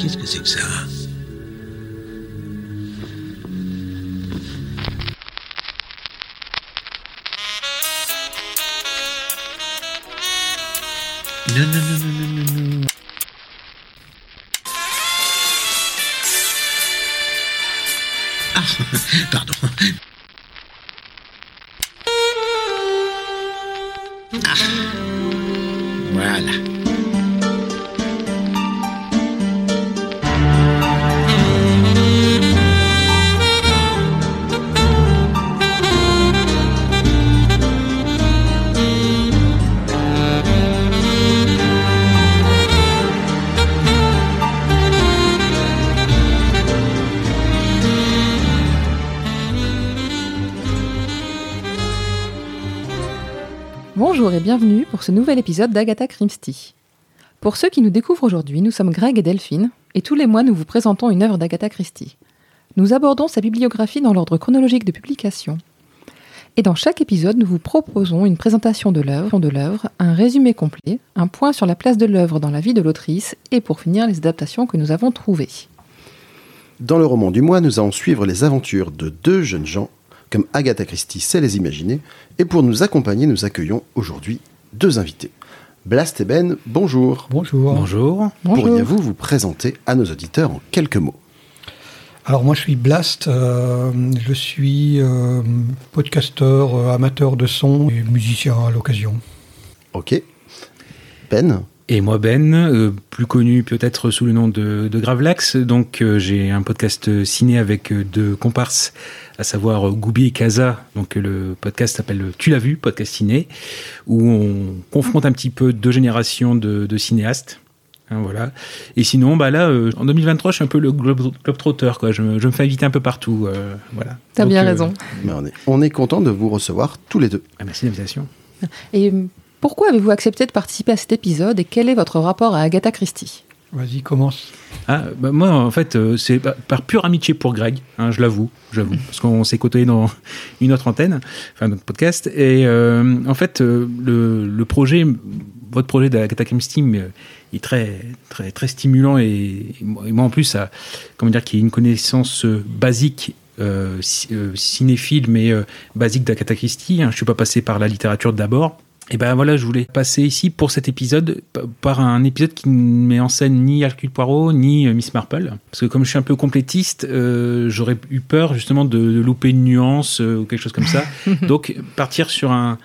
Qu'est-ce que c'est que ça ? Non. Ah, pardon. Ah, voilà. Bonjour et bienvenue pour ce nouvel épisode d'Agatha Christie. Pour ceux qui nous découvrent aujourd'hui, nous sommes Greg et Delphine, et tous les mois nous vous présentons une œuvre d'Agatha Christie. Nous abordons sa bibliographie dans l'ordre chronologique de publication. Et dans chaque épisode, nous vous proposons une présentation de l'œuvre, un résumé complet, un point sur la place de l'œuvre dans la vie de l'autrice, et pour finir, les adaptations que nous avons trouvées. Dans le roman du mois, nous allons suivre les aventures de deux jeunes gens, comme Agatha Christie sait les imaginer, et pour nous accompagner, nous accueillons aujourd'hui deux invités. Blast et Ben, bonjour. Bonjour. Pourriez-vous vous présenter à nos auditeurs en quelques mots ? Alors moi je suis Blast, je suis podcasteur, amateur de son et musicien à l'occasion. Ok. Ben ? Et moi Ben, plus connu peut-être sous le nom de Gravelax, donc j'ai un podcast ciné avec deux comparses, à savoir Goubi et Kaza, donc le podcast s'appelle Tu l'as vu, podcast ciné, où on confronte un petit peu deux générations de cinéastes. Hein, voilà. Et sinon, là, en 2023, je suis un peu le globetrotter, quoi. Je me fais inviter un peu partout. Voilà. T'as bien raison. On est content de vous recevoir tous les deux. Ah, merci de l'invitation. Et pourquoi avez-vous accepté de participer à cet épisode et quel est votre rapport à Agatha Christie ? Vas-y, commence. Moi, en fait, c'est par pure amitié pour Greg, hein, je l'avoue, parce qu'on s'est côtoyés dans une autre antenne, enfin notre podcast, et en fait, le projet, votre projet d'Agatha Christie est très, très, très stimulant, et moi en plus, qui ai une connaissance basique, cinéphile, mais basique d'Agatha Christie, hein, je suis pas passé par la littérature d'abord. Et je voulais passer ici pour cet épisode par un épisode qui ne met en scène ni Hercule Poirot ni Miss Marple, parce que comme je suis un peu complétiste, j'aurais eu peur justement de louper une nuance ou quelque chose comme ça. Donc partir sur un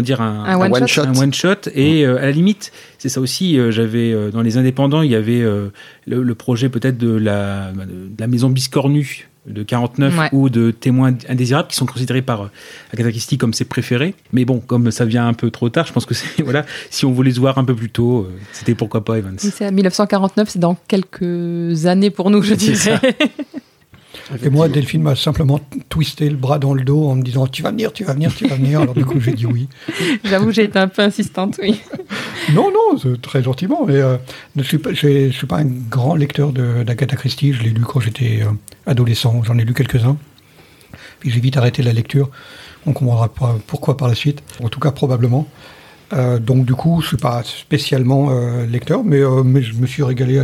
one shot et à la limite, c'est ça aussi. J'avais dans les indépendants, il y avait le projet peut-être de la maison Biscornue de 49 ou de Témoins indésirables qui sont considérés par Agatha Christie comme ses préférés. Mais bon, comme ça vient un peu trop tard, je pense que c'est, si on voulait se voir un peu plus tôt, c'était pourquoi pas Evans. Oui, c'est à 1949, c'est dans quelques années pour nous, je dirais. Et moi, Delphine m'a simplement twisté le bras dans le dos en me disant « Tu vas venir ». Alors du coup, j'ai dit oui. J'avoue, j'ai été un peu insistante, oui. Non, c'est très gentiment. Mais, je ne suis pas un grand lecteur d'Agatha Christie. Je l'ai lu quand j'étais adolescent. J'en ai lu quelques-uns. Puis j'ai vite arrêté la lecture. On comprendra pas pourquoi par la suite. En tout cas, probablement. Donc du coup, je ne suis pas spécialement lecteur, mais je me suis régalé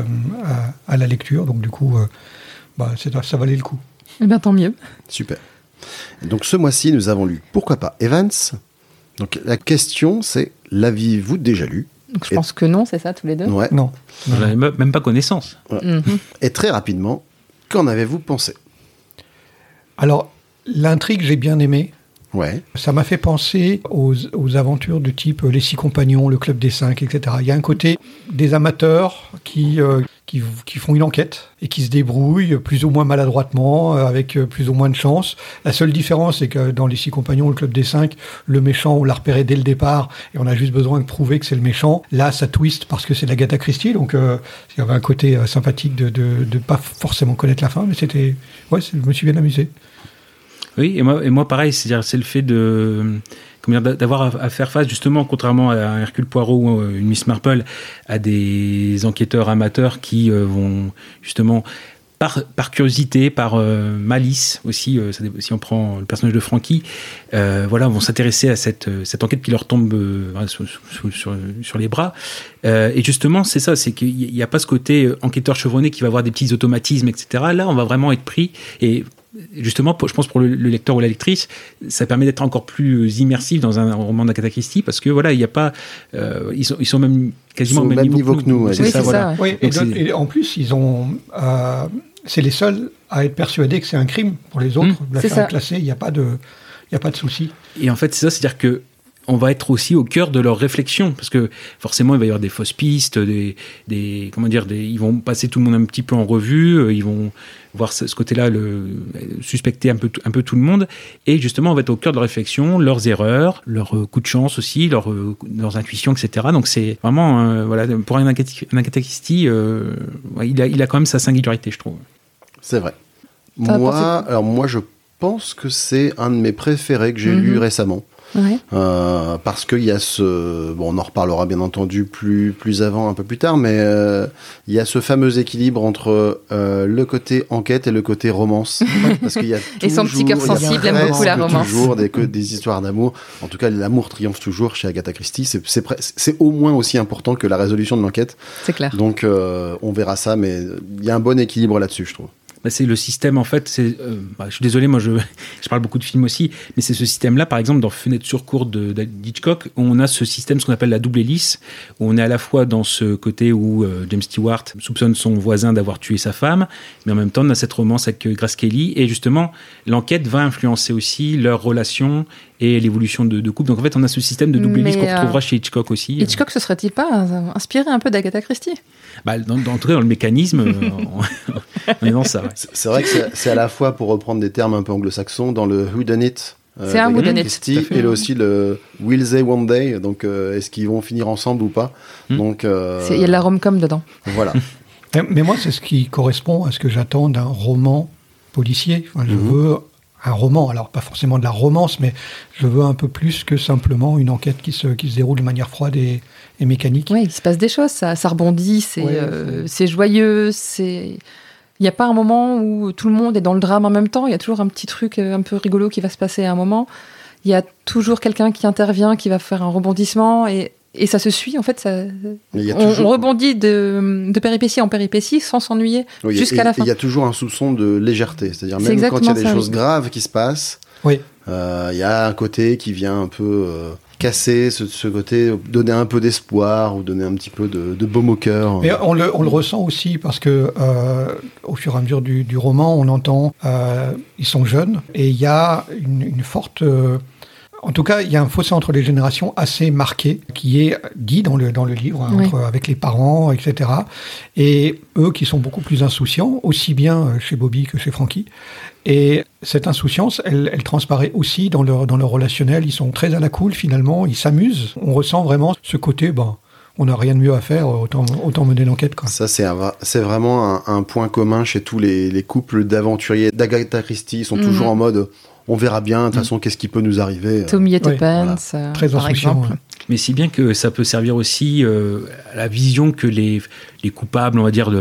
à la lecture. Donc du coup... ça valait le coup. Eh bien, tant mieux. Super. Donc, ce mois-ci, nous avons lu Pourquoi pas Evans. Donc, la question, c'est l'aviez-vous déjà lu ? Donc, je pense que non, c'est ça, tous les deux ? Ouais. Non. J'en avais même pas connaissance. Ouais. Mm-hmm. Et très rapidement, qu'en avez-vous pensé ? Alors, l'intrigue, j'ai bien aimé. Ouais. Ça m'a fait penser aux aventures de type Les Six Compagnons, Le Club des Cinq, etc. Il y a un côté des amateurs qui font une enquête et qui se débrouillent plus ou moins maladroitement, avec plus ou moins de chance. La seule différence, c'est que dans Les Six Compagnons, Le Club des Cinq, le méchant, on l'a repéré dès le départ et on a juste besoin de prouver que c'est le méchant. Là, ça twist parce que c'est l'Agatha Christie, donc il y avait un côté sympathique de pas forcément connaître la fin, mais c'était... Ouais, je me suis bien amusé. Oui, et moi pareil, c'est le fait d'avoir à faire face, justement, contrairement à un Hercule Poirot ou une Miss Marple, à des enquêteurs amateurs qui vont justement par curiosité, par malice aussi, si on prend le personnage de Frankie, vont s'intéresser à cette enquête qui leur tombe sur les bras. Et justement, c'est ça, c'est qu'il n'y a pas ce côté enquêteur chevronné qui va avoir des petits automatismes, etc. Là, on va vraiment être pris. Et justement, je pense pour le lecteur ou la lectrice, ça permet d'être encore plus immersif dans un roman d'Agatha Christie, parce que voilà, il n'y a pas, ils sont même quasiment au même niveau que nous. C'est ça, voilà. Oui, et en plus, ils ont, c'est les seuls à être persuadés que c'est un crime. Pour les autres, l'affaire est classée, il n'y a pas de souci. Et en fait, c'est ça, c'est-à-dire que on va être aussi au cœur de leurs réflexions, parce que forcément il va y avoir des fausses pistes, ils vont passer tout le monde un petit peu en revue, ils vont voir ce côté-là, suspecter un peu tout le monde, et justement on va être au cœur de leurs réflexions, leurs erreurs, leurs coups de chance aussi, leurs intuitions, etc. Donc c'est vraiment pour un Agatha Christie, il a quand même sa singularité, je trouve. C'est vrai. Moi je pense que c'est un de mes préférés que j'ai lu récemment. Ouais. Parce qu'il y a on en reparlera bien entendu plus avant, un peu plus tard, mais il y a ce fameux équilibre entre le côté enquête et le côté romance. Parce qu'il y a et son petit cœur sensible aime beaucoup la romance. Toujours des histoires d'amour. En tout cas, l'amour triomphe toujours chez Agatha Christie. C'est au moins aussi important que la résolution de l'enquête. C'est clair. Donc on verra ça, mais il y a un bon équilibre là-dessus, je trouve. C'est le système, en fait, je suis désolé, moi je parle beaucoup de films aussi, mais c'est ce système-là, par exemple, dans Fenêtre sur cour d'Hitchcock, où on a ce système, ce qu'on appelle la double hélice, où on est à la fois dans ce côté où James Stewart soupçonne son voisin d'avoir tué sa femme, mais en même temps on a cette romance avec Grace Kelly, et justement l'enquête va influencer aussi leur relation et l'évolution de couple. Donc en fait on a ce système de double hélice qu'on retrouvera chez Hitchcock aussi. Hitchcock, se serait-il pas inspiré un peu d'Agatha Christie ? En tout cas dans le mécanisme, on est dans ça. Ouais. C'est vrai que c'est à la fois, pour reprendre des termes un peu anglo-saxons, dans le whodunit. C'est un whodunit. Et aussi le Will They One Day, donc est-ce qu'ils vont finir ensemble ou pas. Donc il y a de la rom-com dedans. Voilà. Mais moi, c'est ce qui correspond à ce que j'attends d'un roman policier. Enfin, je veux un roman, alors pas forcément de la romance, mais je veux un peu plus que simplement une enquête qui se déroule de manière froide et mécanique. Oui, il se passe des choses, ça rebondit, c'est joyeux, il n'y a pas un moment où tout le monde est dans le drame en même temps, il y a toujours un petit truc un peu rigolo qui va se passer à un moment, il y a toujours quelqu'un qui intervient, qui va faire un rebondissement, et ça se suit, en fait, on rebondit de péripétie en péripétie sans s'ennuyer jusqu'à la fin. Il y a toujours un soupçon de légèreté, c'est-à-dire même quand il y a des choses graves qui se passent, il y a un côté qui vient un peu casser ce côté, donner un peu d'espoir ou donner un petit peu de baume au cœur. Mais on le ressent aussi parce que au fur et à mesure du roman, on entend ils sont jeunes et il y a une forte... En tout cas, il y a un fossé entre les générations assez marqué, qui est dit dans le livre, avec les parents, etc. Et eux qui sont beaucoup plus insouciants, aussi bien chez Bobby que chez Frankie. Et cette insouciance, elle transparaît aussi dans leur relationnel. Ils sont très à la cool, finalement, ils s'amusent. On ressent vraiment ce côté, on n'a rien de mieux à faire, autant mener l'enquête. Quoi. Ça, c'est vraiment un point commun chez tous les couples d'aventuriers d'Agatha Christie. Ils sont toujours en mode... On verra bien, de toute façon, qu'est-ce qui peut nous arriver. Tommy et Tuppence, très par exemple. Mais si bien que ça peut servir aussi à la vision que les coupables, on va dire,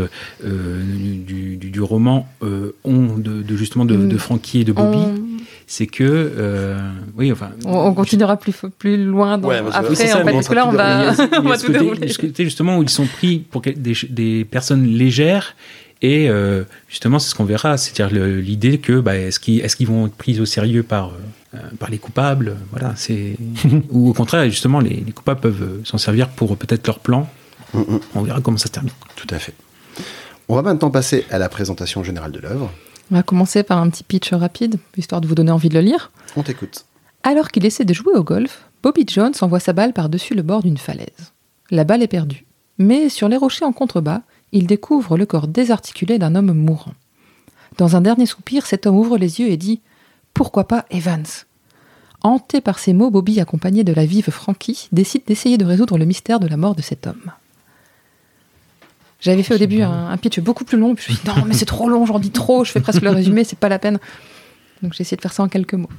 du roman ont justement de Frankie et de Bobby. C'est que... on continuera plus loin après, parce que là, on va tout dérouler. Ce côté, justement, où ils sont pris pour des personnes légères. Et justement, c'est ce qu'on verra, c'est-à-dire l'idée que est-ce qu'ils vont être pris au sérieux par les coupables, voilà, ou au contraire, justement, les coupables peuvent s'en servir pour peut-être leur plan. On verra comment ça se termine. Tout à fait. On va maintenant passer à la présentation générale de l'œuvre. On va commencer par un petit pitch rapide, histoire de vous donner envie de le lire. On t'écoute. Alors qu'il essaie de jouer au golf, Bobby Jones envoie sa balle par-dessus le bord d'une falaise. La balle est perdue, mais sur les rochers en contrebas, il découvre le corps désarticulé d'un homme mourant. Dans un dernier soupir, cet homme ouvre les yeux et dit « Pourquoi pas Evans ?» Hanté par ces mots, Bobby, accompagné de la vive Frankie, décide d'essayer de résoudre le mystère de la mort de cet homme. J'avais fait au début un pitch beaucoup plus long, puis je me suis dit « Non, mais c'est trop long, j'en dis trop, je fais presque le résumé, c'est pas la peine. » Donc j'ai essayé de faire ça en quelques mots.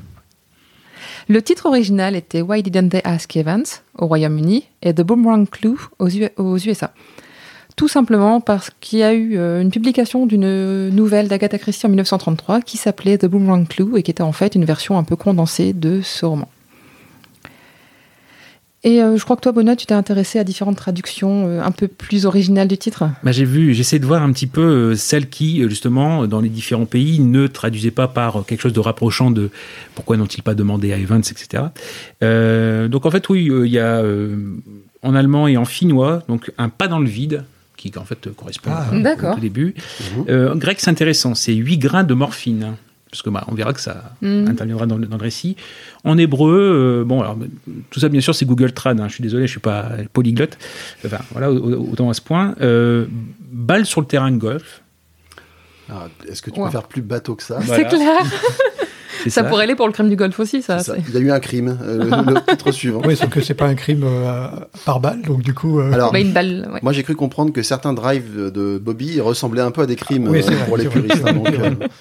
Le titre original était « Why Didn't They Ask Evans ?» au Royaume-Uni et « The Boomerang Clue » aux USA. Tout simplement parce qu'il y a eu une publication d'une nouvelle d'Agatha Christie en 1933 qui s'appelait The Boomerang Clue et qui était en fait une version un peu condensée de ce roman. Et je crois que toi, Benoît, tu t'es intéressé à différentes traductions un peu plus originales du titre. Bah, j'essaie de voir un petit peu celles qui, justement, dans les différents pays, ne traduisaient pas par quelque chose de rapprochant de pourquoi n'ont-ils pas demandé à Evans, etc. Donc en fait, oui, il y a en allemand et en finnois, donc un pas dans le vide, qui en fait correspond au début. Grec, c'est intéressant, c'est 8 grains de morphine. Parce que on verra que ça interviendra dans le récit. En hébreu, alors, tout ça, bien sûr, c'est Google Trad. Je suis désolé, je ne suis pas polyglotte. Enfin, voilà, autant à ce point. Balle sur le terrain de golf. Alors, est-ce que tu peux faire plus bateau que ça? C'est clair. Ça pourrait aller pour le crime du golf aussi, ça. Il y a eu un crime, le titre suivant. Oui, sauf que c'est pas un crime par balle, donc du coup... Alors, une balle, ouais. Moi, j'ai cru comprendre que certains drives de Bobby ressemblaient un peu à des crimes pour les vrai, puristes. Donc,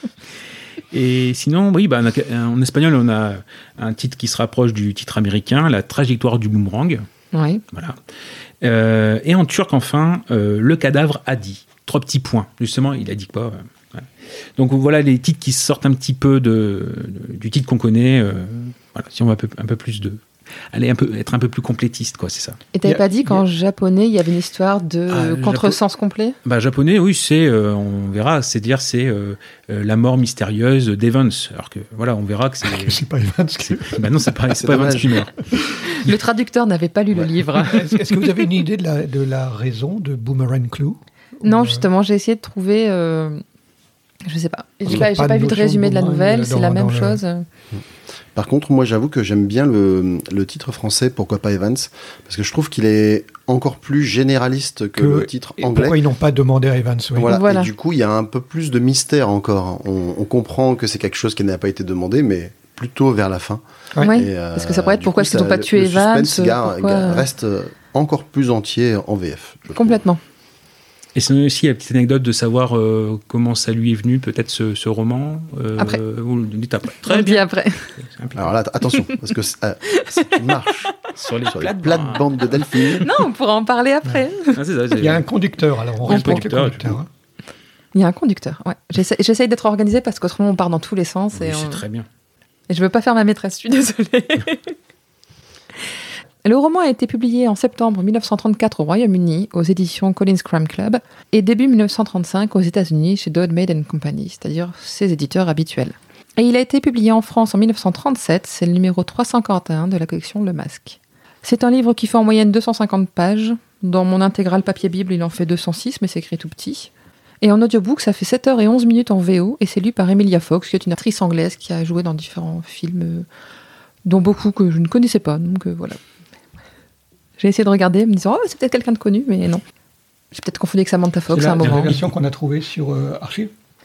et sinon, oui, en espagnol, on a un titre qui se rapproche du titre américain, La trajectoire du boomerang. Oui. Voilà. Et en turc, enfin, Le cadavre a dit. 3 petits points. Justement, il a dit quoi voilà. Donc voilà les titres qui sortent un petit peu du titre qu'on connaît. Voilà, si on va un peu plus être un peu plus complétiste, quoi, c'est ça. Et t'avais pas dit qu'en japonais, il y avait une histoire de contresens complet? Japonais, oui, on verra, c'est la mort mystérieuse d'Evans. Alors que, voilà, on verra que c'est... c'est pas Evans qui... non, c'est pas Evans qui meurt. Le traducteur n'avait pas lu le livre. Est-ce que vous avez une idée de la raison de Boomerang Clue? Non, justement, j'ai essayé de trouver... je sais pas. J'ai pas vu de résumé de la nouvelle, c'est la même chose. Par contre, moi, j'avoue que j'aime bien le titre français, Pourquoi pas Evans, parce que je trouve qu'il est encore plus généraliste que le titre anglais. Pourquoi ils n'ont pas demandé à Evans, oui. Voilà. Et du coup, il y a un peu plus de mystère encore. On comprend que c'est quelque chose qui n'a pas été demandé, mais plutôt vers la fin. Oui, parce que ça pourrait être pourquoi est-ce qu'ils n'ont pas tué Evans. Le suspense reste encore plus entier en VF. Complètement. Et c'est aussi la petite anecdote de savoir comment ça lui est venu, peut-être ce roman. Après. Vous le dites après. Très bien. Après. Alors là, attention, parce que c'est une marche sur les plates-bandes de Delphine. Non, on pourra en parler après. Ah, c'est ça, il y a un conducteur, alors on respecte le conducteur. Il y a un conducteur, ouais. J'essaye d'être organisée parce qu'autrement on part dans tous les sens. Oui, c'est très bien. Et je veux pas faire ma maîtresse, je suis désolée. Le roman a été publié en septembre 1934 au Royaume-Uni, aux éditions Collins Crime Club, et début 1935 aux États-Unis chez Dodd Maid & Company, c'est-à-dire ses éditeurs habituels. Et il a été publié en France en 1937, c'est le numéro 341 de la collection Le Masque. C'est un livre qui fait en moyenne 250 pages. Dans mon intégrale papier Bible, il en fait 206, mais c'est écrit tout petit. Et en audiobook, ça fait 7h11 en VO, et c'est lu par Emilia Fox, qui est une actrice anglaise qui a joué dans différents films, dont beaucoup que je ne connaissais pas, donc voilà. J'ai essayé de regarder, me disant « Oh, c'est peut-être quelqu'un de connu », mais non. J'ai peut-être confondu avec Samantha Fox à un moment. C'est la version qu'on a trouvée sur Archive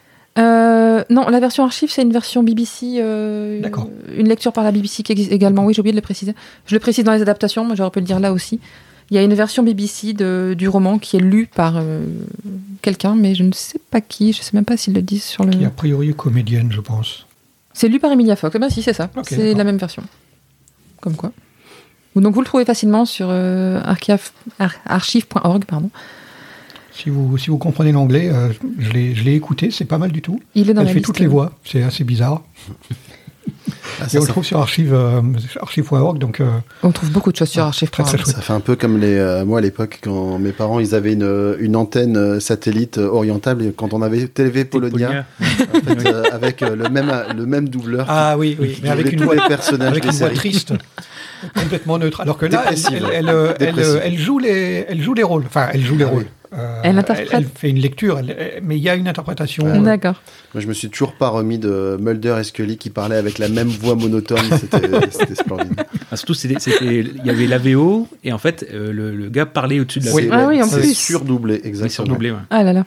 Non, la version Archive, c'est une version BBC, D'accord. Une lecture par la BBC qui existe également. Oui, j'ai oublié de le préciser. Je le précise dans les adaptations, mais j'aurais pu le dire là aussi. Il y a une version BBC du roman qui est lue par quelqu'un, mais je ne sais pas qui. Je ne sais même pas s'ils le disent sur le... Qui a priori est comédienne, je pense. C'est lu par Emilia Fox. Si, c'est ça. Okay, c'est d'accord. la même version. Comme quoi. Donc vous le trouvez facilement sur archive.org, pardon. Si vous comprenez l'anglais, je l'ai écouté, c'est pas mal du tout. Il est dans Elle la fait liste. toutes les voix, c'est assez bizarre. Et on le trouve sur archive.org, donc... On trouve beaucoup de choses sur archive.org. Très chouette. Ça fait un peu comme moi à l'époque, quand mes parents ils avaient une antenne satellite orientable, et quand on avait TV Polonia, en fait, avec le même doubleur. Ah oui, mais avec une voix personnages triste, complètement neutre. Alors que là, elle joue les rôles. Enfin, elle joue les rôles. Elle interprète. Elle fait une lecture, mais il y a une interprétation. D'accord. Moi, je me suis toujours pas remis de Mulder et Scully qui parlaient avec la même voix monotone. C'était splendide. Surtout, il y avait la VO, et en fait, le gars parlait au-dessus de la VO. Ah oui, en c'est plus. surdoublé, exactement. C'est surdoublé, ouais. Ah là là.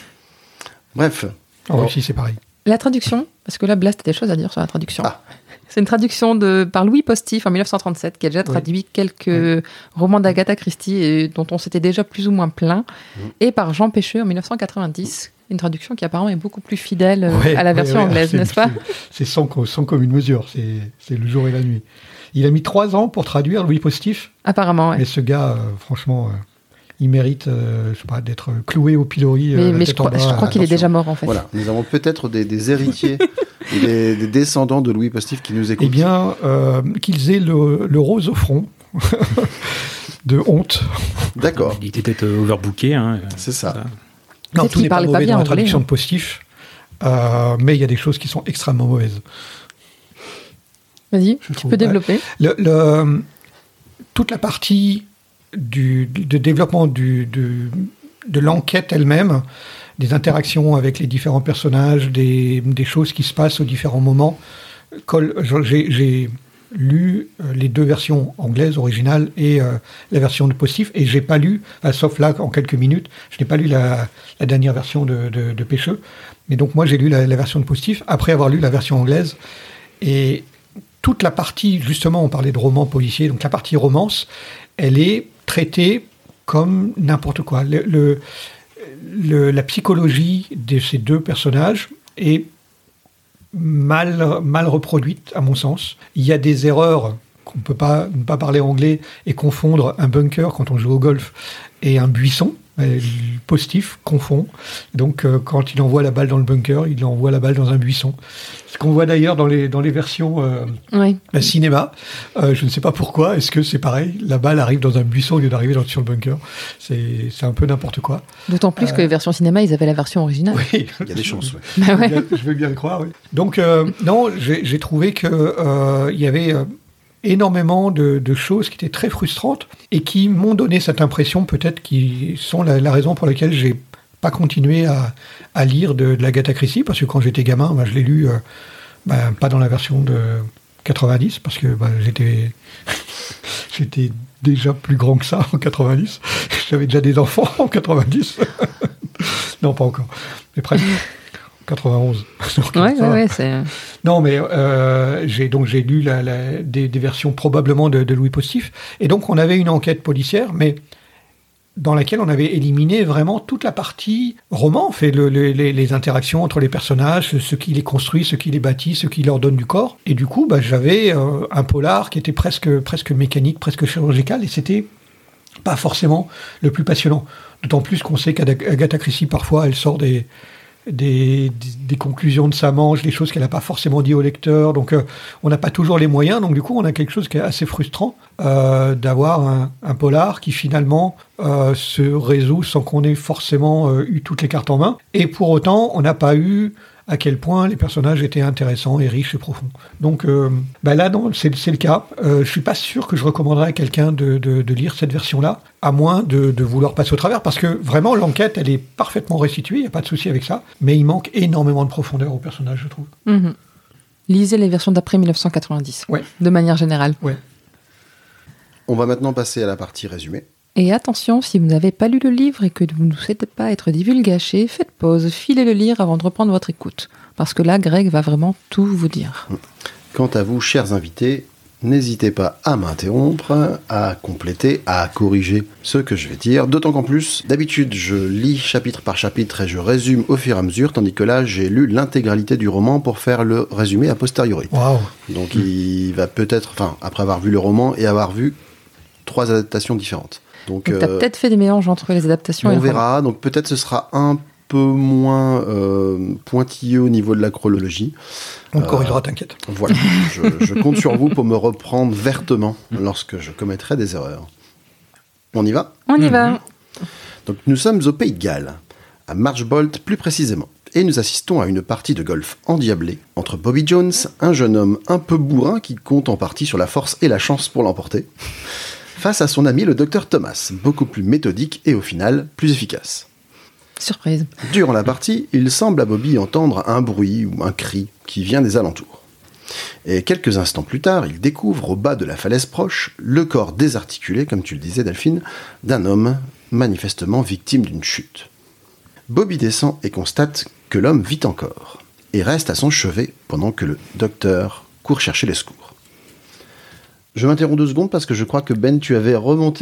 Bref. Ici, c'est pareil. La traduction, parce que là, Blast a des choses à dire sur la traduction. Ah. C'est une traduction par Louis Postif en 1937, qui a déjà traduit quelques romans d'Agatha Christie et dont on s'était déjà plus ou moins plaint, et par Jean Pêcheux en 1990, une traduction qui apparemment est beaucoup plus fidèle à la version anglaise, n'est-ce pas? C'est sans commune mesure, c'est le jour et la nuit. Il a mis 3 ans pour traduire Louis Postif. Apparemment, ouais. Mais ce gars, franchement, il mérite je sais pas, d'être cloué au pilori. Mais je crois qu'il est déjà mort, en fait. Voilà, nous avons peut-être des héritiers, des descendants de Louis Postif qui nous écoutent. Eh bien, qu'ils aient le rose au front. De honte. D'accord. Il était peut-être overbooké. Hein, c'est ça. Non, tout n'est pas mauvais dans la traduction anglais, de Postif, mais il y a des choses qui sont extrêmement mauvaises. Vas-y, tu peux développer. Toute la partie de développement de l'enquête elle-même, des interactions avec les différents personnages, des choses qui se passent aux différents moments. J'ai lu les deux versions anglaises originales et la version de Postif, et j'ai pas lu, sauf là en quelques minutes, je n'ai pas lu la dernière version de Pêcheux, mais donc moi j'ai lu la version de Postif après avoir lu la version anglaise, et toute la partie, justement on parlait de roman policier, donc la partie romance, elle est traitée comme n'importe quoi. La psychologie de ces deux personnages est mal reproduite, à mon sens. Il y a des erreurs qu'on ne peut pas parler anglais et confondre un bunker quand on joue au golf et un buisson. Postif confond. Donc, quand il envoie la balle dans le bunker, il envoie la balle dans un buisson. Ce qu'on voit d'ailleurs dans les versions cinéma. Je ne sais pas pourquoi. Est-ce que c'est pareil? La balle arrive dans un buisson au lieu d'arriver sur le bunker. C'est un peu n'importe quoi. D'autant plus que les versions cinéma, ils avaient la version originale. Oui, il y a des chances. Ouais. Bah ouais. Je veux bien le croire. Oui. Donc, non, j'ai trouvé que il y avait énormément de choses qui étaient très frustrantes et qui m'ont donné cette impression, peut-être, qui sont la raison pour laquelle j'ai pas continué à lire de l'Agatha Christie, parce que quand j'étais gamin, je l'ai lu pas dans la version de 90, parce que j'étais déjà plus grand que ça en 90. J'avais déjà des enfants en 90. Non, pas encore, mais presque. 91. Ouais, c'est... Non, mais j'ai lu des versions probablement de Louis Postif, et donc on avait une enquête policière, mais dans laquelle on avait éliminé vraiment toute la partie roman, les interactions entre les personnages, ce qui les construit, ce qui les bâtit, ce qui leur donne du corps. Et du coup, j'avais un polar qui était presque mécanique, presque chirurgical, et c'était pas forcément le plus passionnant. D'autant plus qu'on sait qu'Agatha Christie, parfois, elle sort des conclusions de sa manche, des choses qu'elle n'a pas forcément dit au lecteur, donc on n'a pas toujours les moyens, donc du coup on a quelque chose qui est assez frustrant d'avoir un polar qui finalement se résout sans qu'on ait forcément eu toutes les cartes en main, et pour autant on n'a pas eu à quel point les personnages étaient intéressants et riches et profonds. Donc là, non, c'est le cas. Je suis pas sûr que je recommanderais à quelqu'un de lire cette version-là, à moins de vouloir passer au travers, parce que vraiment, l'enquête, elle est parfaitement restituée, il n'y a pas de souci avec ça, mais il manque énormément de profondeur aux personnages, je trouve. Mm-hmm. Lisez les versions d'après 1990, de manière générale. Ouais. On va maintenant passer à la partie résumée. Et attention, si vous n'avez pas lu le livre et que vous ne souhaitez pas être divulgaché, faites pause, filez le lire avant de reprendre votre écoute. Parce que là, Greg va vraiment tout vous dire. Quant à vous, chers invités, n'hésitez pas à m'interrompre, à compléter, à corriger ce que je vais dire. D'autant qu'en plus, d'habitude, je lis chapitre par chapitre et je résume au fur et à mesure, tandis que là, j'ai lu l'intégralité du roman pour faire le résumé a posteriori. Wow. Donc il va peut-être, après avoir vu le roman et avoir vu 3 adaptations différentes. Donc tu as peut-être fait des mélanges entre les adaptations et le roman. On verra, donc peut-être ce sera un peu moins pointilleux au niveau de la chronologie. On corrigera, t'inquiète. Voilà, je compte sur vous pour me reprendre vertement lorsque je commettrai des erreurs. On y va ? On y va. Donc nous sommes au Pays de Galles, à Marchbold plus précisément, et nous assistons à une partie de golf endiablée entre Bobby Jones, un jeune homme un peu bourrin qui compte en partie sur la force et la chance pour l'emporter, face à son ami le docteur Thomas, beaucoup plus méthodique et au final plus efficace. Surprise. Durant la partie, il semble à Bobby entendre un bruit ou un cri qui vient des alentours. Et quelques instants plus tard, il découvre au bas de la falaise proche le corps désarticulé, comme tu le disais Delphine, d'un homme manifestement victime d'une chute. Bobby descend et constate que l'homme vit encore, et reste à son chevet pendant que le docteur court chercher les secours. Je m'interromps 2 secondes parce que je crois que Ben, tu avais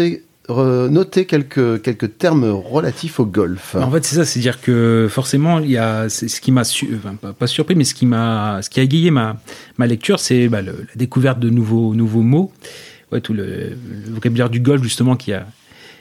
noté quelques termes relatifs au golf. En fait, c'est ça, c'est-à-dire que forcément, il y a ce qui m'a pas surpris, mais ce qui a égayé ma lecture, c'est la découverte de nouveaux mots, tout le vocabulaire du golf justement qui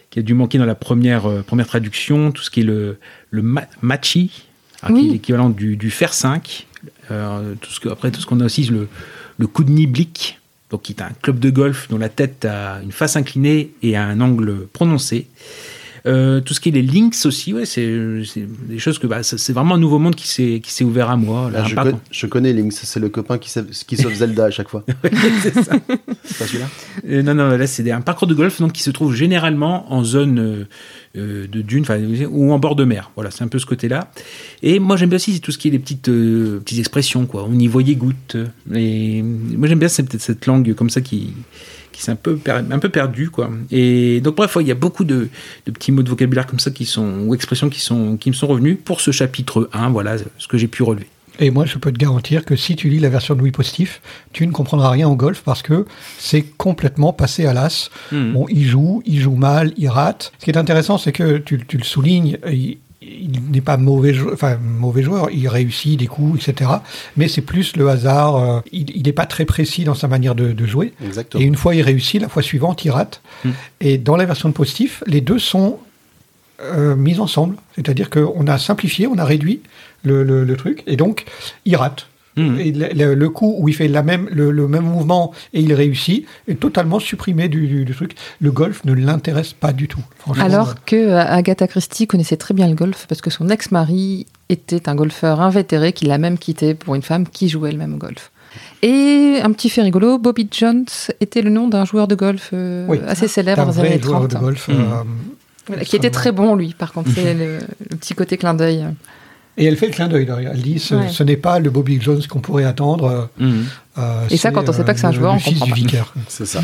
qui a dû manquer dans la première traduction, tout ce qui est le machi, qui est l'équivalent du fer 5. Tout ce qu'on a aussi, le coup de niblick, donc qui est un club de golf dont la tête a une face inclinée et a un angle prononcé. Tout ce qui est les links aussi, c'est des choses que c'est vraiment un nouveau monde qui s'est ouvert à moi. Là, je connais Links, c'est le copain qui sauve Zelda à chaque fois. C'est ça. C'est pas celui-là Non, là c'est un parcours de golf donc, qui se trouve généralement en zone de dune ou en bord de mer. Voilà, c'est un peu ce côté-là. Et moi j'aime bien aussi tout ce qui est les petites expressions, quoi. On y voyait goutte. Et moi j'aime bien cette langue comme ça qui s'est un peu perdu, quoi. Et donc bref, il y a beaucoup de petits mots de vocabulaire comme ça ou expressions qui me sont revenus pour ce chapitre 1, voilà ce que j'ai pu relever. Et moi, je peux te garantir que si tu lis la version de Louis Positif, tu ne comprendras rien au golf parce que c'est complètement passé à l'as. Bon, il joue mal, il rate. Ce qui est intéressant, c'est que tu le soulignes, il n'est pas mauvais joueur, il réussit des coups, etc. Mais c'est plus le hasard. Il n'est pas très précis dans sa manière de jouer. Exactement. Et une fois il réussit, la fois suivante il rate. Et dans la version de Positif, les deux sont mis ensemble. C'est-à-dire qu'on a simplifié, on a réduit le truc, et donc il rate. Et le coup où il fait le même mouvement et il réussit est totalement supprimé du truc. Le golf ne l'intéresse pas du tout. Alors que Agatha Christie connaissait très bien le golf parce que son ex-mari était un golfeur invétéré qui l'a même quitté pour une femme qui jouait le même golf. Et un petit fait rigolo, Bobby Jones était le nom d'un joueur de golf assez célèbre dans les années 30. De golf, qui était très bon, lui, par contre. C'est le petit côté clin d'œil. Et elle fait le clin d'œil, d'ailleurs. Elle dit ce n'est pas le Bobby Jones qu'on pourrait attendre. Et ça, quand on ne sait pas que c'est un joueur, on comprend pas. Vicaire. C'est ça.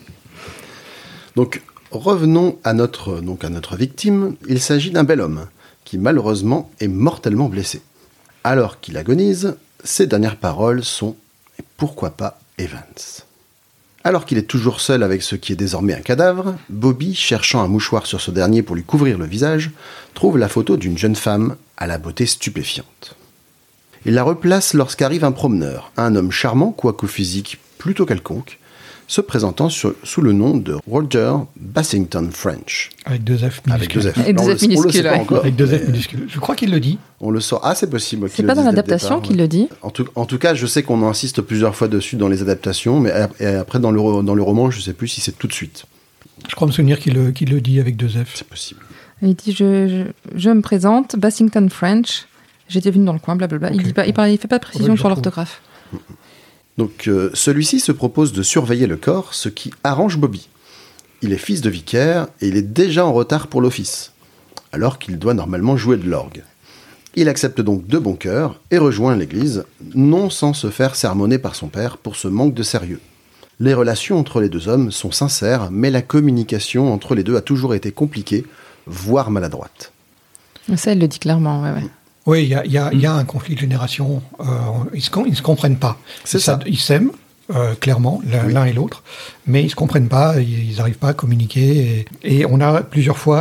Donc, revenons à notre victime. Il s'agit d'un bel homme qui, malheureusement, est mortellement blessé. Alors qu'il agonise, ses dernières paroles sont « Et pourquoi pas Evans ?» Alors qu'il est toujours seul avec ce qui est désormais un cadavre, Bobby, cherchant un mouchoir sur ce dernier pour lui couvrir le visage, trouve la photo d'une jeune femme à la beauté stupéfiante. Il la replace lorsqu'arrive un promeneur, un homme charmant, quoique au physique plutôt quelconque, se présentant sous le nom de Roger Bassington French. Avec 2 F minuscules. Avec 2 F. Et 2 F minuscules, Avec 2 F minuscules. Je crois qu'il le dit. On le sort. Ah, c'est possible. C'est pas dans l'adaptation qu'il le dit. En tout cas, je sais qu'on insiste plusieurs fois dessus dans les adaptations, mais après, dans le roman, je sais plus si c'est tout de suite. Je crois me souvenir qu'il le dit avec 2 F. C'est possible. Il dit je me présente, Bassington French, j'étais venu dans le coin, blablabla. Okay. Il fait pas de précision sur l'orthographe. Donc, celui-ci se propose de surveiller le corps, ce qui arrange Bobby. Il est fils de vicaire et il est déjà en retard pour l'office, alors qu'il doit normalement jouer de l'orgue. Il accepte donc de bon cœur et rejoint l'église, non sans se faire sermonner par son père pour ce manque de sérieux. Les relations entre les deux hommes sont sincères, mais la communication entre les deux a toujours été compliquée, voire maladroite. Ça, elle le dit clairement, ouais. Oui, il y a un conflit de génération. Ils ne se comprennent pas. C'est ça. Ils s'aiment, clairement, l'un et l'autre, mais ils ne se comprennent pas, ils n'arrivent pas à communiquer. Et on a plusieurs fois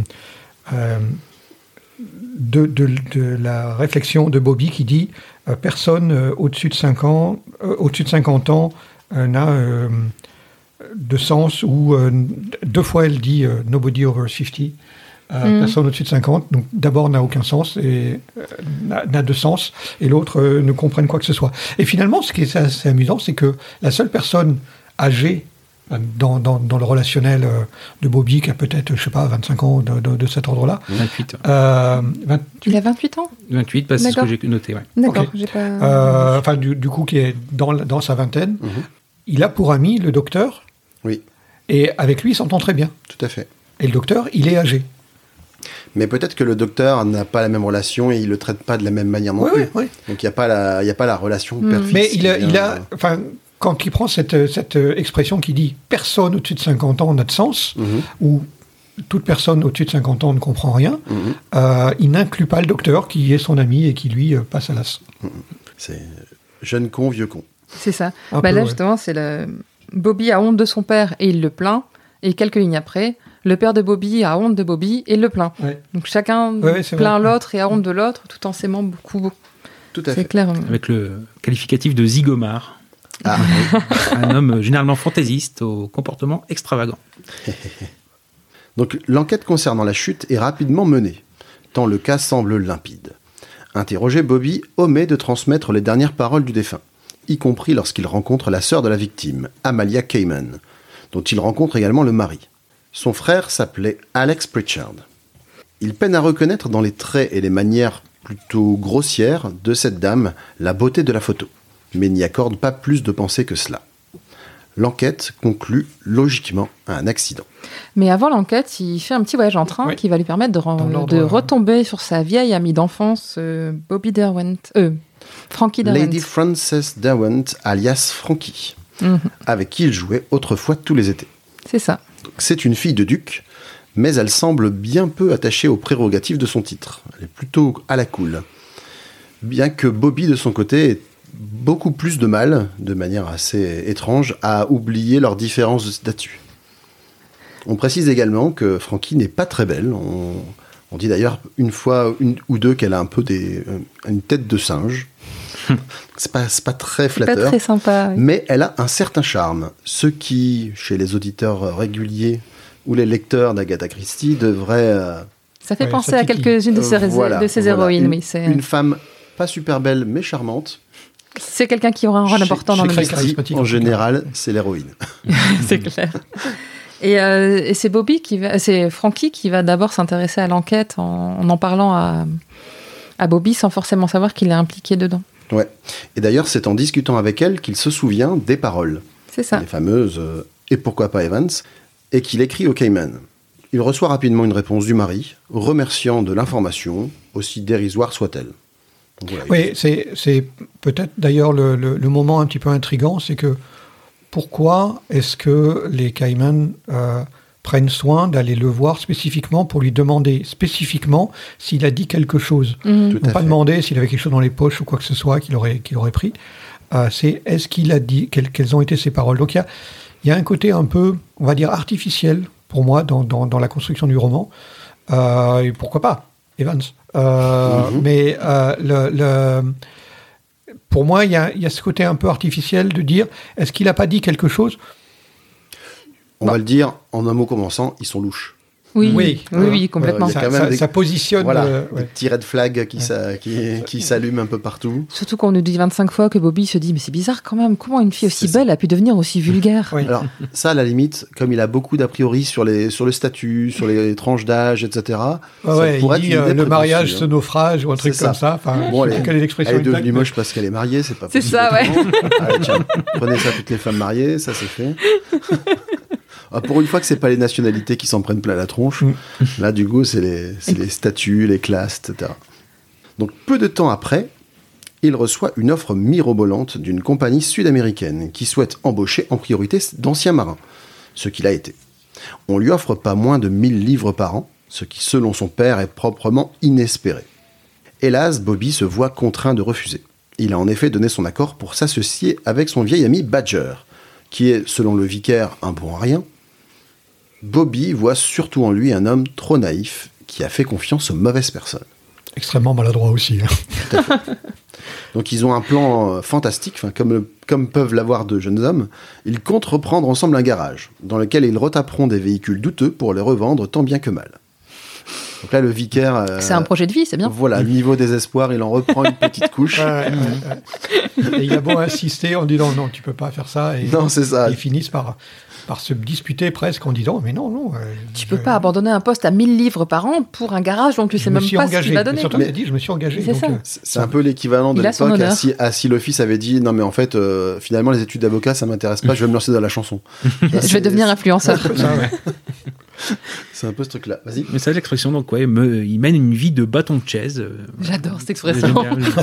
de la réflexion de Bobby qui dit personne au-dessus de 50 ans n'a de sens, ou 2 fois elle dit nobody over 50. Personne au-dessus de 50, donc d'abord n'a aucun sens et n'a de sens, et l'autre ne comprenne quoi que ce soit. Et finalement, ce qui est assez amusant, c'est que la seule personne âgée dans le relationnel de Bobby, qui a peut-être, je sais pas, 25 ans de cet ordre-là. 28. Il a 28 ans 28, parce que c'est ce que j'ai noté, ouais. D'accord, okay. J'ai pas... Enfin, du coup, qui est dans sa vingtaine. Il a pour ami le docteur. Oui. Et avec lui, il s'entend très bien. Tout à fait. Et le docteur, il est âgé. Mais peut-être que le docteur n'a pas la même relation et il le traite pas de la même manière non plus. Oui. Donc il y a pas la relation père-fils. Mais quand il prend cette expression qui dit personne au-dessus de 50 ans n'a de sens, ou toute personne au-dessus de 50 ans ne comprend rien, il n'inclut pas le docteur qui est son ami et qui lui passe à l'as. C'est jeune con, vieux con. C'est ça. Là justement, c'est Bobby a honte de son père et il le plaint. Et quelques lignes après, le père de Bobby a honte de Bobby et le plaint. Ouais. Donc chacun plaint l'autre et a honte de l'autre, tout en s'aimant beaucoup. Tout à fait. C'est clair. Avec le qualificatif de zygomare. Un homme généralement fantaisiste au comportement extravagant. Donc l'enquête concernant la chute est rapidement menée, tant le cas semble limpide. Interrogé, Bobby omet de transmettre les dernières paroles du défunt, y compris lorsqu'il rencontre la sœur de la victime, Amalia Cayman, dont il rencontre également le mari. Son frère s'appelait Alex Pritchard. Il peine à reconnaître dans les traits et les manières plutôt grossières de cette dame la beauté de la photo, mais n'y accorde pas plus de pensée que cela. L'enquête conclut logiquement à un accident. Mais avant l'enquête, il fait un petit voyage en train qui va lui permettre de retomber sur sa vieille amie d'enfance, Frankie Derwent. Lady Frances Derwent, alias Frankie, avec qui il jouait autrefois tous les étés. C'est ça. C'est une fille de duc, mais elle semble bien peu attachée aux prérogatives de son titre. Elle est plutôt à la cool. Bien que Bobby, de son côté, ait beaucoup plus de mal, de manière assez étrange, à oublier leurs différences de statut. On précise également que Frankie n'est pas très belle. On dit d'ailleurs une fois ou deux qu'elle a un peu une tête de singe. C'est pas très flatteur. Pas très sympa. Oui. Mais elle a un certain charme. Ce qui, chez les auditeurs réguliers ou les lecteurs d'Agatha Christie, devrait... ça fait penser à quelques-unes de ses héroïnes. Une femme pas super belle, mais charmante. C'est quelqu'un qui aura un rôle important dans le Christie, en général, c'est l'héroïne. C'est clair. Et c'est Frankie qui va d'abord s'intéresser à l'enquête en parlant à Bobby sans forcément savoir qu'il est impliqué dedans. Ouais. Et d'ailleurs, c'est en discutant avec elle qu'il se souvient des paroles. C'est ça. Les fameuses et pourquoi pas Evans, et qu'il écrit au Cayman. Il reçoit rapidement une réponse du mari, remerciant de l'information, aussi dérisoire soit-elle. Donc, voilà, oui, c'est peut-être d'ailleurs le moment un petit peu intriguant, c'est que pourquoi est-ce que les Cayman prennent soin d'aller le voir spécifiquement pour lui demander spécifiquement s'il a dit quelque chose. Tout à pas fait. demander s'il avait quelque chose dans les poches ou quoi que ce soit qu'il aurait pris. C'est est-ce qu'il a dit, quelles ont été ses paroles. Donc il y a un côté un peu, on va dire, artificiel pour moi dans la construction du roman. Et pourquoi pas Evans. Mais pour moi, il y a ce côté un peu artificiel de dire, est-ce qu'il n'a pas dit quelque chose ? On va le dire en un mot commençant, ils sont louches. Oui, complètement. Il y a quand même ça positionne... des petits red flags qui s'allument un peu partout. Surtout qu'on nous dit 25 fois que Bobby se dit « Mais c'est bizarre quand même, comment une fille aussi belle a pu devenir aussi vulgaire ?» Alors ça, à la limite, comme il a beaucoup d'a priori sur le statut, sur les tranches d'âge, etc. Il dit le mariage, ce naufrage ou un truc comme ça. Bon, elle est devenue exacte, moche parce qu'elle est mariée, c'est pas possible. C'est ça, ouais. Allez, tiens, prenez ça toutes les femmes mariées, ça c'est fait. Pour une fois que c'est pas les nationalités qui s'en prennent plein la tronche, là du coup c'est les statuts, les classes, etc. Donc peu de temps après, il reçoit une offre mirobolante d'une compagnie sud-américaine qui souhaite embaucher en priorité d'anciens marins, ce qu'il a été. On lui offre pas moins de 1000 livres par an, ce qui selon son père est proprement inespéré. Hélas, Bobby se voit contraint de refuser. Il a en effet donné son accord pour s'associer avec son vieil ami Badger, qui est, selon le vicaire, un bon à rien. Bobby voit surtout en lui un homme trop naïf qui a fait confiance aux mauvaises personnes. Extrêmement maladroit aussi. Tout à fait. Donc ils ont un plan fantastique, comme peuvent l'avoir de jeunes hommes. Ils comptent reprendre ensemble un garage, dans lequel ils retaperont des véhicules douteux pour les revendre tant bien que mal. Donc là, le vicaire... c'est un projet de vie, c'est bien. Voilà, niveau désespoir, il en reprend une petite couche. Et il a beau insister en disant non, tu peux pas faire ça. Et non, c'est ça. Ils finissent par se disputer presque en disant mais non. Tu peux pas abandonner un poste à 1000 livres par an pour un garage dont tu sais même pas ce qu'il va donner. Surtout, il a dit je me suis engagé. C'est donc, ça. C'est un peu l'équivalent de l'époque si l'office avait dit non mais en fait finalement les études d'avocat ça m'intéresse pas, je vais me lancer dans la chanson. Là, je vais devenir influenceur. C'est un peu ce truc là. Vas-y. Mais ça l'expression donc il mène une vie de bâton de chaise. J'adore cette expression.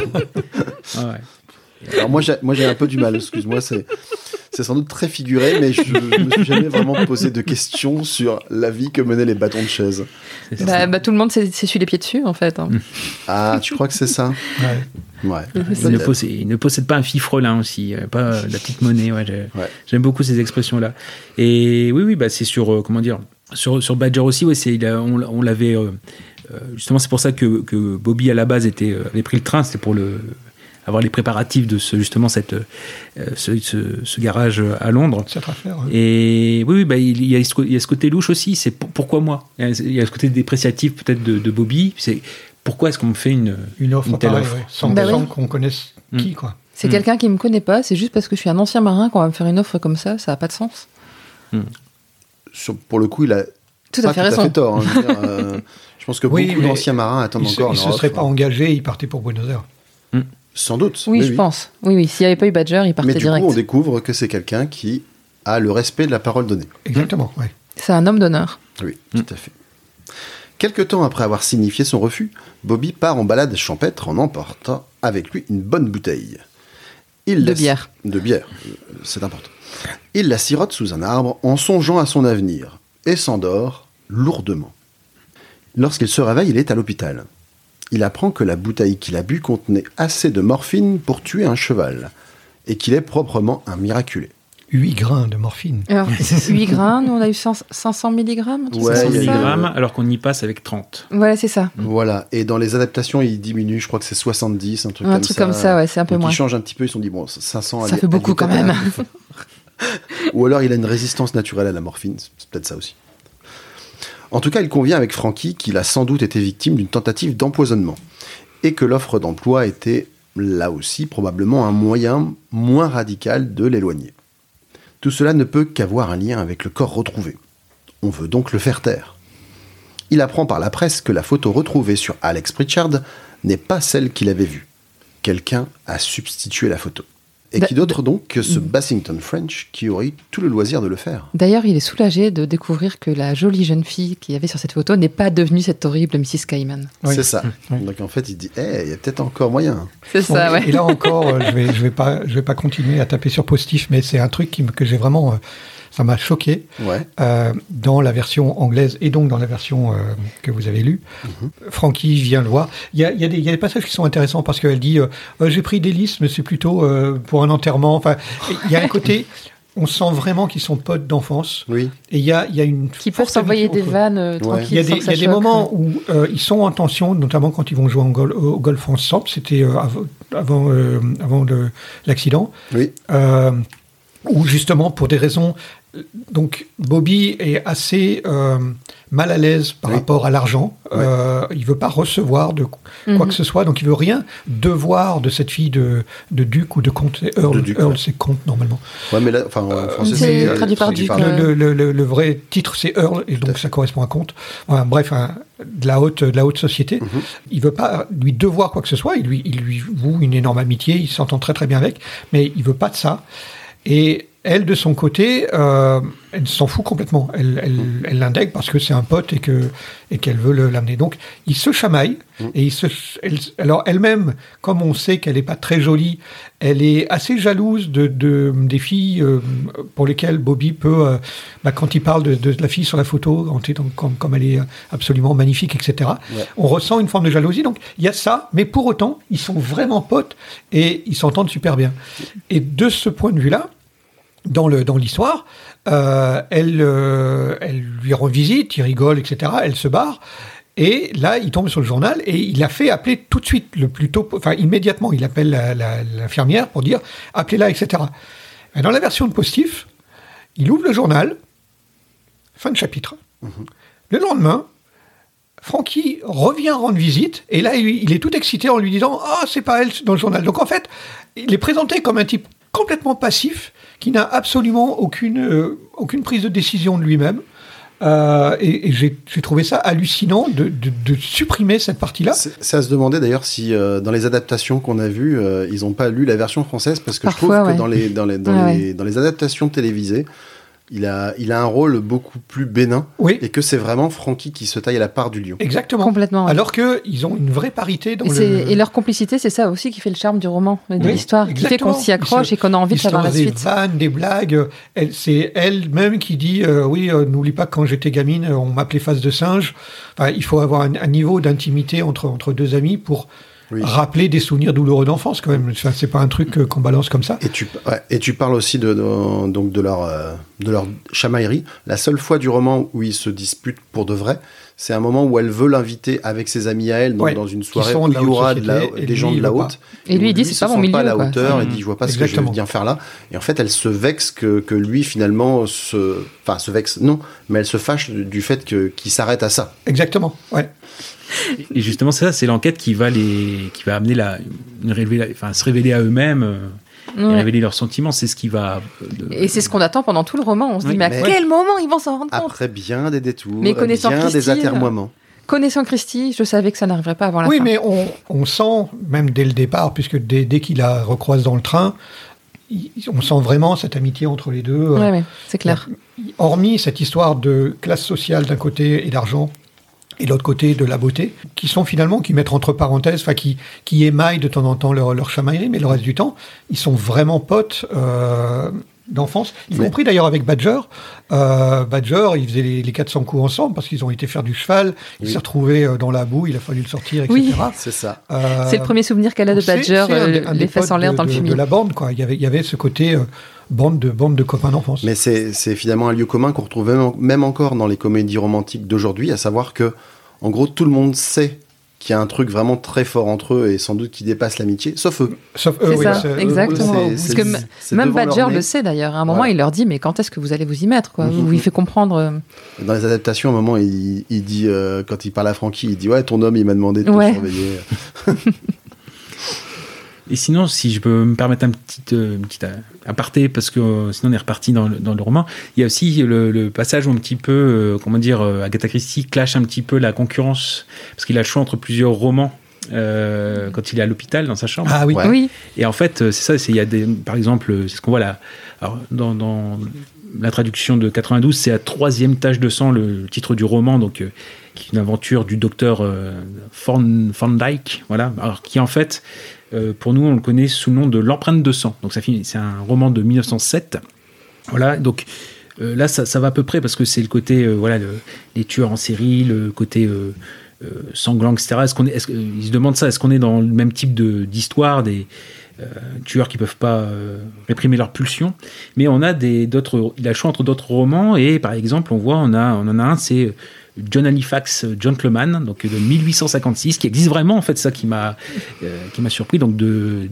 Alors moi j'ai un peu du mal, excuse-moi, c'est sans doute très figuré, mais je me suis jamais vraiment posé de questions sur la vie que menaient les bâtons de chaise. Tout le monde s'essuie les pieds dessus en fait. Ah, tu crois que c'est ça? Ouais. Il ne possède pas un fifrelin aussi, pas la petite monnaie. J'aime beaucoup ces expressions-là. Et oui, c'est sur sur Badger aussi. On l'avait justement. C'est pour ça que Bobby à la base avait pris le train. C'était pour avoir les préparatifs de ce garage à Londres. Cette affaire, ouais. Et oui, il y a ce côté louche aussi. C'est pourquoi moi ? Il y a ce côté dépréciatif peut-être de Bobby. C'est pourquoi est-ce qu'on me fait une offre telle pareille, offre, ouais. Sans qu'on connaisse qui, quoi. C'est quelqu'un qui me connaît pas, c'est juste parce que je suis un ancien marin qu'on va me faire une offre comme ça n'a pas de sens. Pour le coup, il a tout à fait raison. Tout à fait tort. Je pense que beaucoup d'anciens marins attendent encore. Il ne se serait pas engagé, il partait pour Buenos Aires. Sans doute. Oui, je pense. Oui. S'il n'y avait pas eu Badger, il partait direct. Mais du coup, on découvre que c'est quelqu'un qui a le respect de la parole donnée. Exactement, oui. C'est un homme d'honneur. Oui, tout à fait. Quelque temps après avoir signifié son refus, Bobby part en balade champêtre en emportant avec lui une bonne bouteille. De bière, c'est important. Il la sirote sous un arbre en songeant à son avenir et s'endort lourdement. Lorsqu'il se réveille, il est à l'hôpital. Il apprend que la bouteille qu'il a bu contenait assez de morphine pour tuer un cheval et qu'il est proprement un miraculé. 8 grains de morphine. Alors, 8 grains, nous on a eu 500 mg. 500 mg, alors qu'on y passe avec 30. Voilà, c'est ça. Voilà, et dans les adaptations, il diminue, je crois que c'est 70, un truc comme ça, ouais, c'est un peu moins. Ils changent un petit peu, ils se sont dit, bon, 500... Ça fait beaucoup quand même. Ou alors il a une résistance naturelle à la morphine, c'est peut-être ça aussi. En tout cas, il convient avec Frankie qu'il a sans doute été victime d'une tentative d'empoisonnement, et que l'offre d'emploi était, là aussi, probablement un moyen moins radical de l'éloigner. Tout cela ne peut qu'avoir un lien avec le corps retrouvé. On veut donc le faire taire. Il apprend par la presse que la photo retrouvée sur Alex Pritchard n'est pas celle qu'il avait vue. Quelqu'un a substitué la photo. Et qui d'autre donc que ce Bassington French qui aurait eu tout le loisir de le faire. D'ailleurs, il est soulagé de découvrir que la jolie jeune fille qu'il y avait sur cette photo n'est pas devenue cette horrible Mrs. Cayman. Oui. C'est ça. Oui. Donc en fait, il dit, il y a peut-être encore moyen. C'est ça, ouais. Et là encore, je vais pas continuer à taper sur positif, mais c'est un truc que j'ai vraiment... ça m'a choqué dans la version anglaise et donc dans la version que vous avez lue. Frankie vient le voir. Il y a des passages qui sont intéressants parce qu'elle dit j'ai pris des listes, mais c'est plutôt pour un enterrement. Enfin, il y a un côté... On sent vraiment qu'ils sont potes d'enfance. Oui. Et il y a une... Qui peuvent s'envoyer des vannes tranquilles. Il y a des moments où ils sont en tension, notamment quand ils vont jouer au golf ensemble. C'était avant l'accident. Oui. Où justement, pour des raisons... Donc, Bobby est assez mal à l'aise par rapport à l'argent. Il ne veut pas recevoir de quoi que ce soit. Donc, il ne veut rien devoir de cette fille de duc ou de comte. Earl, c'est comte, normalement. Oui, mais là, en français, c'est traduit par duc. Le vrai titre, c'est Earl, et donc ça correspond à comte. Voilà, bref, de la haute société. Il ne veut pas lui devoir quoi que ce soit. Il lui voue une énorme amitié. Il s'entend très, très bien avec. Mais il ne veut pas de ça. Et... Elle, de son côté, elle s'en fout complètement. Elle l'intègre parce que c'est un pote et qu'elle veut l'amener. Donc, ils se chamaillent. Et alors, elle-même, comme on sait qu'elle n'est pas très jolie, elle est assez jalouse des filles pour lesquelles Bobby peut, quand il parle de la fille sur la photo, comme elle est absolument magnifique, etc., on ressent une forme de jalousie. Donc, il y a ça, mais pour autant, ils sont vraiment potes et ils s'entendent super bien. Et de ce point de vue-là, dans l'histoire, elle lui rend visite, il rigole, etc. Elle se barre. Et là, il tombe sur le journal et il a fait appeler tout de suite, immédiatement, il appelle l'infirmière pour dire « appelez-la, etc. » Dans la version de Postif, il ouvre le journal, fin de chapitre. Le lendemain, Frankie revient rendre visite et là, il est tout excité en lui disant « Ah, c'est pas elle dans le journal. » Donc en fait, il est présenté comme un type complètement passif, qui n'a absolument aucune prise de décision de lui-même. Et j'ai trouvé ça hallucinant de supprimer cette partie-là. C'est à se demander d'ailleurs si dans les adaptations qu'on a vues, ils n'ont pas lu la version française, parce que parfois, je trouve que dans les adaptations télévisées, il a un rôle beaucoup plus bénin, et que c'est vraiment Frankie qui se taille à la part du lion. Exactement. Complètement. Ouais. Alors qu'ils ont une vraie parité dans et leur complicité, c'est ça aussi qui fait le charme du roman, de l'histoire, qui fait qu'on s'y accroche et qu'on a envie de savoir la suite. Des vannes, des blagues. C'est elle-même qui dit n'oublie pas que quand j'étais gamine, on m'appelait face de singe. Enfin, il faut avoir un niveau d'intimité entre deux amis pour rappeler des souvenirs douloureux d'enfance quand même. Enfin, c'est pas un truc qu'on balance comme ça. Et tu parles aussi donc de leur chamaillerie. La seule fois du roman où ils se disputent pour de vrai, c'est un moment où elle veut l'inviter avec ses amis à elle, dans une soirée où il y aura des gens de la haute. Et lui, il dit, c'est pas mon milieu. Pas à la hauteur, il dit, je vois pas ce que je viens faire là. Et en fait, elle se vexe que lui, finalement, se vexe, non, mais elle se fâche du fait qu'il s'arrête à ça. Exactement, ouais. Et justement, c'est l'enquête qui va amener se révéler à eux-mêmes. Et révéler leurs sentiments, c'est ce qui va... Et c'est ce qu'on attend pendant tout le roman. On se dit, mais à quel moment ils vont s'en rendre compte ? Après bien des détours, mais connaissant bien Christie, des atermoiements. Connaissant Christie, je savais que ça n'arriverait pas avant la fin. Oui, mais on sent, même dès le départ, puisque dès qu'il la recroise dans le train, on sent vraiment cette amitié entre les deux. Oui, c'est clair. Hormis cette histoire de classe sociale d'un côté et d'argent, et de l'autre côté de la beauté, qui mettent entre parenthèses, qui émaillent de temps en temps leur chamaillerie, mais le reste du temps, ils sont vraiment potes d'enfance, y compris d'ailleurs avec Badger. Badger, ils faisaient les 400 coups ensemble, parce qu'ils ont été faire du cheval, il s'est retrouvé dans la boue, il a fallu le sortir, etc. Oui, c'est ça. C'est le premier souvenir qu'elle a de Badger, les fesses en l'air dans le fumier. De la bande, quoi. Il y avait ce côté... bande de copains d'enfance. Mais c'est finalement un lieu commun qu'on retrouve même encore dans les comédies romantiques d'aujourd'hui, à savoir que, en gros, tout le monde sait qu'il y a un truc vraiment très fort entre eux et sans doute qui dépasse l'amitié, sauf eux. C'est ça, exactement. Parce que même Badger le sait d'ailleurs. À un moment, il leur dit, mais quand est-ce que vous allez vous y mettre, quoi ? Où il fait comprendre... Dans les adaptations, à un moment, il dit, quand il parle à Frankie, il dit, ouais, ton homme, il m'a demandé de te surveiller. Et sinon, si je peux me permettre un petit aparté, parce que sinon on est reparti dans le roman, il y a aussi le passage où un petit peu, Agatha Christie clash un petit peu la concurrence, parce qu'il a le choix entre plusieurs romans quand il est à l'hôpital dans sa chambre. Ah oui. Ouais. Oui. Et en fait, c'est ça, il y a par exemple, c'est ce qu'on voit là. Alors, dans la traduction de 92, c'est la 3e tache de sang, le titre du roman, donc qui est une aventure du docteur Thorndyke, voilà. Alors qui en fait, pour nous, on le connaît sous le nom de L'empreinte de sang. Donc c'est un roman de 1907. Voilà, donc là, ça va à peu près parce que c'est le côté, les tueurs en série, le côté sanglant, etc. Ils se demandent ça, est-ce qu'on est dans le même type d'histoire, des tueurs qui peuvent pas réprimer leurs pulsions, mais on a il a le choix entre d'autres romans, et par exemple on en a un, c'est John Halifax Gentleman, donc de 1856, qui existe vraiment, en fait, ça qui m'a surpris, donc de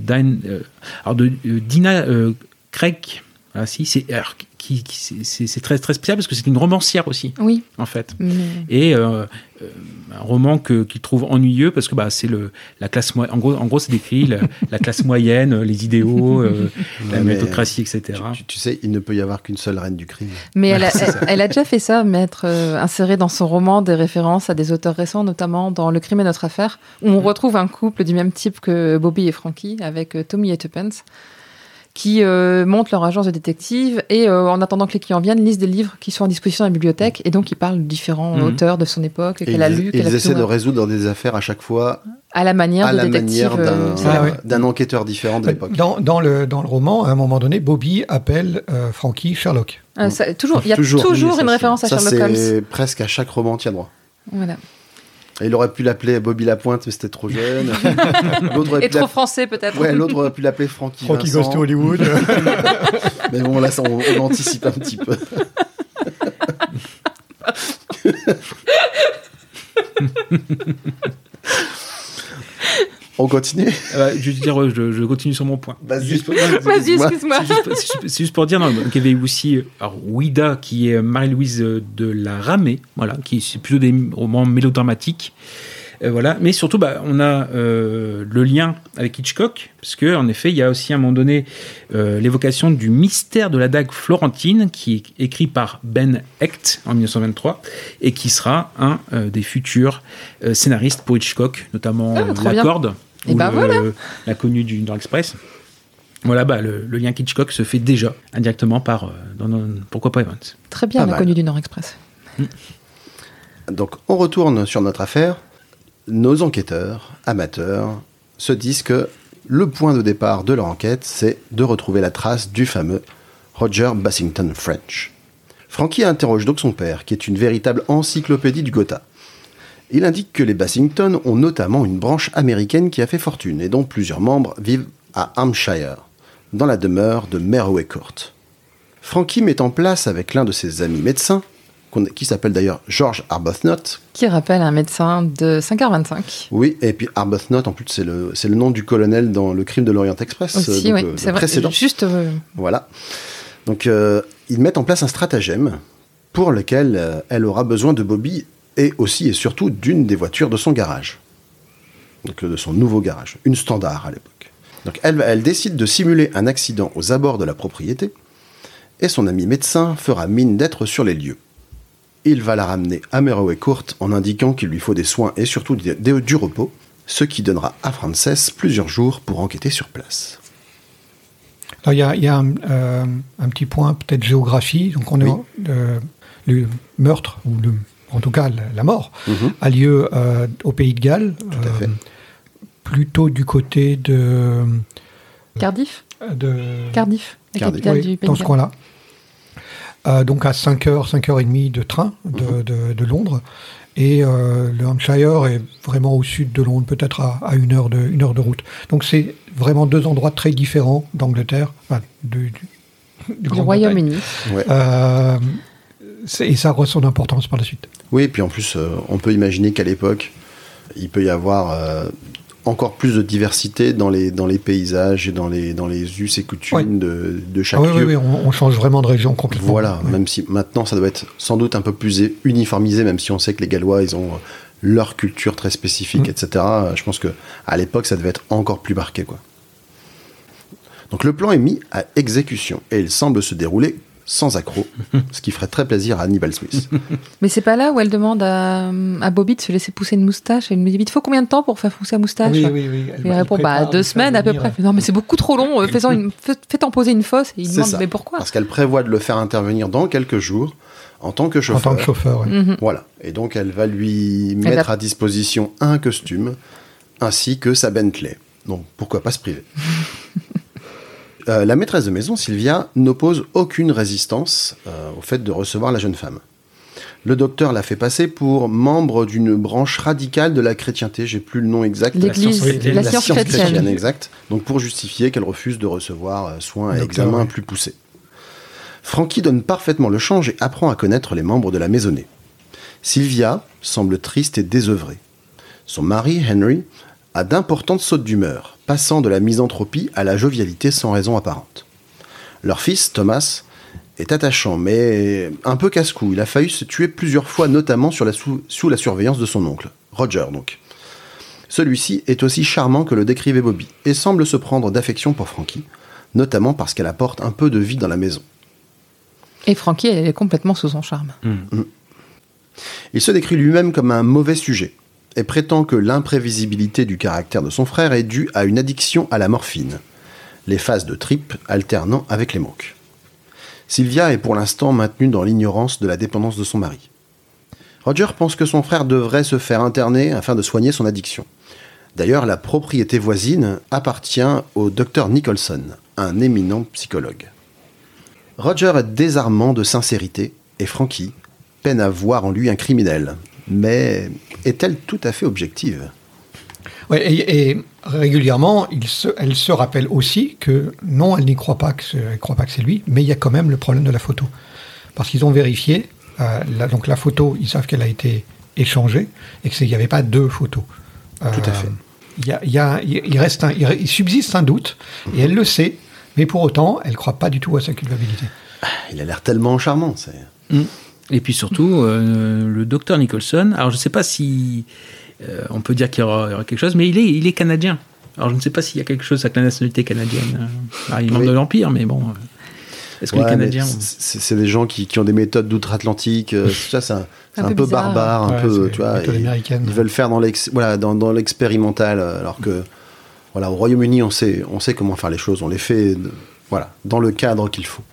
Dina Craig. Ah, si, c'est très, très spécial parce que c'est une romancière aussi, en fait. Et un roman qu'il trouve ennuyeux parce que c'est la classe moyenne. En gros, c'est décrit la classe moyenne, les idéaux, la méritocratie, etc. Tu sais, il ne peut y avoir qu'une seule reine du crime. Mais elle a déjà fait ça, insérer dans son roman des références à des auteurs récents, notamment dans Le crime est notre affaire, où on retrouve un couple du même type que Bobby et Frankie, avec Tommy et Tuppence, qui montent leur agence de détective et en attendant que les clients viennent, lisent des livres qui sont à disposition dans la bibliothèque, et donc ils parlent de différents auteurs de son époque qu'elle a lus. Ils essaient de résoudre des affaires à chaque fois à la manière d'un enquêteur différent de l'époque. Dans le roman, à un moment donné, Bobby appelle Frankie Sherlock. Il y a toujours une référence à Sherlock Holmes. C'est presque à chaque roman, tiens droit. Voilà. Et il aurait pu l'appeler Bobby Lapointe, mais c'était trop jeune. Et trop français, peut-être. Ouais, l'autre aurait pu l'appeler Frankie Goes to Hollywood. Mais bon, là, on anticipe un petit peu. On continue. Je veux dire, je continue sur mon point. Vas-y, excuse-moi. C'est juste pour dire, qu'il y avait aussi Ouida, qui est Marie-Louise de la Ramée, voilà, c'est plutôt des romans mélodramatiques. Voilà. Mais surtout, on a le lien avec Hitchcock, parce qu'en effet, il y a aussi à un moment donné l'évocation du mystère de la dague florentine, qui est écrit par Ben Hecht en 1923, et qui sera un des futurs scénaristes pour Hitchcock, notamment La Corde, ou La Connue du Nord Express. Voilà, le lien Hitchcock se fait déjà indirectement par Pourquoi pas Evans. Très bien, La Connue du Nord Express. Donc, on retourne sur notre affaire. Nos enquêteurs, amateurs, se disent que le point de départ de leur enquête, c'est de retrouver la trace du fameux Roger Bassington French. Frankie interroge donc son père, qui est une véritable encyclopédie du Gotha. Il indique que les Bassington ont notamment une branche américaine qui a fait fortune et dont plusieurs membres vivent à Hampshire, dans la demeure de Merroway Court. Frankie met en place avec l'un de ses amis médecins, qui s'appelle d'ailleurs George Arbuthnot. Qui rappelle un médecin de 5h25. Oui, et puis Arbuthnot, en plus, c'est le nom du colonel dans Le Crime de l'Orient Express. Aussi, donc, oui, c'est le vrai. précédent. Juste. Voilà. Donc, ils mettent en place un stratagème pour lequel elle aura besoin de Bobby et aussi et surtout d'une des voitures de son garage. Donc, de son nouveau garage. Une Standard à l'époque. Donc, elle décide de simuler un accident aux abords de la propriété et son ami médecin fera mine d'être sur les lieux. Il va la ramener à Merroway Court en indiquant qu'il lui faut des soins et surtout du repos, ce qui donnera à Frances plusieurs jours pour enquêter sur place. Alors, il y a un petit point, peut-être géographie. Donc, on est le meurtre, ou en tout cas la mort, a lieu au Pays de Galles. Tout à fait. Plutôt du côté de... Cardiff, la Cardiff. capitale du Pays dans de ce Galles. coin-là. Donc à 5h30 de train de Londres. Et le Hampshire est vraiment au sud de Londres, peut-être à une heure de route. Donc c'est vraiment deux endroits très différents d'Angleterre, enfin, du Royaume-Uni. Ouais. Et ça aura son importance par la suite. Oui, et puis en plus, on peut imaginer qu'à l'époque, il peut y avoir encore plus de diversité dans les paysages et dans les us et coutumes de chaque lieu. Oui, on change vraiment de région complètement. Voilà, même si maintenant ça doit être sans doute un peu plus uniformisé, même si on sait que les Gallois, ils ont leur culture très spécifique, etc. Je pense qu'à l'époque, ça devait être encore plus marqué, quoi. Donc le plan est mis à exécution et il semble se dérouler sans accroc, ce qui ferait très plaisir à Hannibal Smith. Mais c'est pas là où elle demande à Bobby de se laisser pousser une moustache. Et elle me dit, il te faut combien de temps pour faire pousser la moustache? Oui. Il répond, 2 semaines à peu près. Non, mais c'est beaucoup trop long. Fais-en poser une fausse. Et il demande, mais pourquoi? Parce qu'elle prévoit de le faire intervenir dans quelques jours en tant que chauffeur. En tant que chauffeur, oui. Voilà. Et donc, elle va lui mettre à disposition un costume ainsi que sa Bentley. Donc, pourquoi pas se priver? La maîtresse de maison, Sylvia, n'oppose aucune résistance au fait de recevoir la jeune femme. Le docteur la fait passer pour membre d'une branche radicale de la chrétienté, j'ai plus le nom exact. L'Église, la science chrétienne. Exact. Donc pour justifier qu'elle refuse de recevoir soins et examens plus poussés. Frankie donne parfaitement le change et apprend à connaître les membres de la maisonnée. Sylvia semble triste et désœuvrée. Son mari, Henry, a d'importantes sautes d'humeur, passant de la misanthropie à la jovialité sans raison apparente. Leur fils, Thomas, est attachant, mais un peu casse-cou. Il a failli se tuer plusieurs fois, notamment sous la surveillance de son oncle, Roger donc. Celui-ci est aussi charmant que le décrivait Bobby, et semble se prendre d'affection pour Frankie, notamment parce qu'elle apporte un peu de vie dans la maison. Et Frankie, elle est complètement sous son charme. Il se décrit lui-même comme un mauvais sujet, et prétend que l'imprévisibilité du caractère de son frère est due à une addiction à la morphine, les phases de trip alternant avec les manques. Sylvia est pour l'instant maintenue dans l'ignorance de la dépendance de son mari. Roger pense que son frère devrait se faire interner afin de soigner son addiction. D'ailleurs, la propriété voisine appartient au Dr Nicholson, un éminent psychologue. Roger est désarmant de sincérité et Frankie peine à voir en lui un criminel. Mais est-elle tout à fait objective? Oui, et régulièrement, elle se rappelle aussi que non, elle n'y croit pas que c'est lui, mais il y a quand même le problème de la photo. Parce qu'ils ont vérifié, donc la photo, ils savent qu'elle a été échangée et qu'il n'y avait pas deux photos. Tout à fait. Il subsiste un doute, et elle le sait, mais pour autant, elle ne croit pas du tout à sa culpabilité. Il a l'air tellement charmant, Et puis surtout, le docteur Nicholson, alors je ne sais pas si on peut dire qu'il y aura quelque chose, mais il est canadien. Alors je ne sais pas s'il y a quelque chose avec la nationalité canadienne. Il est membre de l'Empire, mais bon... Est-ce que les Canadiens... C'est des gens qui ont des méthodes d'outre-Atlantique. Ça, c'est un peu bizarre. Barbare, tu vois. Ils veulent faire dans l'expérimental, alors que au Royaume-Uni, on sait comment faire les choses. On les fait dans le cadre qu'il faut.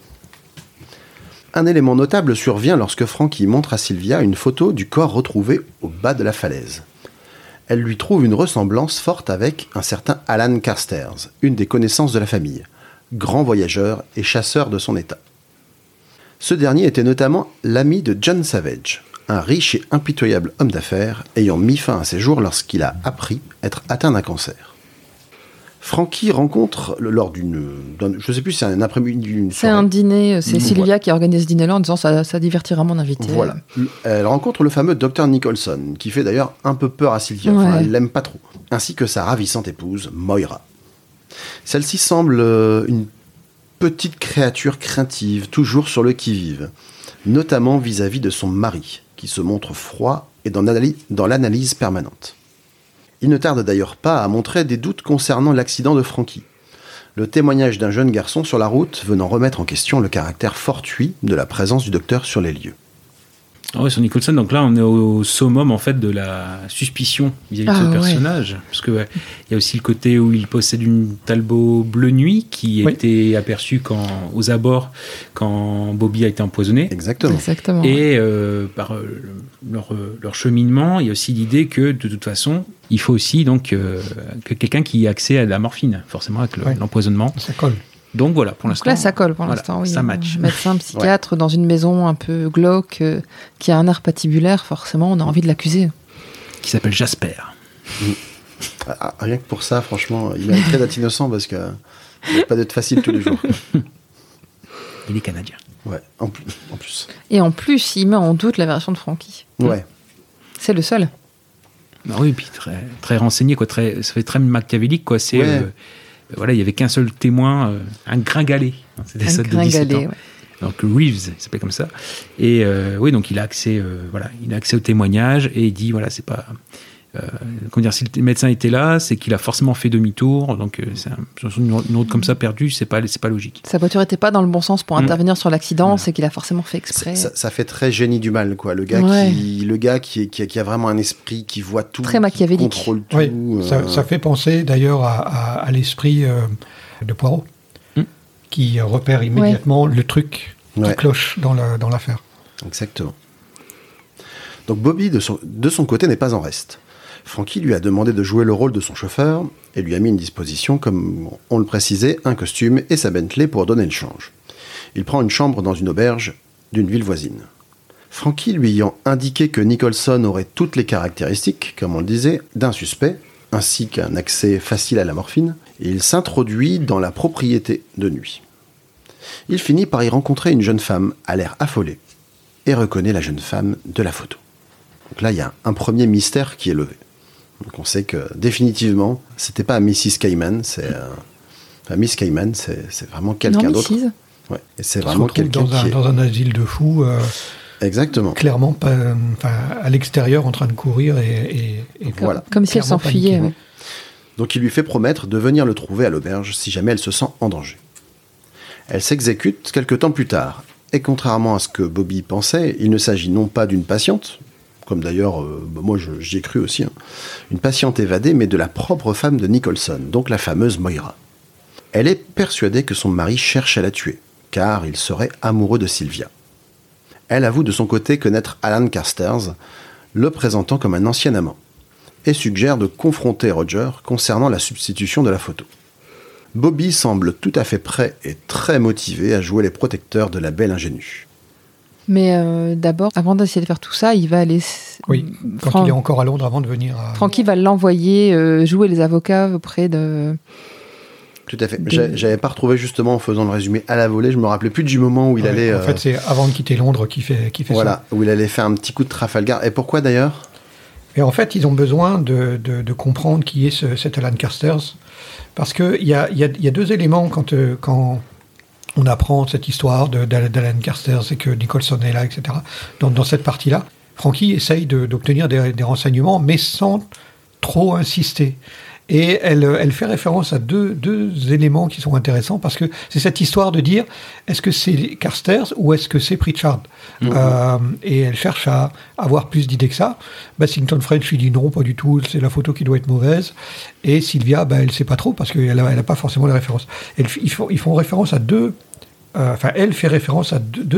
Un élément notable survient lorsque Frankie montre à Sylvia une photo du corps retrouvé au bas de la falaise. Elle lui trouve une ressemblance forte avec un certain Alan Carstairs, une des connaissances de la famille, grand voyageur et chasseur de son état. Ce dernier était notamment l'ami de John Savage, un riche et impitoyable homme d'affaires ayant mis fin à ses jours lorsqu'il a appris être atteint d'un cancer. Frankie rencontre lors je sais plus si c'est un après-midi, c'est un dîner, c'est Sylvia qui organise ce dîner-là en disant ça divertira mon invité. Voilà. Elle rencontre le fameux Dr Nicholson, qui fait d'ailleurs un peu peur à Sylvia, enfin, elle l'aime pas trop, ainsi que sa ravissante épouse, Moira. Celle-ci semble une petite créature craintive, toujours sur le qui-vive, notamment vis-à-vis de son mari, qui se montre froid et dans l'analyse permanente. Il ne tarde d'ailleurs pas à montrer des doutes concernant l'accident de Frankie. Le témoignage d'un jeune garçon sur la route venant remettre en question le caractère fortuit de la présence du docteur sur les lieux. Ah ouais, sur Nicholson, donc là on est au summum en fait de la suspicion vis-à-vis de ce personnage, parce que il y a aussi le côté où il possède une Talbot bleu nuit qui était aperçue aux abords quand Bobby a été empoisonné. Exactement. Et par leur cheminement, il y a aussi l'idée que de toute façon, il faut aussi donc que quelqu'un qui ait accès à la morphine, forcément avec l'empoisonnement. Ça colle. Donc voilà, pour l'instant. Là, ça colle pour l'instant. Oui. Ça match. Médecin, psychiatre, dans une maison un peu glauque, qui a un air patibulaire, forcément, on a envie de l'accuser. Qui s'appelle Jasper. Rien que pour ça, franchement, il mériterait d'être innocent parce que ça va pas d'être facile tous les jours. Il est canadien. Ouais, en plus. Et en plus, il met en doute la version de Frankie. Ouais. C'est le seul. Ah oui, puis très, très renseigné, quoi. Ça fait très machiavélique, quoi. C'est. Voilà, il n'y avait qu'un seul témoin, un gringalet. C'était ça de 17 ans. Ouais. Donc Reeves, il s'appelait comme ça. Et oui, donc il a accès au témoignage et il dit voilà, c'est pas. Comment dire, si le médecin était là, c'est qu'il a forcément fait demi-tour. Donc c'est une route comme ça perdue, c'est pas logique. Sa voiture n'était pas dans le bon sens pour intervenir sur l'accident, c'est qu'il a forcément fait exprès. Ça fait très génie du mal, quoi. Le gars qui a vraiment un esprit, qui voit tout, très machiavélique, qui contrôle tout. Oui, ça fait penser d'ailleurs à l'esprit de Poirot, qui repère immédiatement le truc qui cloche dans l'affaire. Exactement. Donc Bobby, de son côté, n'est pas en reste. Frankie lui a demandé de jouer le rôle de son chauffeur et lui a mis une disposition, comme on le précisait, un costume et sa Bentley pour donner le change. Il prend une chambre dans une auberge d'une ville voisine. Frankie lui ayant indiqué que Nicholson aurait toutes les caractéristiques, comme on le disait, d'un suspect, ainsi qu'un accès facile à la morphine, il s'introduit dans la propriété de nuit. Il finit par y rencontrer une jeune femme à l'air affolée et reconnaît la jeune femme de la photo. Donc là, il y a un premier mystère qui est levé. Donc on sait que définitivement, c'était pas Mrs. Cayman, Miss Cayman, c'est vraiment quelqu'un d'autre. Ouais, et c'est vraiment quelqu'un dans un asile de fous. Exactement. Clairement, à l'extérieur, en train de courir et voilà. Comme si elle s'enfuyait. Ouais. Donc il lui fait promettre de venir le trouver à l'auberge si jamais elle se sent en danger. Elle s'exécute quelque temps plus tard. Et contrairement à ce que Bobby pensait, il ne s'agit non pas d'une patiente, comme d'ailleurs, moi j'y ai cru aussi, une patiente évadée, mais de la propre femme de Nicholson, donc la fameuse Moira. Elle est persuadée que son mari cherche à la tuer, car il serait amoureux de Sylvia. Elle avoue de son côté connaître Alan Carstairs, le présentant comme un ancien amant, et suggère de confronter Roger concernant la substitution de la photo. Bobby semble tout à fait prêt et très motivé à jouer les protecteurs de la belle ingénue. Mais d'abord, avant d'essayer de faire tout ça, il va aller... Oui, quand il est encore à Londres avant de venir... Frankie va l'envoyer jouer les avocats auprès de... Tout à fait. J'avais pas retrouvé justement en faisant le résumé à la volée, je me rappelais plus du moment où il allait... En fait, c'est avant de quitter Londres qu'il fait ça. Voilà, où il allait faire un petit coup de Trafalgar. Et pourquoi d'ailleurs ? Et en fait, ils ont besoin de comprendre qui est cet Alan Carstairs. Parce qu'il y a deux éléments quand on apprend cette histoire d'Alan Carstairs et que Nicholson est là, etc. Dans cette partie-là, Frankie essaye d'obtenir des renseignements, mais sans trop insister. Et elle fait référence à deux éléments qui sont intéressants, parce que c'est cette histoire de dire, est-ce que c'est Carstairs ou est-ce que c'est Pritchard ? Et elle cherche à avoir plus d'idées que ça. Bassington French lui dit non, pas du tout, c'est la photo qui doit être mauvaise. Et Sylvia, elle ne sait pas trop, parce qu'elle n'a pas forcément les références. Ils font référence à elle fait référence à deux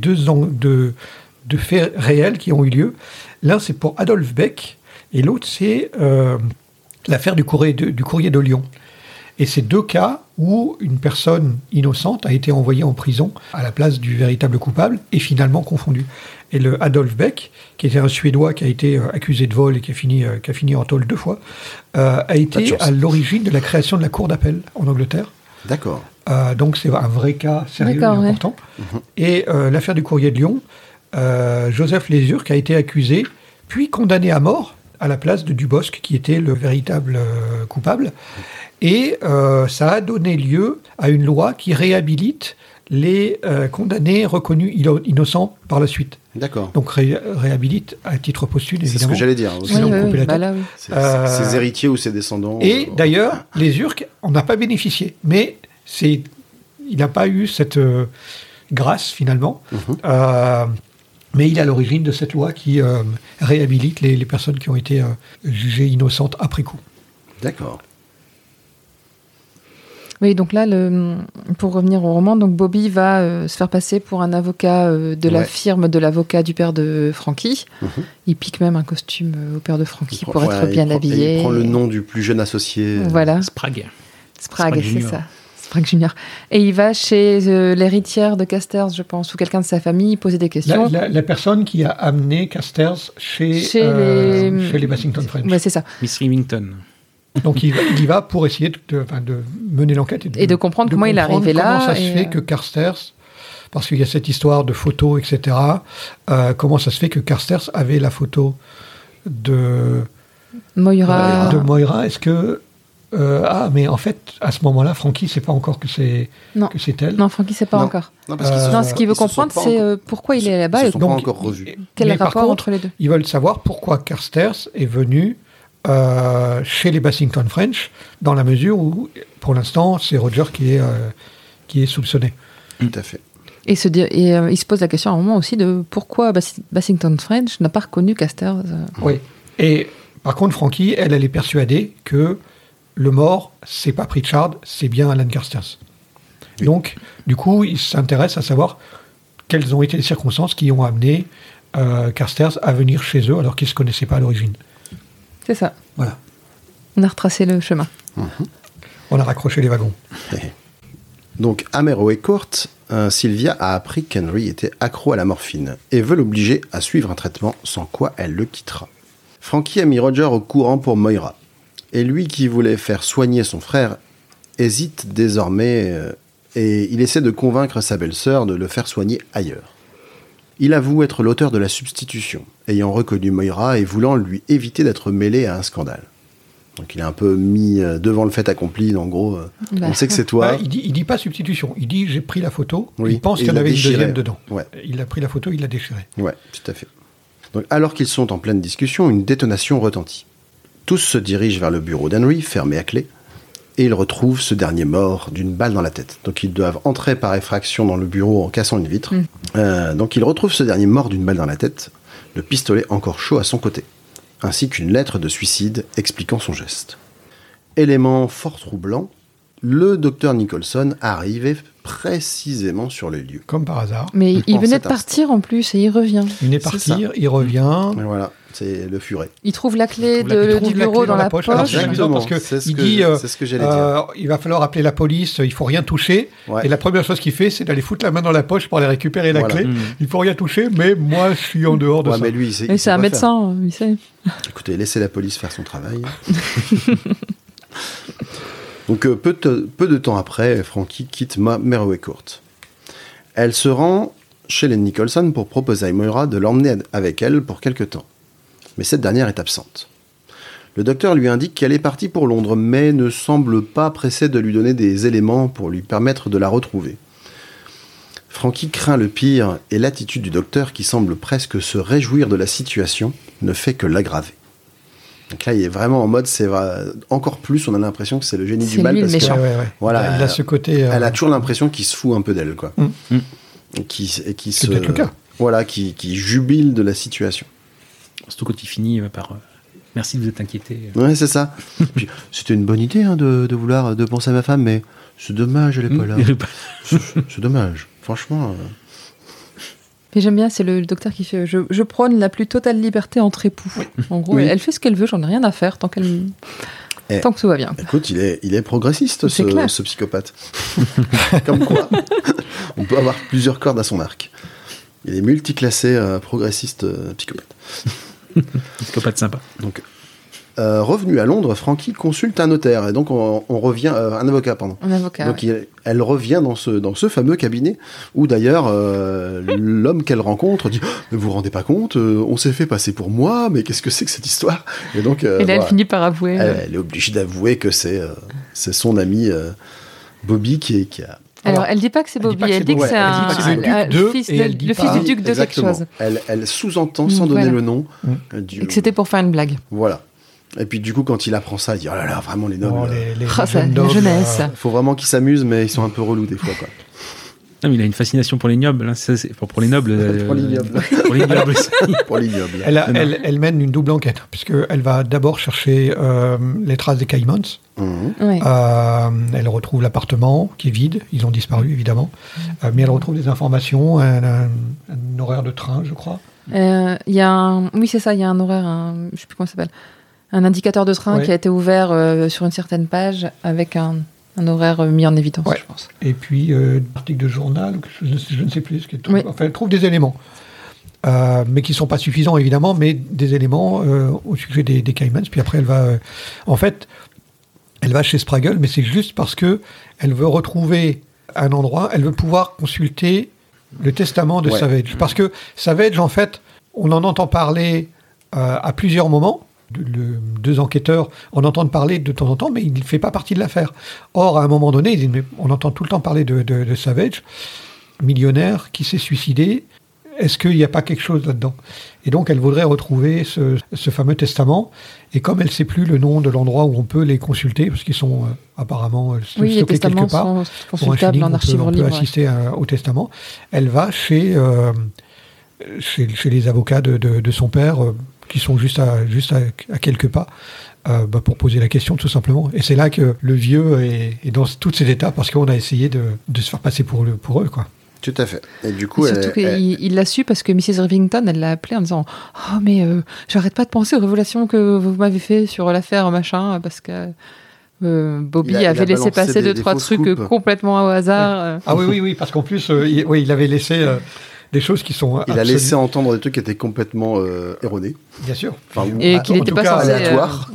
faits réels qui ont eu lieu. L'un, c'est pour Adolphe Beck, et l'autre, c'est... l'affaire du courrier de Lyon. Et c'est deux cas où une personne innocente a été envoyée en prison à la place du véritable coupable et finalement confondue. et le Adolf Beck, qui était un Suédois qui a été accusé de vol et qui a fini en tôle 2 fois, a été à l'origine de la création de la cour d'appel en Angleterre. D'accord. Donc c'est un vrai cas sérieux et important. Ouais. Et l'affaire du Courrier de Lyon, Joseph Lézurque a été accusé, puis condamné à mort à la place de Dubosc, qui était le véritable coupable. Et ça a donné lieu à une loi qui réhabilite les condamnés reconnus innocents par la suite. D'accord. Donc réhabilite à titre posthume, évidemment. C'est ce que j'allais dire. Oui, oui. Ses héritiers ou ses descendants. Et d'ailleurs, Lézurque, on n'a pas bénéficié. Mais il n'a pas eu cette grâce, finalement. Mais il est à l'origine de cette loi qui réhabilite les personnes qui ont été jugées innocentes après coup. D'accord. Oui, donc là, pour revenir au roman, donc Bobby va se faire passer pour un avocat de la firme de l'avocat du père de Frankie. Il pique même un costume au père de Frankie pour être bien habillé. Il prend le nom du plus jeune associé. Voilà. Sprague, c'est ça. Sprague Junior. Et il va chez l'héritière de Casters, je pense, ou quelqu'un de sa famille, poser des questions. La personne qui a amené Casters chez les Bassington French. Ouais, c'est ça. Miss Remington. Donc il y va pour essayer de mener l'enquête et de comprendre comment il est arrivé là. Comment ça se fait que Carstairs, parce qu'il y a cette histoire de photos, etc., comment ça se fait que Carstairs avait la photo de Moira. Est-ce que... mais en fait, à ce moment-là, Frankie ne sait pas encore que c'est elle. Non, Frankie ne sait pas encore. Non, ce qu'il veut comprendre, c'est pourquoi il est là-bas. Ils ne sont pas encore revus. Quel rapport entre les deux? Ils veulent savoir pourquoi Carstairs est venu chez les Bassington French, dans la mesure où, pour l'instant, c'est Roger qui est soupçonné. Tout à fait. Et il se pose la question à un moment aussi de pourquoi Bassington French n'a pas reconnu Casters. Oui. Et par contre, Frankie, elle est persuadée que le mort, c'est pas Pritchard, c'est bien Alan Carstairs. Oui. Donc, du coup, il s'intéresse à savoir quelles ont été les circonstances qui ont amené Carstairs à venir chez eux alors qu'ils ne se connaissaient pas à l'origine. C'est ça. Voilà. On a retracé le chemin. On a raccroché les wagons. Donc, à Merowe Court, Sylvia a appris qu'Henry était accro à la morphine et veut l'obliger à suivre un traitement sans quoi elle le quittera. Frankie a mis Roger au courant pour Moira. Et lui qui voulait faire soigner son frère hésite désormais et il essaie de convaincre sa belle-sœur de le faire soigner ailleurs. Il avoue être l'auteur de la substitution, ayant reconnu Moira et voulant lui éviter d'être mêlé à un scandale. Donc il est un peu mis devant le fait accompli, en gros, on sait que c'est toi. Il dit pas substitution, il dit j'ai pris la photo, il pense qu'il y en avait une deuxième dedans. Ouais. Il a pris la photo, il l'a déchirée. Ouais, tout à fait. Donc, alors qu'ils sont en pleine discussion, une détonation retentit. Tous se dirigent vers le bureau d'Henry, fermé à clé, et ils retrouvent ce dernier mort d'une balle dans la tête. Donc ils doivent entrer par effraction dans le bureau en cassant une vitre. Donc ils retrouvent ce dernier mort d'une balle dans la tête, le pistolet encore chaud à son côté, ainsi qu'une lettre de suicide expliquant son geste. Élément fort troublant, le docteur Nicholson arrivait précisément sur le lieu. Comme par hasard. Mais il venait de partir en plus et il revient. Il venait de partir, il revient. Et voilà. C'est le furet. Il trouve la clé du bureau dans la poche. Alors, c'est amusant parce que c'est ce que j'allais dire. Il va falloir appeler la police, il faut rien toucher. Ouais. Et la première chose qu'il fait, c'est d'aller foutre la main dans la poche pour aller récupérer la clé. Il faut rien toucher, mais moi, je suis en dehors de ça. Mais lui, c'est un médecin, il sait. Écoutez, laissez la police faire son travail. Donc, peu de temps après, Frankie quitte Merowe Court. Elle se rend chez les Nicholson pour proposer à Moira de l'emmener avec elle pour quelque temps. Mais cette dernière est absente. Le docteur lui indique qu'elle est partie pour Londres, mais ne semble pas pressé de lui donner des éléments pour lui permettre de la retrouver. Frankie craint le pire, et l'attitude du docteur, qui semble presque se réjouir de la situation, ne fait que l'aggraver. Donc là, il est vraiment en mode, c'est encore plus, on a l'impression que c'est le génie du mal. Parce méchant. Voilà, il a ce côté. Elle a toujours l'impression qu'il se fout un peu d'elle, quoi. Et qui c'est peut-être le cas. Voilà, qui jubile de la situation. Surtout quand il finit par merci de vous être inquiété. Ouais, c'est ça. Puis, c'était une bonne idée de vouloir de penser à ma femme, mais c'est dommage, elle est pas là. C'est dommage, franchement. Et j'aime bien, c'est le docteur qui fait je prône la plus totale liberté entre époux. Oui. En gros, elle fait ce qu'elle veut, j'en ai rien à faire tant que tout va bien. Écoute, il est progressiste, ce psychopathe. Comme quoi, on peut avoir plusieurs cordes à son arc. Il est multiclassé progressiste psychopathe. Psychopathe sympa. Donc, revenu à Londres, Frankie consulte un notaire. Et donc, on revient... un avocat, pardon. Un avocat. Donc, elle revient dans ce fameux cabinet où, d'ailleurs, l'homme qu'elle rencontre dit « Mais vous vous rendez pas compte on s'est fait passer pour moi, mais qu'est-ce que c'est que cette histoire ?» Et donc, Et là, elle finit par avouer. elle est obligée d'avouer que c'est son ami Bobby qui a... Alors, elle dit pas que c'est Bobby, elle dit que c'est le fils du duc de quelque chose. Elle sous-entend sans donner le nom. Et que c'était pour faire une blague. Voilà. Et puis du coup, quand il apprend ça, il dit « Oh là là, vraiment les nobles, la jeunesse. faut vraiment qu'ils s'amusent, mais ils sont un peu relous des fois, quoi. » Non, mais il a une fascination pour les nobles. Hein. Pour les nobles. Pour les nobles. Pour les nobles. Pour les nobles. Elle mène une double enquête, puisqu'elle va d'abord chercher les traces des Caïmans. Ouais. Elle retrouve l'appartement qui est vide. Ils ont disparu, évidemment. Mais elle retrouve des informations, un horaire de train, je crois. Oui, c'est ça, il y a un horaire, je ne sais plus comment ça s'appelle. Un indicateur de train qui a été ouvert sur une certaine page avec un horaire mis en évidence, je pense. Et puis, un article de journal, je ne sais plus. Enfin, elle trouve des éléments. Mais qui ne sont pas suffisants, évidemment, mais des éléments au sujet des Caïmans. Puis après, elle va... en fait, elle va chez Spraggle, mais c'est juste parce que elle veut retrouver un endroit, elle veut pouvoir consulter le testament de Savage. Parce que Savage, en fait, on en entend parler à plusieurs moments. Deux enquêteurs en entendent parler de temps en temps, mais il ne fait pas partie de l'affaire. Or, à un moment donné, on entend tout le temps parler de Savage, millionnaire, qui s'est suicidé. Est-ce qu'il n'y a pas quelque chose là-dedans ? Et donc, elle voudrait retrouver ce fameux testament. Et comme elle ne sait plus le nom de l'endroit où on peut les consulter, parce qu'ils sont apparemment stockés quelque part, sont consultables en archives libres. On peut assister au testament. Elle va chez les avocats de son père, qui sont juste à quelques pas, pour poser la question, tout simplement. Et c'est là que le vieux est dans tous ses états, parce qu'on a essayé de se faire passer pour eux, quoi. Tout à fait. Et du coup, surtout qu'il l'a su parce que Mrs. Rivington, elle l'a appelé en disant « Oh, mais j'arrête pas de penser aux révélations que vous m'avez fait sur l'affaire, machin, parce que Bobby avait laissé passer deux, trois trucs complètement au hasard. » Ah oui, parce qu'en plus, il avait laissé... des choses qui sont il a laissé entendre des trucs qui étaient complètement erronés. Bien sûr. Et qu'il n'était pas censé... aléatoire.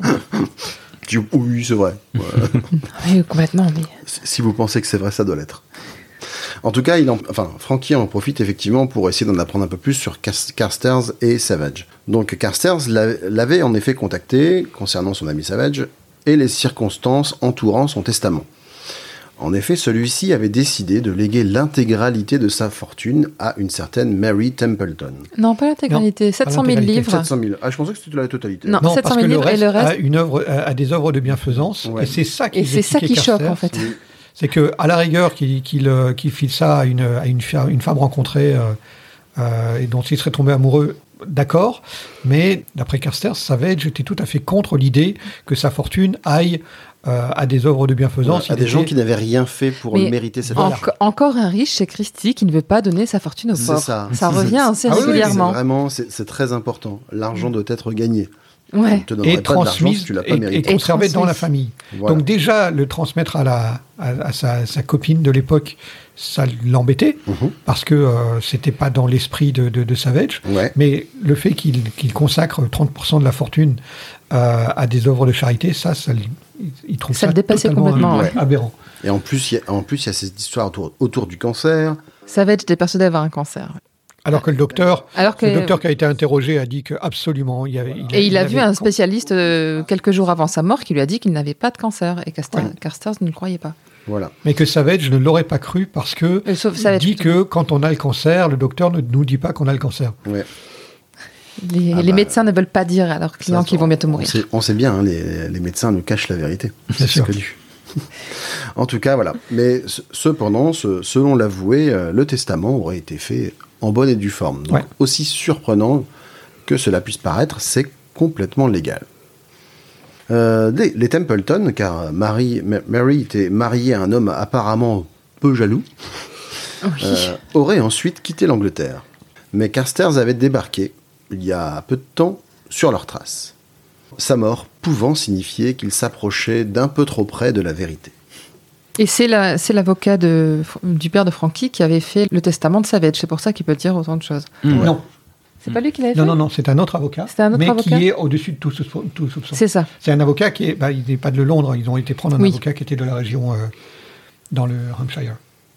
Oui, c'est vrai. Oui, complètement. Mais... Si vous pensez que c'est vrai, ça doit l'être. En tout cas, Frankie en profite effectivement pour essayer d'en apprendre un peu plus sur Carstairs et Savage. Donc Carstairs l'avait en effet contacté concernant son ami Savage et les circonstances entourant son testament. En effet, celui-ci avait décidé de léguer l'intégralité de sa fortune à une certaine Mary Templeton. Non, pas l'intégralité, 700 000 livres. 700 000. Ah, je pensais que c'était la totalité. Non, 700 000 livres et le reste... a des œuvres de bienfaisance, et c'est ça qui choque, en fait. Oui. C'est qu'à la rigueur, qu'il file ça à une femme rencontrée et dont il serait tombé amoureux, d'accord, mais d'après Carstairs, Savage était tout à fait contre l'idée que sa fortune aille à des œuvres de bienfaisance. À des gens qui n'avaient rien fait pour mériter cette fortune. Encore un riche chez Christie qui ne veut pas donner sa fortune aux pauvres. Ça revient assez régulièrement. C'est très important. L'argent doit être gagné. Ouais. Et transmis et conservé dans la famille. Voilà. Donc déjà, le transmettre à sa copine de l'époque, ça l'embêtait, parce que c'était pas dans l'esprit de Savage. Ouais. Mais le fait qu'il consacre 30% de la fortune à des œuvres de charité, il trouve ça le dépassait complètement aberrant. Et en plus, il y a cette histoire autour du cancer. Savage était persuadé d'avoir un cancer. Alors que le docteur qui a été interrogé a dit qu'absolument, il a vu un spécialiste quelques jours avant sa mort qui lui a dit qu'il n'avait pas de cancer et Carstairs ne le croyait pas. Voilà. Mais que Savage ne l'aurait pas cru parce que dit que quand on a le cancer, le docteur ne nous dit pas qu'on a le cancer. Ouais. Les médecins ne veulent pas dire à leurs clients qu'ils vont bientôt mourir. On sait bien, hein, les médecins nous cachent la vérité. Bien sûr. Connu. En tout cas, voilà. Mais cependant, selon l'avoué, le testament aurait été fait en bonne et due forme. Donc, aussi surprenant que cela puisse paraître, c'est complètement légal. Les Templeton, car Mary était mariée à un homme apparemment peu jaloux, auraient ensuite quitté l'Angleterre. Mais Carstairs avait débarqué, il y a peu de temps, sur leurs traces. Sa mort pouvant signifier qu'il s'approchait d'un peu trop près de la vérité. Et c'est l'avocat du père de Frankie qui avait fait le testament de Savage. C'est pour ça qu'il peut dire autant de choses. Non. C'est pas lui qui l'avait fait? Non, c'est un autre avocat. C'est un autre mais avocat qui est au-dessus de tout soupçon. C'est ça. C'est un avocat qui est... il n'est pas de Londres, ils ont été prendre un avocat qui était de la région dans le Hampshire.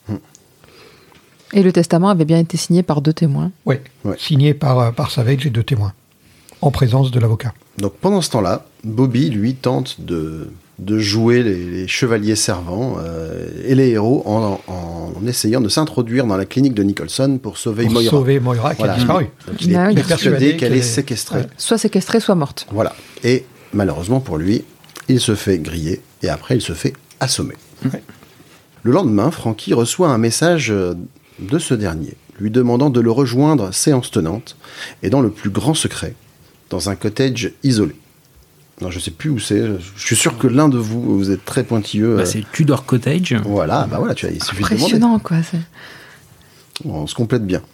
Et le testament avait bien été signé par 2 témoins. Oui, signé par Savage et 2 témoins, en présence de l'avocat. Donc pendant ce temps-là, Bobby, lui, tente de jouer les chevaliers servants et les héros en essayant de s'introduire dans la clinique de Nicholson pour sauver Moira. Qui a disparu. Donc il est persuadé qu'elle est séquestrée. Ouais. Soit séquestrée, soit morte. Voilà. Et malheureusement pour lui, il se fait griller et après il se fait assommer. Ouais. Le lendemain, Frankie reçoit un message de ce dernier, lui demandant de le rejoindre séance tenante et dans le plus grand secret, dans un cottage isolé. Non, je sais plus où c'est. Je suis sûr que l'un de vous êtes très pointilleux. C'est Tudor Cottage. Voilà, tu vois, il suffit de demander. Impressionnant, quoi. On se complète bien.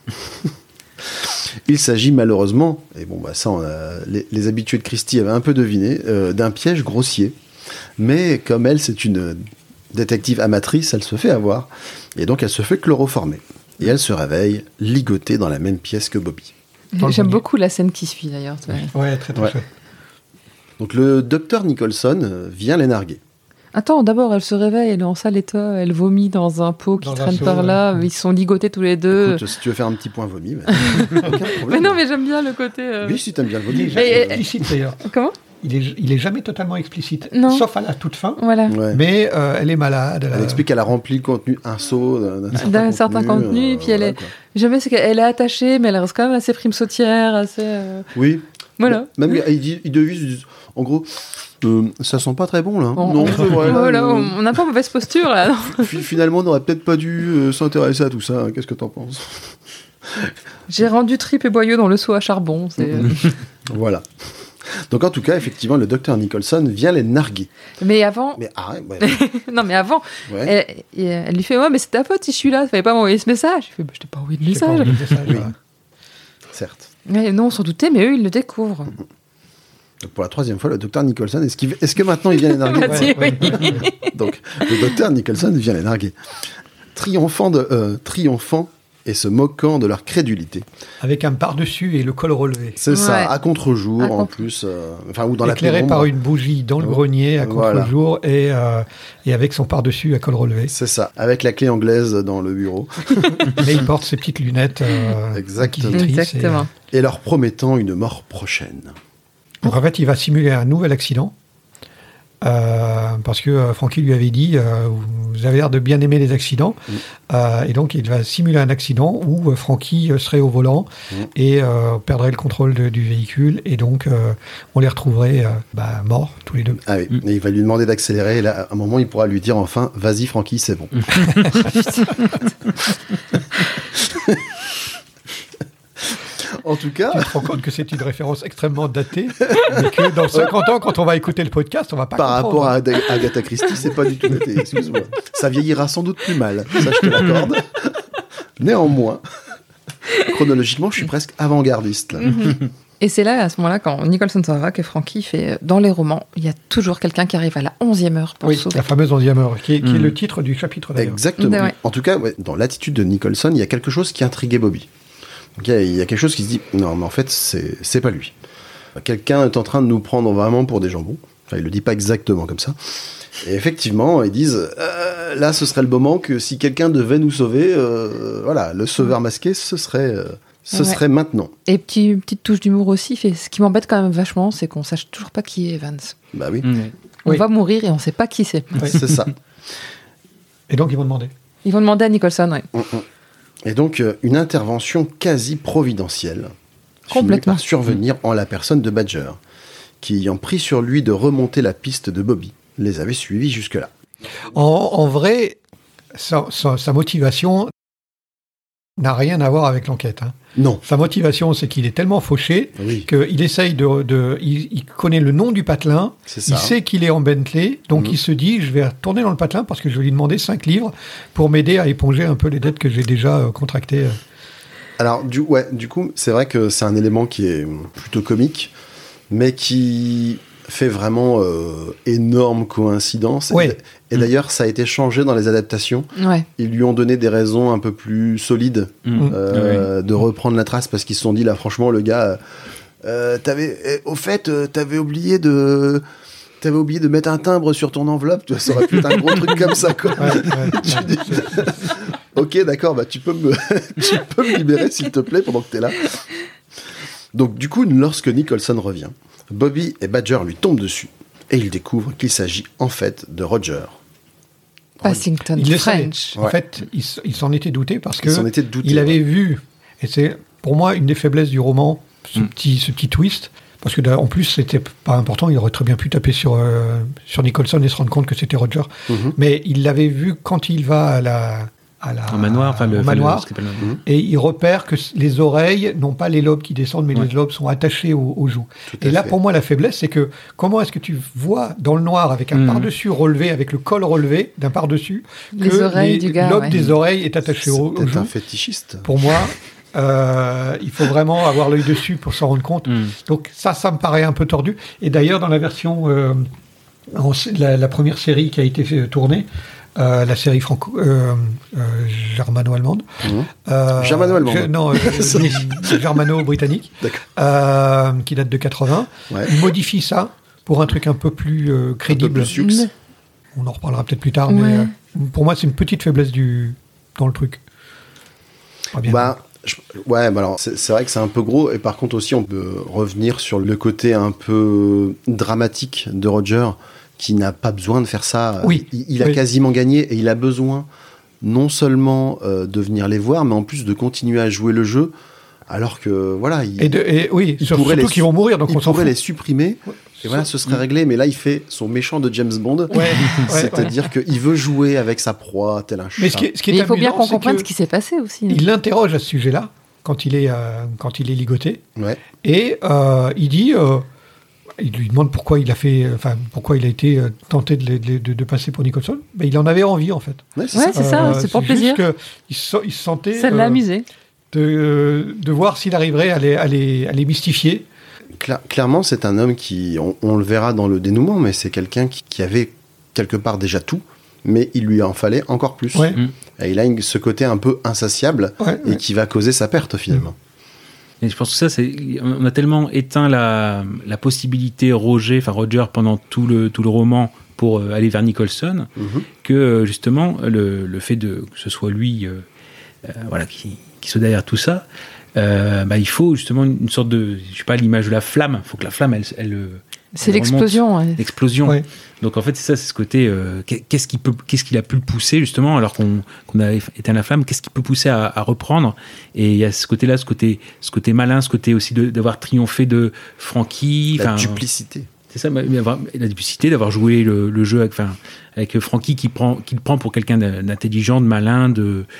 Il s'agit malheureusement, et ça, les habitués de Christie avaient un peu deviné, d'un piège grossier. Mais comme elle, c'est une détective amatrice, elle se fait avoir. Et donc, elle se fait chloroformer. Et elle se réveille ligotée dans la même pièce que Bobby. J'aime beaucoup la scène qui suit, d'ailleurs. Ouais, très très chouette. Donc le docteur Nicholson vient les narguer. Attends, d'abord, elle se réveille, elle est en sale état, elle vomit dans un pot qui traîne par là, ils sont ligotés tous les deux. Écoute, si tu veux faire un petit point vomi, aucun problème. Mais non, mais j'aime bien le côté... Oui, si t'aimes bien le vomi. Il est explicite d'ailleurs. Comment ? Il est jamais totalement explicite, Non. sauf à la toute fin. Voilà. Ouais. Mais elle est malade. Elle explique qu'elle a rempli le contenu, un seau D'un certain contenu, et puis elle est... quoi. Jamais c'est qu'elle est attachée, mais elle reste quand même assez prime sautière, assez... Oui. Voilà. Même ils disent, en gros, ça sent pas très bon là. Non, c'est vrai. Voilà, on n'a pas mauvaise posture là. Finalement, on n'aurait peut-être pas dû s'intéresser à tout ça. Qu'est-ce que t'en penses ? J'ai rendu tripes et boyaux dans le seau à charbon. Voilà. Donc en tout cas, effectivement, le docteur Nicholson vient les narguer. Mais avant... Mais arrête, non, mais avant, elle lui fait « Ouais, mais c'est ta faute si je suis là, tu fallait pas m'envoyer ce message. » Je fais « Je t'ai pas envoyé de message. » Oui, certes. Mais non, on s'en doutait, mais eux, ils le découvrent. Donc pour la 3e fois, le docteur Nicholson, est-ce que maintenant il vient les narguer ? Oui. Donc le docteur Nicholson vient les narguer. Triomphant et se moquant de leur crédulité. Avec un par-dessus et le col relevé. C'est ça, à contre-jour en plus, ou dans la éclairé par une bougie dans le grenier à contre-jour et avec son par-dessus à col relevé. C'est ça, avec la clé anglaise dans le bureau. Mais il porte ses petites lunettes Exactement. Et leur promettant une mort prochaine. Donc en fait, il va simuler un nouvel accident. Parce que Frankie lui avait dit vous avez l'air de bien aimer les accidents et donc il va simuler un accident où Frankie serait au volant et perdrait le contrôle du véhicule et donc on les retrouverait morts tous les deux. Ah oui, et il va lui demander d'accélérer et là à un moment il pourra lui dire enfin vas-y Frankie c'est bon. En tout cas... Tu te rends compte que c'est une référence extrêmement datée, mais que dans 50 ans, quand on va écouter le podcast, on va pas Par comprendre. rapport à Agatha Christie, c'est pas du tout daté, excuse-moi. Ça vieillira sans doute plus mal, ça je te l'accorde. Néanmoins, chronologiquement, je suis presque avant-gardiste. Là. Et c'est là, à ce moment-là, quand Nicholson s'en va, que Frankie fait... Dans les romans, il y a toujours quelqu'un qui arrive à la 11e heure pour sauver. La fameuse 11e heure, qui est le titre du chapitre d'ailleurs. Exactement. Ouais. En tout cas, dans l'attitude de Nicholson, il y a quelque chose qui intriguait Bobby. Donc, il y a quelque chose qui se dit, non, mais en fait, c'est pas lui. Quelqu'un est en train de nous prendre vraiment pour des jambons. Enfin, il le dit pas exactement comme ça. Et effectivement, ils disent, là, ce serait le moment que si quelqu'un devait nous sauver, le sauveur masqué, ce serait maintenant. Et petite touche d'humour aussi, ce qui m'embête quand même vachement, c'est qu'on sache toujours pas qui est Evans. Bah oui. On va mourir et on sait pas qui c'est. C'est ça. Et donc, ils vont demander. Ils vont demander à Nicholson, oui. Et donc, une intervention quasi providentielle Complètement. par survenir en la personne de Badger, qui, ayant pris sur lui de remonter la piste de Bobby, les avait suivis jusque-là. En vrai, sa motivation n'a rien à voir avec l'enquête. Hein. Non. Sa motivation, c'est qu'il est tellement fauché qu'il essaye il connaît le nom du patelin, il sait qu'il est en Bentley, donc il se dit, je vais retourner dans le patelin parce que je vais lui demander 5 livres pour m'aider à éponger un peu les dettes que j'ai déjà contractées. Alors, du coup, c'est vrai que c'est un élément qui est plutôt comique, mais qui fait vraiment énorme coïncidence. Ouais. Et d'ailleurs, ça a été changé dans les adaptations. Ouais. Ils lui ont donné des raisons un peu plus solides de reprendre la trace parce qu'ils se sont dit, là, franchement, le gars, t'avais oublié de mettre un timbre sur ton enveloppe, tu vois, ça aurait pu être un gros truc comme ça, quoi. Ok, d'accord, bah tu peux me libérer, s'il te plaît, pendant que t'es là. Donc, du coup, lorsque Nicholson revient, Bobby et Badger lui tombent dessus et ils découvrent qu'il s'agit en fait de Roger. Passington Il le French. savait. En fait, il s'en était douté parce que il ouais. avait vu, et c'est pour moi une des faiblesses du roman, ce petit twist, parce que en plus c'était pas important, il aurait très bien pu taper sur Nicholson et se rendre compte que c'était Roger, mais il l'avait vu quand il va au manoir, et il repère que les oreilles n'ont pas les lobes qui descendent, mais les lobes sont attachés aux joues. Et là, pour moi, la faiblesse, c'est que comment est-ce que tu vois dans le noir avec un par-dessus relevé, avec le col relevé d'un par-dessus, les oreilles du gars, le lobe des oreilles est attaché aux joues. C'est un fétichiste. Pour moi, il faut vraiment avoir l'œil dessus pour s'en rendre compte. Donc ça me paraît un peu tordu. Et d'ailleurs, dans la version, la première série qui a été tournée, la série germano-allemande. Germano-allemande. Germano-britannique, qui date de 80. Ouais. Il modifie ça pour un truc un peu plus crédible. Un peu plus on en reparlera peut-être plus tard, mais pour moi, c'est une petite faiblesse dans le truc. Pas bien. Alors c'est vrai que c'est un peu gros, et par contre aussi, on peut revenir sur le côté un peu dramatique de Roger, qui n'a pas besoin de faire ça. Oui. Il a quasiment gagné et il a besoin non seulement de venir les voir, mais en plus de continuer à jouer le jeu, alors que voilà. Surtout qu'ils vont mourir, donc on s'en fout. Il pourrait les supprimer. Et voilà, ce serait réglé. Mais là, il fait son méchant de James Bond. C'est-à-dire qu'il veut jouer avec sa proie, tel un chat. Mais ce qui est il faut bien qu'on comprenne ce qui s'est passé aussi. Il l'interroge à ce sujet-là quand il est ligoté. Ouais. Et il dit. Il lui demande pourquoi il a été tenté de passer pour Nicholson. Ben, il en avait envie, en fait. C'est ça, c'est pour plaisir. Il se sentait... Ça l'a amusé. De voir s'il arriverait à les mystifier. Clairement, c'est un homme qui, on le verra dans le dénouement, mais c'est quelqu'un qui avait quelque part déjà tout, mais il lui en fallait encore plus. Ouais. Et il a ce côté un peu insatiable qui va causer sa perte, finalement. Et je pense que ça, on a tellement éteint la possibilité Roger pendant tout le roman pour aller vers Nicholson, que justement le fait que ce soit lui qui soit derrière tout ça, il faut justement une sorte de, je sais pas, l'image de la flamme. Il faut que la flamme, elle c'est l'explosion. Ouais. L'explosion. Ouais. Donc en fait, c'est ça, c'est ce côté. Qu'est-ce qui a pu le pousser justement, alors qu'on a éteint la flamme, qu'est-ce qui peut pousser à reprendre? Et il y a ce côté-là, ce côté malin, ce côté aussi d'avoir triomphé de Frankie. La duplicité. C'est ça, la duplicité, d'avoir joué le jeu avec Frankie qui le prend pour quelqu'un d'intelligent, de malin,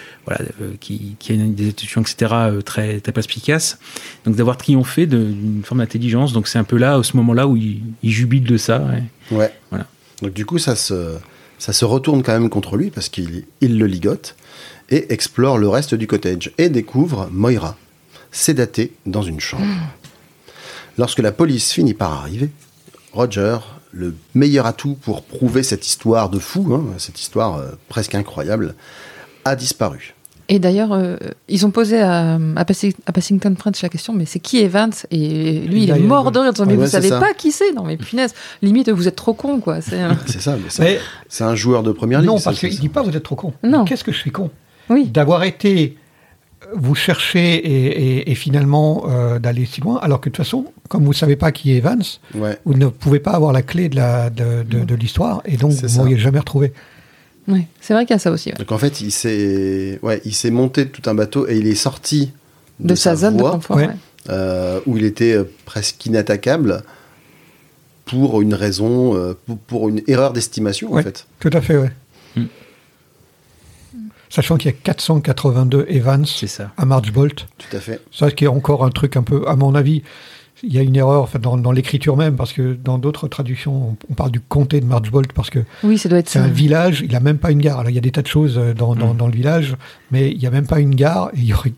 qui a des institutions, etc., très, très perspicaces. Donc d'avoir triomphé d'une forme d'intelligence. Donc c'est un peu là, à ce moment-là, où il jubile de ça. Ouais. Voilà. Donc du coup, ça se retourne quand même contre lui, parce qu'il le ligote et explore le reste du cottage et découvre Moira, sédatée dans une chambre. Lorsque la police finit par arriver, Roger, le meilleur atout pour prouver cette histoire de fou, cette histoire presque incroyable, a disparu. Et d'ailleurs, ils ont posé à Passington French la question, mais c'est qui Evans? Et lui, il est mort de rire. Mais vous savez pas qui c'est? Non, mais punaise, limite, vous êtes trop con, quoi. C'est ça, mais c'est un joueur de première ligue. Non, parce qu'il dit pas vous êtes trop con. Non. Qu'est-ce que je suis con? Oui. D'avoir été vous chercher et finalement d'aller si loin, alors que de toute façon, comme vous ne savez pas qui est Evans, vous ne pouvez pas avoir la clé de l'histoire, et donc vous ne m'auriez jamais retrouvé. Oui, c'est vrai qu'il y a ça aussi. Ouais. Donc en fait, il s'est monté tout un bateau et il est sorti de sa zone de confort, où il était presque inattaquable pour une raison, pour une erreur d'estimation, en fait. Tout à fait, oui. Sachant qu'il y a 482 Evans à Marchbolt. Tout à fait. Ça, qui est encore un truc un peu, à mon avis, il y a une erreur dans l'écriture même, parce que dans d'autres traductions, on parle du comté de Marchbold, parce que Oui, ça doit être c'est ça. un village, il n'a même pas une gare. Alors, il y a des tas de choses dans le village, mais il n'y a même pas une gare, et il y aurait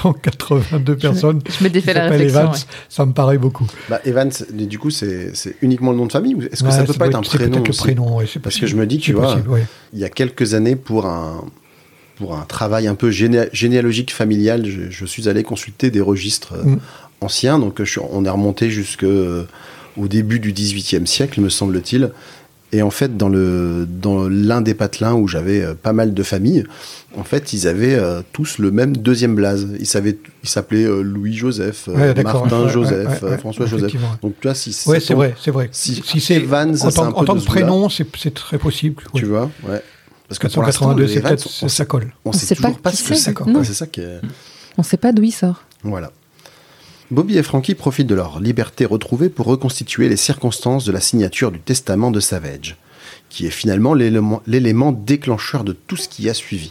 482 personnes Je me qui défais la s'appellent réflexion. Evans. Ouais. Ça me paraît beaucoup. Bah, Evans, mais du coup, c'est uniquement le nom de famille ou est-ce que ça peut pas être un c'est prénom peut-être le aussi prénom, ouais, c'est Parce possible. que je me dis, tu C'est vois, possible, ouais. il y a quelques années, pour un travail un peu généalogique familial, je suis allé consulter des registres anciens. Donc, on est remonté jusqu'au début du XVIIIe siècle, me semble-t-il. Et en fait, dans l'un des patelins où j'avais pas mal de familles, en fait, ils avaient tous le même deuxième blaze. Ils s'appelaient Louis-Joseph, Martin Joseph, François Joseph. Donc, tu vois, si Ouais, c'est vrai. Si c'est Evans, c'est un en peu tant de que ce goût-là. prénom, c'est très possible. Tu ouais. vois, ouais. Parce que pour l'instant, 482, le c'est Evans, peut-être ça colle. on sait sait toujours pas pas qui ce que c'est. c'est. quoi. Non. C'est ça qui est... On ne sait pas d'où il sort. Voilà. Bobby et Frankie profitent de leur liberté retrouvée pour reconstituer les circonstances de la signature du testament de Savage, qui est finalement l'élément déclencheur de tout ce qui a suivi.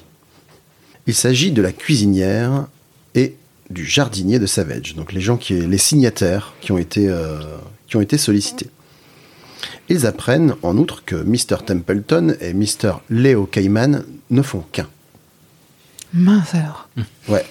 Il s'agit de la cuisinière et du jardinier de Savage, donc les signataires qui ont été sollicités. Ils apprennent en outre que Mr. Templeton et Mr. Leo Cayman ne font qu'un. Mince alors. Ouais.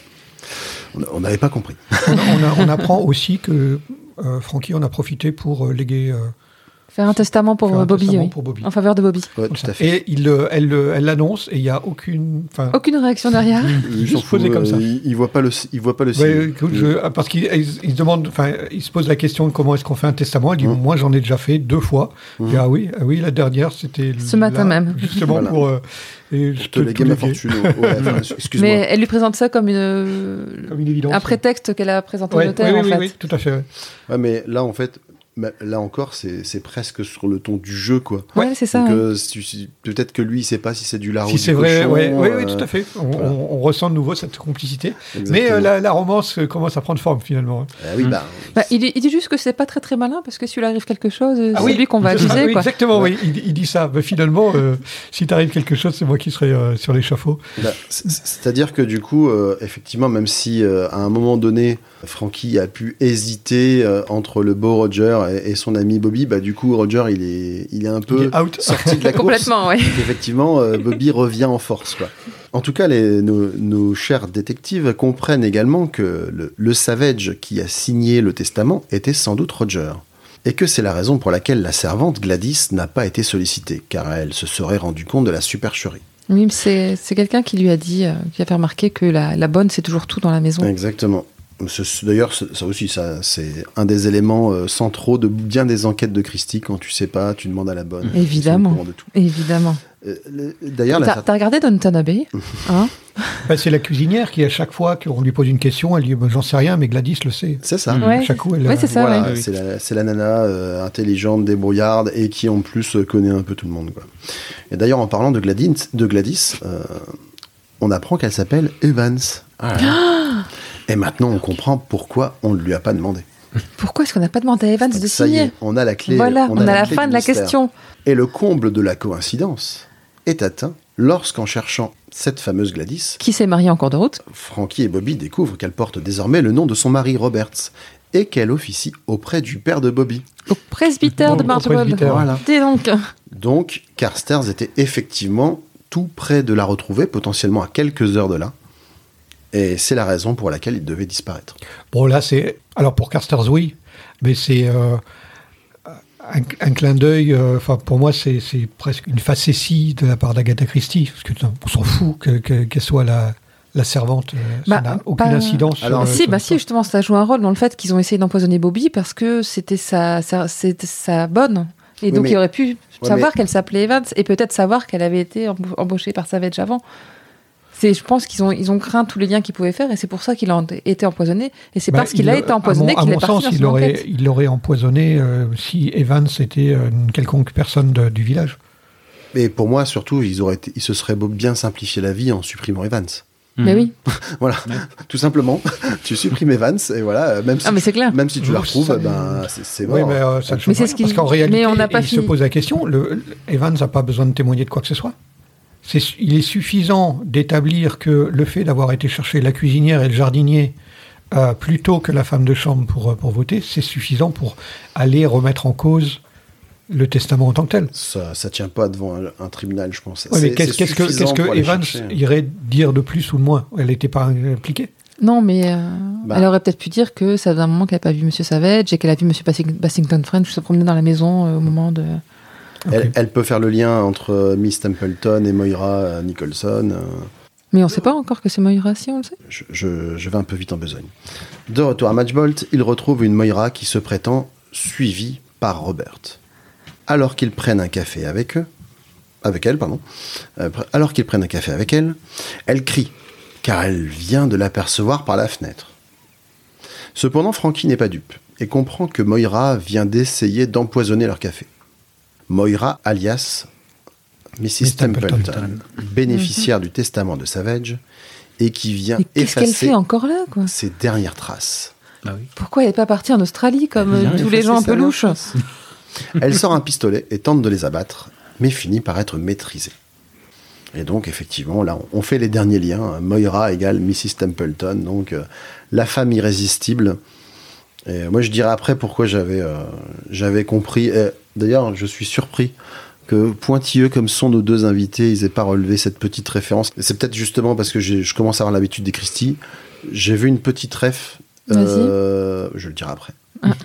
On n'avait pas compris. On apprend aussi que Frankie en a profité pour léguer Faire un testament pour Faire un Bobby, testament oui. pour Bobby. En faveur de Bobby. Ouais, tout à fait. Et elle l'annonce et il n'y a aucune... Aucune réaction derrière. Il Juste s'en fout, posé comme ça. Il voit pas le signe. Ouais, écoute, parce qu'il se demande, il se pose la question de comment est-ce qu'on fait un testament. Il dit moi j'en ai déjà fait 2 fois. Il dit, ah oui, la dernière c'était Ce matin même. justement Voilà. pour te léguer ma fortune. Ouais, enfin, excuse-moi. Mais elle lui présente ça comme comme une évidence. un prétexte qu'elle a présenté au Ouais, notaire, oui, en oui, fait. oui, tout à fait. Ouais. Ouais, mais là, en fait, là encore, c'est presque sur le ton du jeu, quoi. Ouais, c'est ça. Donc, ouais. peut-être que lui, il sait pas si c'est du lard Si ou c'est du vrai, cochon. oui, tout à fait. On ressent de nouveau cette complicité. Exactement. Mais la romance commence à prendre forme finalement. Ah oui, bah, Il dit juste que c'est pas très très malin parce que s'il arrive quelque chose, Ah c'est oui, lui qu'on va c'est ça, accuser. oui, Quoi. exactement, oui. Il dit ça. Mais finalement, si t'arrive quelque chose, c'est moi qui serai sur l'échafaud. c'est-à-dire que du coup, effectivement, même si à un moment donné, Frankie a pu hésiter entre le beau Roger et son ami Bobby, bah du coup, Roger, il est un peu Il est out. sorti de la course. Complètement, ouais. Donc, effectivement, Bobby revient en force, quoi. En tout cas, nos chers détectives comprennent également que le Savage qui a signé le testament était sans doute Roger. Et que c'est la raison pour laquelle la servante Gladys n'a pas été sollicitée, car elle se serait rendue compte de la supercherie. Oui, mais c'est quelqu'un qui lui a dit, qui a fait remarquer que la bonne, c'est toujours tout dans la maison. Exactement. D'ailleurs, ça aussi, c'est un des éléments centraux de bien des enquêtes de Christie. Quand tu sais pas, tu demandes à la bonne. Évidemment. Ils sont au courant de tout. Évidemment. D'ailleurs, T'as regardé Downton Abbey hein C'est la cuisinière qui, à chaque fois qu'on lui pose une question, elle dit j'en sais rien, mais Gladys le sait. c'est ça. Ouais. Chaque coup, elle. Ouais, c'est ça, Voilà, ouais. c'est la nana intelligente, débrouillarde et qui en plus connaît un peu tout le monde, quoi. Et d'ailleurs, en parlant de Gladys, on apprend qu'elle s'appelle Evans. Et maintenant, on comprend pourquoi on ne lui a pas demandé. Pourquoi est-ce qu'on n'a pas demandé à Evans de Ça y est, signer on a la clé. Voilà, on a la clé fin du de la mystère. question. Et le comble de la coïncidence est atteint lorsqu'en cherchant cette fameuse Gladys, Qui s'est marié en cours de route Frankie et Bobby découvrent qu'elle porte désormais le nom de son mari Roberts et qu'elle officie auprès du père de Bobby. au presbytère de Au Marchbold. presbytère. Voilà. Dis donc. Donc, Carstairs était effectivement tout près de la retrouver, potentiellement à quelques heures de là. Et c'est la raison pour laquelle il devait disparaître. Bon, là, c'est. Alors, pour Carstairs, oui, mais c'est un clin d'œil. Enfin, pour moi, c'est presque une facétie de la part d'Agatha Christie, parce que on s'en fout qu'elle soit la servante. Ça Bah, n'a aucune pas- incidence. sur, Alors, Si, sur bah l'histoire. si, justement, ça joue un rôle dans le fait qu'ils ont essayé d'empoisonner Bobby parce que c'était sa bonne. Et Oui, donc, mais- il aurait pu savoir mais- qu'elle s'appelait Evans et peut-être savoir qu'elle avait été embauchée par Savage avant. Je pense qu'ils ont craint tous les liens qu'ils pouvaient faire et c'est pour ça qu'il a été empoisonné. Et c'est Bah, parce qu'il a été empoisonné à qu'il est mon parti sens, dans il son enquête. l'aurait empoisonné si Evans était une quelconque personne du village. Mais pour moi, surtout, ils se seraient bien simplifié la vie en supprimant Evans. Mais oui. Voilà, tout simplement. Tu supprimes Evans et voilà, même si, Ah, mais c'est clair. même si tu la retrouves, Ça- ben, c'est mort. Oui, mais ça ne Mais change c'est rien, ce qui- parce qu'en réalité, mais on n'a pas il se fini. pose la question, Evans n'a pas besoin de témoigner de quoi que ce soit. Il est suffisant d'établir que le fait d'avoir été chercher la cuisinière et le jardinier plutôt que la femme de chambre pour voter, c'est suffisant pour aller remettre en cause le testament en tant que tel. Ça tient pas devant un tribunal, je pense. Ouais, mais C'est qu'est-ce suffisant pour que aller Evans chercher. irait dire de plus ou de moins? Elle n'était pas impliquée. Non, mais Bah. elle aurait peut-être pu dire que ça faisait un moment qu'elle n'avait pas vu Monsieur Savage et qu'elle a vu Monsieur Bassington French se promener dans la maison au moment de... Elle peut faire le lien entre Miss Templeton et Moira Nicholson. Mais on ne sait pas encore que c'est Moira, si on le sait. Je vais un peu vite en besogne. De retour à Matchbolt, il retrouve une Moira qui se prétend suivie par Robert. Alors qu'ils prennent un café avec elle, elle crie, car elle vient de l'apercevoir par la fenêtre. Cependant, Frankie n'est pas dupe et comprend que Moira vient d'essayer d'empoisonner leur café. Moira, alias Mrs. Templeton, bénéficiaire du testament de Savage, et qui vient Mais qu'est-ce qu'elle effacer fait encore là, quoi? ses dernières traces. Ah oui. Pourquoi elle n'est pas partie en Australie comme Vient tous les effacer gens un ses peu dernières louches? traces. Elle sort un pistolet et tente de les abattre, mais finit par être maîtrisée. Et donc, effectivement, là, on fait les derniers liens. Moira égale Mrs. Templeton, donc la femme irrésistible. Et moi, je dirais après pourquoi j'avais compris. Et d'ailleurs, je suis surpris que pointilleux comme sont nos deux invités, ils n'aient pas relevé cette petite référence. Et c'est peut-être justement parce que je commence à avoir l'habitude des Christie. J'ai vu une petite ref. Je le dirai après.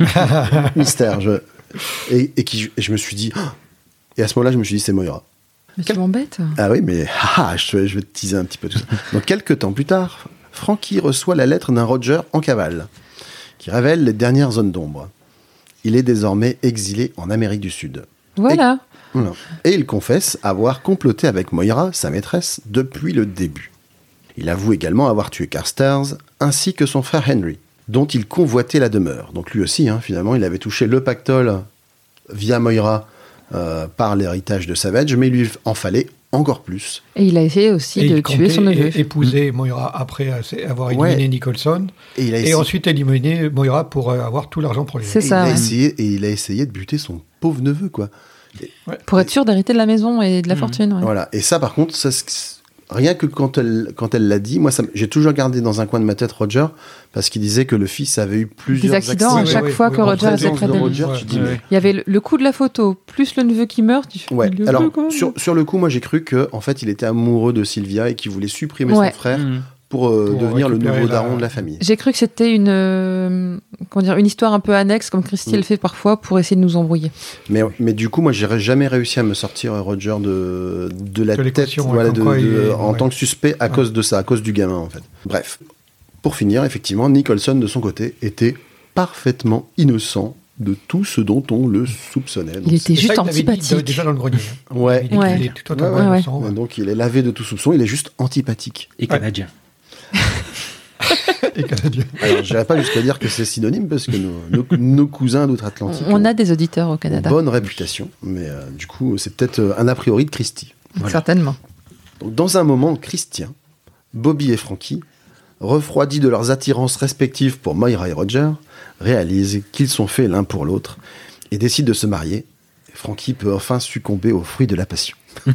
Mystère. Et je me suis dit... oh, et à ce moment-là, je me suis dit, c'est Moira. Mais tu m'embêtes. Ah oui, mais je vais te teaser un petit peu tout ça. Donc, quelques temps plus tard, Frankie reçoit la lettre d'un Roger en cavale, qui révèle les dernières zones d'ombre. Il est désormais exilé en Amérique du Sud. Voilà. Et il confesse avoir comploté avec Moira, sa maîtresse, depuis le début. Il avoue également avoir tué Carstairs, ainsi que son frère Henry, dont il convoitait la demeure. Donc lui aussi, finalement, il avait touché le pactole via Moira par l'héritage de Savage, mais il lui en fallait encore plus. Et il a essayé aussi Et de il tuer son comptait neveu. épouser Moira après avoir éliminé Nicholson, et ensuite éliminer Moira pour avoir tout l'argent pour lui. C'est ça. Il a essayé de buter son pauvre neveu, quoi. Pour être sûr d'hériter de la maison et de la fortune. Ouais. Voilà. Et ça, par contre, rien que quand elle l'a dit, moi, j'ai toujours gardé dans un coin de ma tête Roger, parce qu'il disait que le fils avait eu plusieurs Des accidents à chaque fois que Roger était près d'elle. Il y avait le coup de la photo, plus le neveu qui meurt. Tu fais, alors, sur le coup, moi, j'ai cru qu'en fait, il était amoureux de Sylvia et qu'il voulait supprimer son frère pour devenir le nouveau daron de la famille. J'ai cru que c'était une histoire un peu annexe, comme Christy le fait parfois, pour essayer de nous embrouiller. Mais du coup, moi, j'aurais jamais réussi à me sortir Roger de la tête en tant que suspect à cause de ça, à cause du gamin, en fait. Bref. Pour finir, effectivement, Nicholson, de son côté, était parfaitement innocent de tout ce dont on le soupçonnait. Il était juste antipathique. Déjà dans le grenier. Ouais. Il est totalement innocent. Ouais. Donc, il est lavé de tout soupçon, il est juste antipathique. Et canadien. Et canadien. Alors, je n'irai pas jusqu'à dire que c'est synonyme, parce que nos cousins d'outre-Atlantique on a des auditeurs au Canada. Ont bonne réputation, mais du coup, c'est peut-être un a priori de Christie. Voilà. Certainement. Donc, dans un moment christien, Bobby et Frankie, refroidis de leurs attirances respectives pour Moira et Roger, réalisent qu'ils sont faits l'un pour l'autre et décident de se marier. Frankie peut enfin succomber aux fruits de la passion.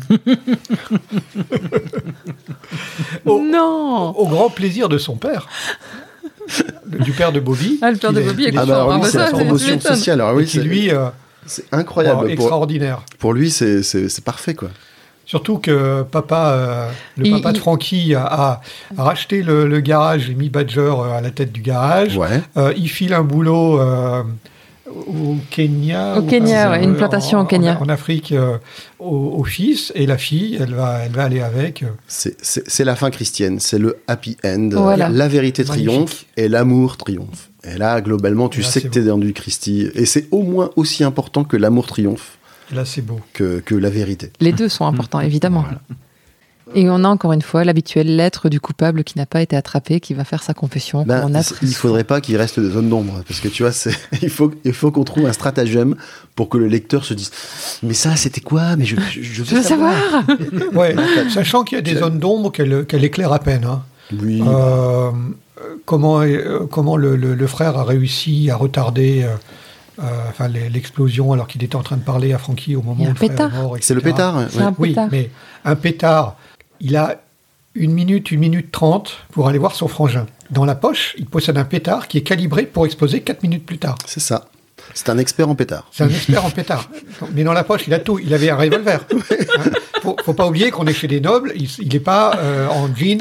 Non. Au grand plaisir de son père. Du père de Bobby. Le père de Bobby est c'est la promotion sociale. Alors, oui, lui, c'est incroyable. Extraordinaire. Pour lui, c'est parfait, quoi. Surtout que papa de Frankie a racheté le garage et mis Badger à la tête du garage. Ouais. Il file un boulot au Kenya. Une plantation au Kenya. En Afrique, au fils. Et la fille, elle va aller avec. C'est la fin christienne. C'est le happy end. Voilà. La vérité triomphe et l'amour triomphe. Et là, globalement, tu sais que t'es dans du Christie. Et c'est au moins aussi important que l'amour triomphe. Là, c'est beau. Que la vérité. Les deux sont importants, évidemment. Voilà. Et on a encore une fois l'habituelle lettre du coupable qui n'a pas été attrapé, qui va faire sa confession. Il ne faudrait pas qu'il reste des zones d'ombre, parce que tu vois, il faut qu'on trouve un stratagème pour que le lecteur se dise « Mais ça, c'était quoi ? Mais je veux savoir !» Ouais, sachant qu'il y a des zones d'ombre qu'elle éclaire à peine. Hein. Oui. Comment le frère a réussi à retarder... l'explosion alors qu'il était en train de parler à Frankie au moment où le frère est mort, etc. C'est le pétard. Oui, mais un pétard, il a 1 minute 30 pour aller voir son frangin. Dans la poche, il possède un pétard qui est calibré pour exploser 4 minutes plus tard. C'est ça. C'est un expert en pétard. C'est un expert en pétard. Mais dans la poche, il a tout. Il avait un revolver. Faut pas oublier qu'on est chez des nobles. Il n'est pas en jean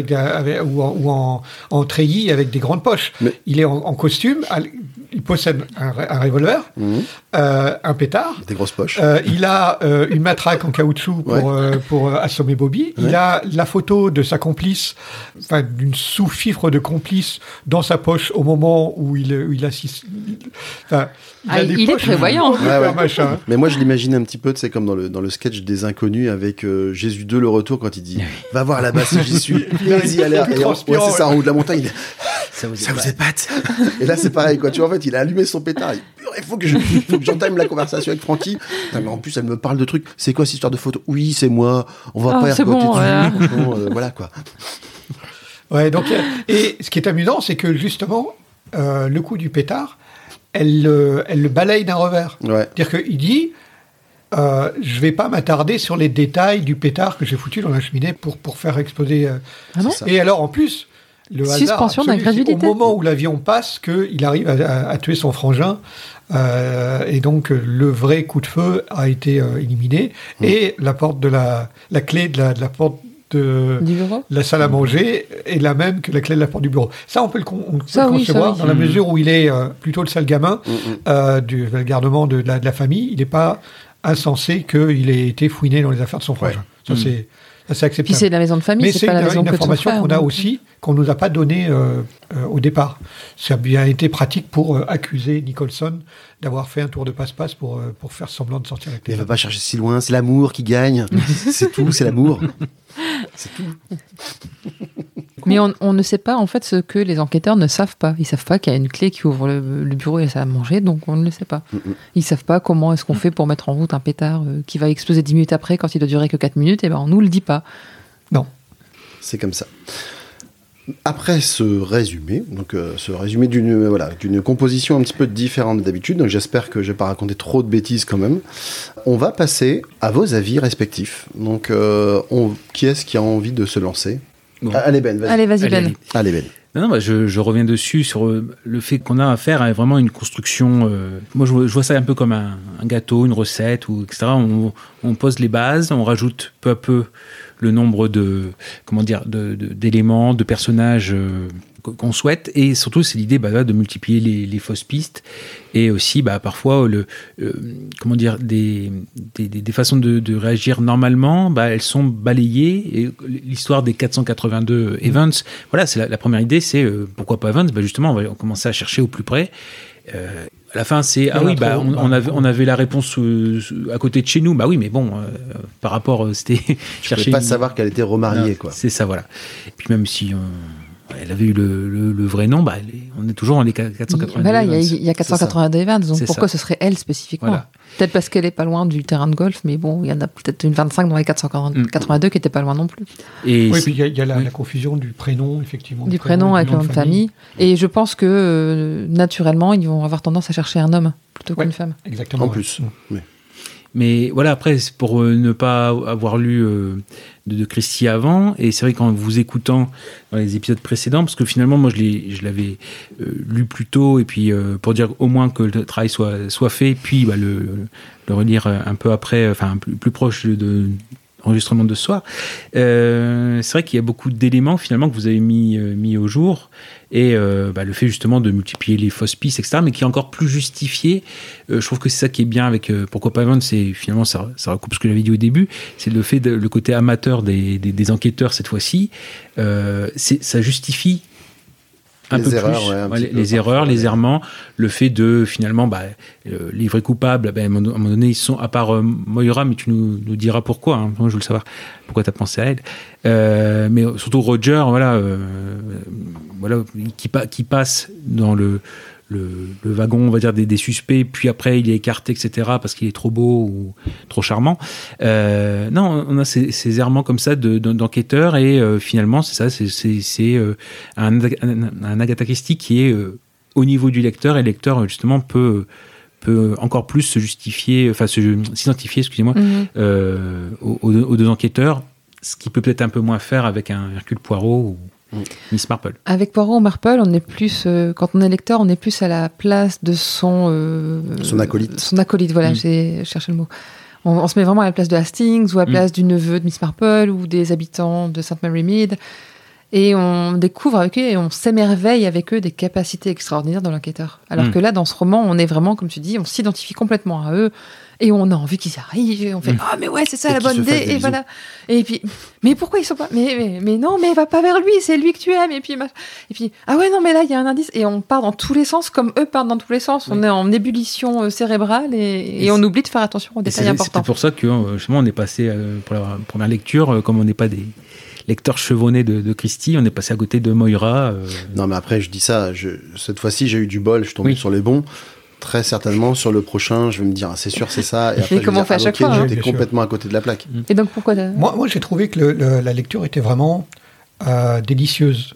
ou en treillis avec des grandes poches. Mais... Il est en costume. Il possède un revolver, un pétard. Des grosses poches. Il a une matraque en caoutchouc pour assommer Bobby. Ouais. Il a la photo de sa complice, enfin d'une sous-fifre de complice dans sa poche au moment où il assiste. Il est prévoyant. Machin. Mais moi, je l'imagine un petit peu, c'est comme dans le sketch des Inconnus avec Jésus 2, le retour, quand il dit « Va voir là-bas si j'y suis. » Vas-y, allez. Et c'est ça, en haut de la montagne, il dit « Ça vous épate. » Et là, c'est pareil, quoi. Tu vois, en fait, il a allumé son pétard. Il faut que j'entame la conversation avec Francky. Mais en plus, elle me parle de trucs. C'est quoi cette histoire de photo ? Oui, c'est moi. On va pas y raconter tout. Voilà, quoi. Ouais, donc, et ce qui est amusant, c'est que justement, le coup du pétard, elle le balaye d'un revers. Ouais. C'est-à-dire qu'il dit je vais pas m'attarder sur les détails du pétard que j'ai foutu dans la cheminée pour faire exploser. Ah non ? Et alors, en plus, le suspension hasard, d'incrédulité. au moment où l'avion passe, qu'il arrive à tuer son frangin. Et donc, le vrai coup de feu a été éliminé. Et la porte de la clé de la porte du bureau, la salle à manger est la même que la clé de la porte du bureau. Ça, on peut le concevoir dans la mesure où il est plutôt le sale gamin du gardement de la famille. Il n'est pas insensé qu'il ait été fouiné dans les affaires de son frangin. Ça, c'est acceptable. Puis c'est la maison de famille, mais c'est pas la maison une que de son information frère, qu'on a aussi, qu'on nous a pas donnée au départ. Ça a bien été pratique pour accuser Nicholson d'avoir fait un tour de passe-passe pour faire semblant de sortir avec les. Il ne va pas chercher si loin, c'est l'amour qui gagne. C'est tout, c'est l'amour. C'est tout. Mais on ne sait pas en fait ce que les enquêteurs ne savent pas. Ils savent pas qu'il y a une clé qui ouvre le bureau et la salle à manger, donc on ne le sait pas. Ils savent pas comment est-ce qu'on fait pour mettre en route un pétard qui va exploser 10 minutes après quand il doit durer que 4 minutes, et ben on nous le dit pas. Non. C'est comme ça. Après ce résumé d'une composition un petit peu différente d'habitude, donc j'espère que je vais pas raconter trop de bêtises quand même, on va passer à vos avis respectifs. Donc qui est-ce qui a envie de se lancer ? Bon. Allez Ben, vas-y. Allez, vas-y Ben. Allez Ben. Non, je reviens dessus sur le fait qu'on a affaire à vraiment une construction. Moi, je vois ça un peu comme un gâteau, une recette, etc. On pose les bases, on rajoute peu à peu le nombre d'éléments, de personnages qu'on souhaite, et surtout c'est l'idée de multiplier les fausses pistes, et aussi parfois des façons de réagir normalement, elles sont balayées, et l'histoire des 482 Evans, voilà, c'est la première idée, c'est pourquoi pas Evans, justement on va commencer à chercher au plus près. À la fin, c'est on avait la réponse à côté de chez nous. Bah oui, mais bon, par rapport, c'était je ne pouvais pas savoir qu'elle était remariée, quoi. C'est ça, voilà. Et puis même si elle avait eu le vrai nom, on est toujours dans les 482. Voilà, il y a 482 Evans, donc pourquoi ce serait elle spécifiquement ? Voilà. Peut-être parce qu'elle est pas loin du terrain de golf, mais bon, il y en a peut-être une 25 dans les 482 qui étaient pas loin non plus. Et puis il y a la confusion du prénom, effectivement. Du prénom avec le nom de famille. Et je pense que naturellement, ils vont avoir tendance à chercher un homme plutôt qu'une femme. Exactement. En plus. Oui. Mais voilà, après, c'est pour ne pas avoir lu de Christie avant, et c'est vrai qu'en vous écoutant dans les épisodes précédents, parce que finalement, moi, je l'avais lu plus tôt, et puis pour dire au moins que le travail soit fait, puis le relire un peu après, enfin plus proche de enregistrement de ce soir. C'est vrai qu'il y a beaucoup d'éléments finalement que vous avez mis au jour, et le fait justement de multiplier les fausses pistes, etc., mais qui est encore plus justifié. Je trouve que c'est ça qui est bien avec Pourquoi pas Evans, c'est finalement ça recoupe ce que j'avais dit au début, c'est le fait le côté amateur des enquêteurs cette fois-ci. Ça justifie un peu erreurs, plus les erreurs, les errements, le fait de finalement les vrais coupables, à un moment donné ils sont, à part Moira, mais tu nous diras pourquoi, hein. Moi je veux le savoir pourquoi tu as pensé à elle, mais surtout Roger, qui passe dans le wagon, on va dire, des suspects, puis après il est écarté, etc., parce qu'il est trop beau ou trop charmant. Non, on a ces errements comme ça d'enquêteurs, et finalement c'est ça, c'est un Agatha Christie qui est au niveau du lecteur, et le lecteur justement peut encore plus s'identifier, excusez-moi, aux deux enquêteurs, ce qu'il peut peut-être un peu moins faire avec un Hercule Poirot ou Miss Marple. Avec Poirot ou Marple, on est plus, quand on est lecteur, on est plus à la place de son acolyte. Son acolyte, voilà, j'ai cherché le mot. On se met vraiment à la place de Hastings ou à la place du neveu de Miss Marple ou des habitants de St. Mary Mead. Et on découvre avec eux et on s'émerveille avec eux des capacités extraordinaires de l'enquêteur. Alors que là, dans ce roman, on est vraiment, comme tu dis, on s'identifie complètement à eux et on a envie qu'ils y arrivent. Et on fait mais ouais, c'est ça Et la bonne idée. Et voilà. Et puis, mais pourquoi ils sont pas mais non, mais va pas vers lui, c'est lui que tu aimes. Et puis ah ouais, non, mais là, il y a un indice. Et on part dans tous les sens, comme eux partent dans tous les sens. On est en ébullition cérébrale et on oublie de faire attention aux détails importants. C'est pour ça que, justement, on est passé, pour la première lecture, comme on n'est pas des lecteur chevronné de Christie, on est passé à côté de Moira. Non, mais après, je dis ça, cette fois-ci, j'ai eu du bol, je suis tombé sur les bons. Très certainement, sur le prochain, je vais me dire, c'est sûr, c'est ça. Et après, comment on fait à chaque fois, j'étais complètement à côté de la plaque. Et donc, pourquoi Moi, j'ai trouvé que la lecture était vraiment délicieuse.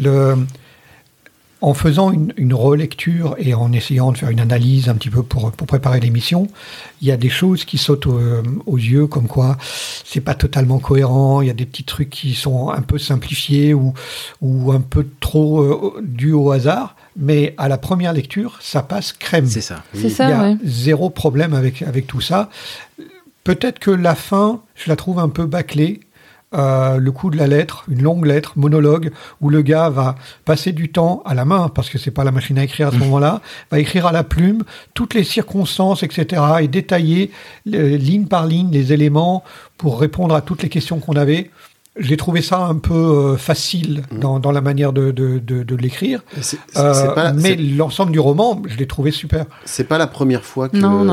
En faisant une relecture et en essayant de faire une analyse un petit peu pour préparer l'émission, il y a des choses qui sautent aux yeux, comme quoi c'est pas totalement cohérent, il y a des petits trucs qui sont un peu simplifiés ou un peu trop dus au hasard, mais à la première lecture, ça passe crème. C'est ça. C'est ça, il y a ouais. zéro problème avec tout ça. Peut-être que la fin, je la trouve un peu bâclée. Le coup de la lettre, une longue lettre, monologue, où le gars va passer du temps à la main, parce que c'est pas la machine à écrire à ce moment-là, va écrire à la plume toutes les circonstances, etc., et détailler ligne par ligne les éléments pour répondre à toutes les questions qu'on avait. J'ai trouvé ça un peu facile dans la manière de l'écrire. Mais l'ensemble du roman, je l'ai trouvé super. C'est pas la première fois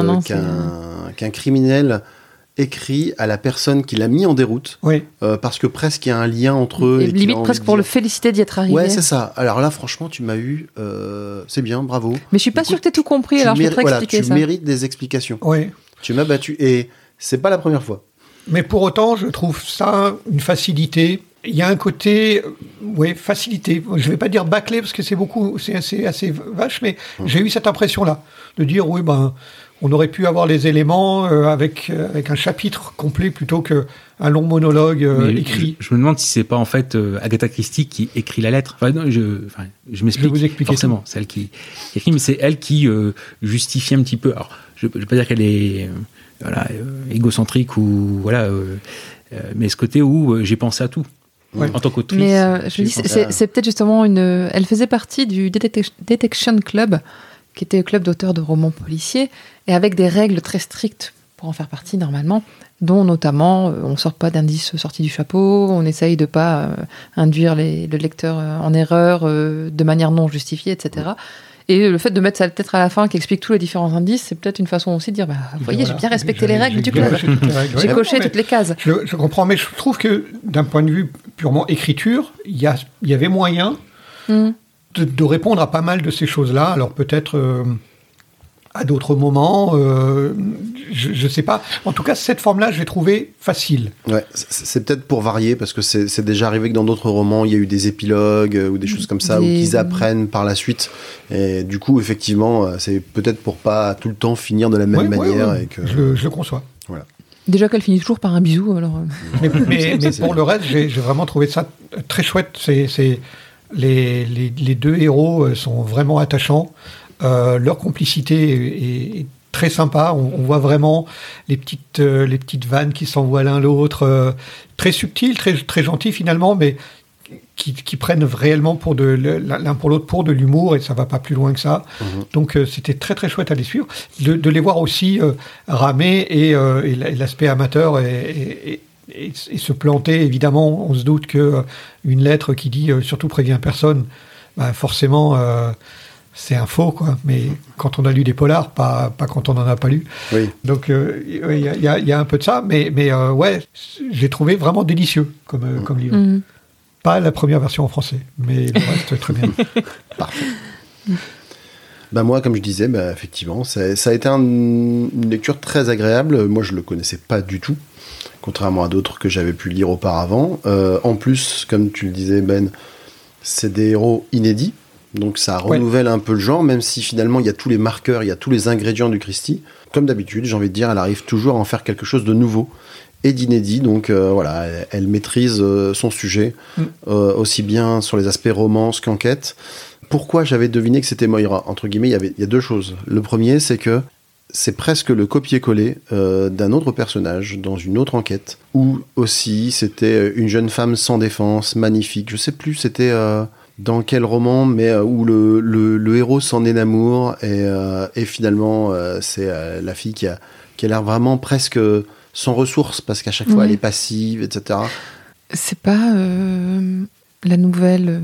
qu'un criminel écrit à la personne qui l'a mis en déroute, parce que presque il y a un lien entre eux. Et limite presque pour le féliciter d'y être arrivé. Ouais, c'est ça. Alors là, franchement, tu m'as eu, c'est bien, bravo. Mais je suis pas sûre que tu aies tout compris, alors je vais te expliquer ça. Tu mérites des explications. Oui. Tu m'as battu, et c'est pas la première fois. Mais pour autant, je trouve ça une facilité. Il y a un côté, facilité. Je vais pas dire bâclé, parce que c'est assez vache, mais j'ai eu cette impression-là, de dire, on aurait pu avoir les éléments avec un chapitre complet plutôt qu'un long monologue écrit. Je me demande si c'est pas en fait Agatha Christie qui écrit la lettre. Enfin, non, je m'explique. Je vais vous expliquer forcément. C'est elle qui écrit, mais c'est elle qui justifie un petit peu. Alors, je vais pas dire qu'elle est égocentrique ou mais ce côté où j'ai pensé à tout. En tant qu'autrice. Mais je dis, c'est peut-être justement elle faisait partie du Detection Club, qui était le club d'auteurs de romans policiers, et avec des règles très strictes pour en faire partie normalement, dont notamment on ne sort pas d'indices sortis du chapeau, on essaye de ne pas induire le lecteur en erreur de manière non justifiée, etc. Et le fait de mettre sa lettre à la fin qui explique tous les différents indices, c'est peut-être une façon aussi de dire, vous voyez, j'ai bien respecté les règles du club. J'ai coché toutes les cases. Je comprends, mais je trouve que d'un point de vue purement écriture, il y avait moyen de répondre à pas mal de ces choses-là. Alors peut-être à d'autres moments, je sais pas. En tout cas, cette forme-là, je l'ai trouvée facile. Ouais, c'est peut-être pour varier, parce que c'est déjà arrivé que dans d'autres romans, il y a eu des épilogues ou des choses comme ça, où qu'ils apprennent par la suite. Et du coup, effectivement, c'est peut-être pour pas tout le temps finir de la même manière. Et que... je le conçois. Voilà. Déjà qu'elle finit toujours par un bisou, alors... Mais pour le reste, j'ai vraiment trouvé ça très chouette. Les deux héros sont vraiment attachants. Leur complicité est très sympa. On voit vraiment les petites vannes qui s'envoient l'un l'autre, très subtiles, très, très gentils finalement, mais qui prennent réellement l'un pour l'autre pour de l'humour, et ça va pas plus loin que ça. Donc c'était très très chouette à les suivre, de les voir aussi ramer et l'aspect amateur et se planter. Évidemment, on se doute que une lettre qui dit surtout prévient personne, forcément c'est un faux, quoi. Mais quand on a lu des polars, pas quand on n'en a pas lu. Oui. Donc il y a un peu de ça, mais j'ai trouvé vraiment délicieux comme livre. Pas la première version en français, mais le reste très bien. Parfait. Moi, comme je disais, effectivement, ça a été une lecture très agréable. Moi, je le connaissais pas du tout, contrairement à d'autres que j'avais pu lire auparavant. En plus, comme tu le disais, Ben, c'est des héros inédits. Donc ça renouvelle un peu le genre, même si finalement il y a tous les marqueurs, il y a tous les ingrédients du Christie. Comme d'habitude, j'ai envie de dire, elle arrive toujours à en faire quelque chose de nouveau et d'inédit. Donc voilà, elle maîtrise son sujet, aussi bien sur les aspects romance qu'enquête. Pourquoi j'avais deviné que c'était Moira ? Entre guillemets, il y a deux choses. Le premier, c'est que c'est presque le copier-coller d'un autre personnage dans une autre enquête, où aussi c'était une jeune femme sans défense, magnifique. Je sais plus, c'était dans quel roman, mais où le héros s'en énamoure et finalement c'est la fille qui a l'air vraiment presque sans ressources parce qu'à chaque fois elle est passive, etc. C'est pas la nouvelle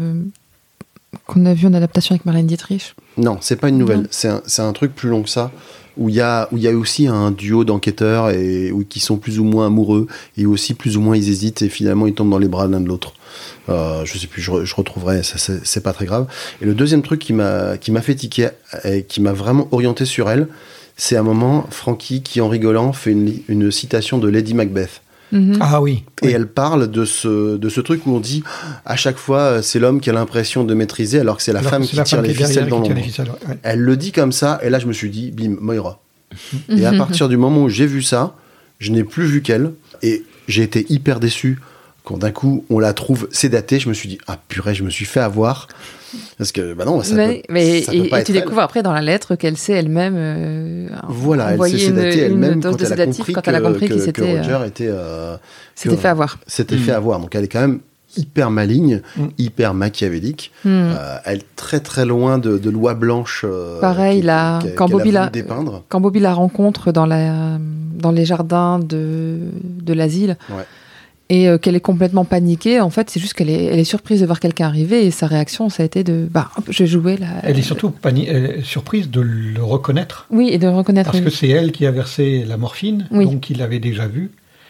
qu'on a vue en adaptation avec Marlène Dietrich ? Non, c'est pas une nouvelle. C'est un truc plus long que ça. Où il y a aussi un duo d'enquêteurs qui sont plus ou moins amoureux et aussi plus ou moins ils hésitent et finalement ils tombent dans les bras l'un de l'autre. Je sais plus, je retrouverai, ça c'est pas très grave. Et le deuxième truc qui m'a fait tiquer et qui m'a vraiment orienté sur elle, c'est un moment Frankie qui en rigolant fait une citation de Lady Macbeth. Ah oui. Et elle parle de ce truc où on dit à chaque fois c'est l'homme qui a l'impression de maîtriser alors que c'est la femme qui tire les ficelles dans l'ombre. Elle le dit comme ça et là je me suis dit bim, Moira. Et à partir du moment où j'ai vu ça, je n'ai plus vu qu'elle et j'ai été hyper déçu quand d'un coup on la trouve sédatée. Je me suis dit ah purée, je me suis fait avoir. Parce que bah non, ça peut pas être tu découvres après dans la lettre qu'elle sait elle-même voilà, elle s'est sédatée elle-même quand elle a compris que Roger s'était fait avoir. S'était fait avoir. Donc elle est quand même hyper maligne, hyper machiavélique. Elle est très très loin de loi blanche. Pareil, quand Bobby la rencontre dans les jardins de l'asile. Ouais. Et qu'elle est complètement paniquée, en fait, c'est juste qu'elle est surprise de voir quelqu'un arriver, et sa réaction, ça a été de, je jouais là. Elle est surtout surprise de le reconnaître. Oui, et de le reconnaître. Parce que c'est elle qui a versé la morphine, donc il l'avait déjà vue.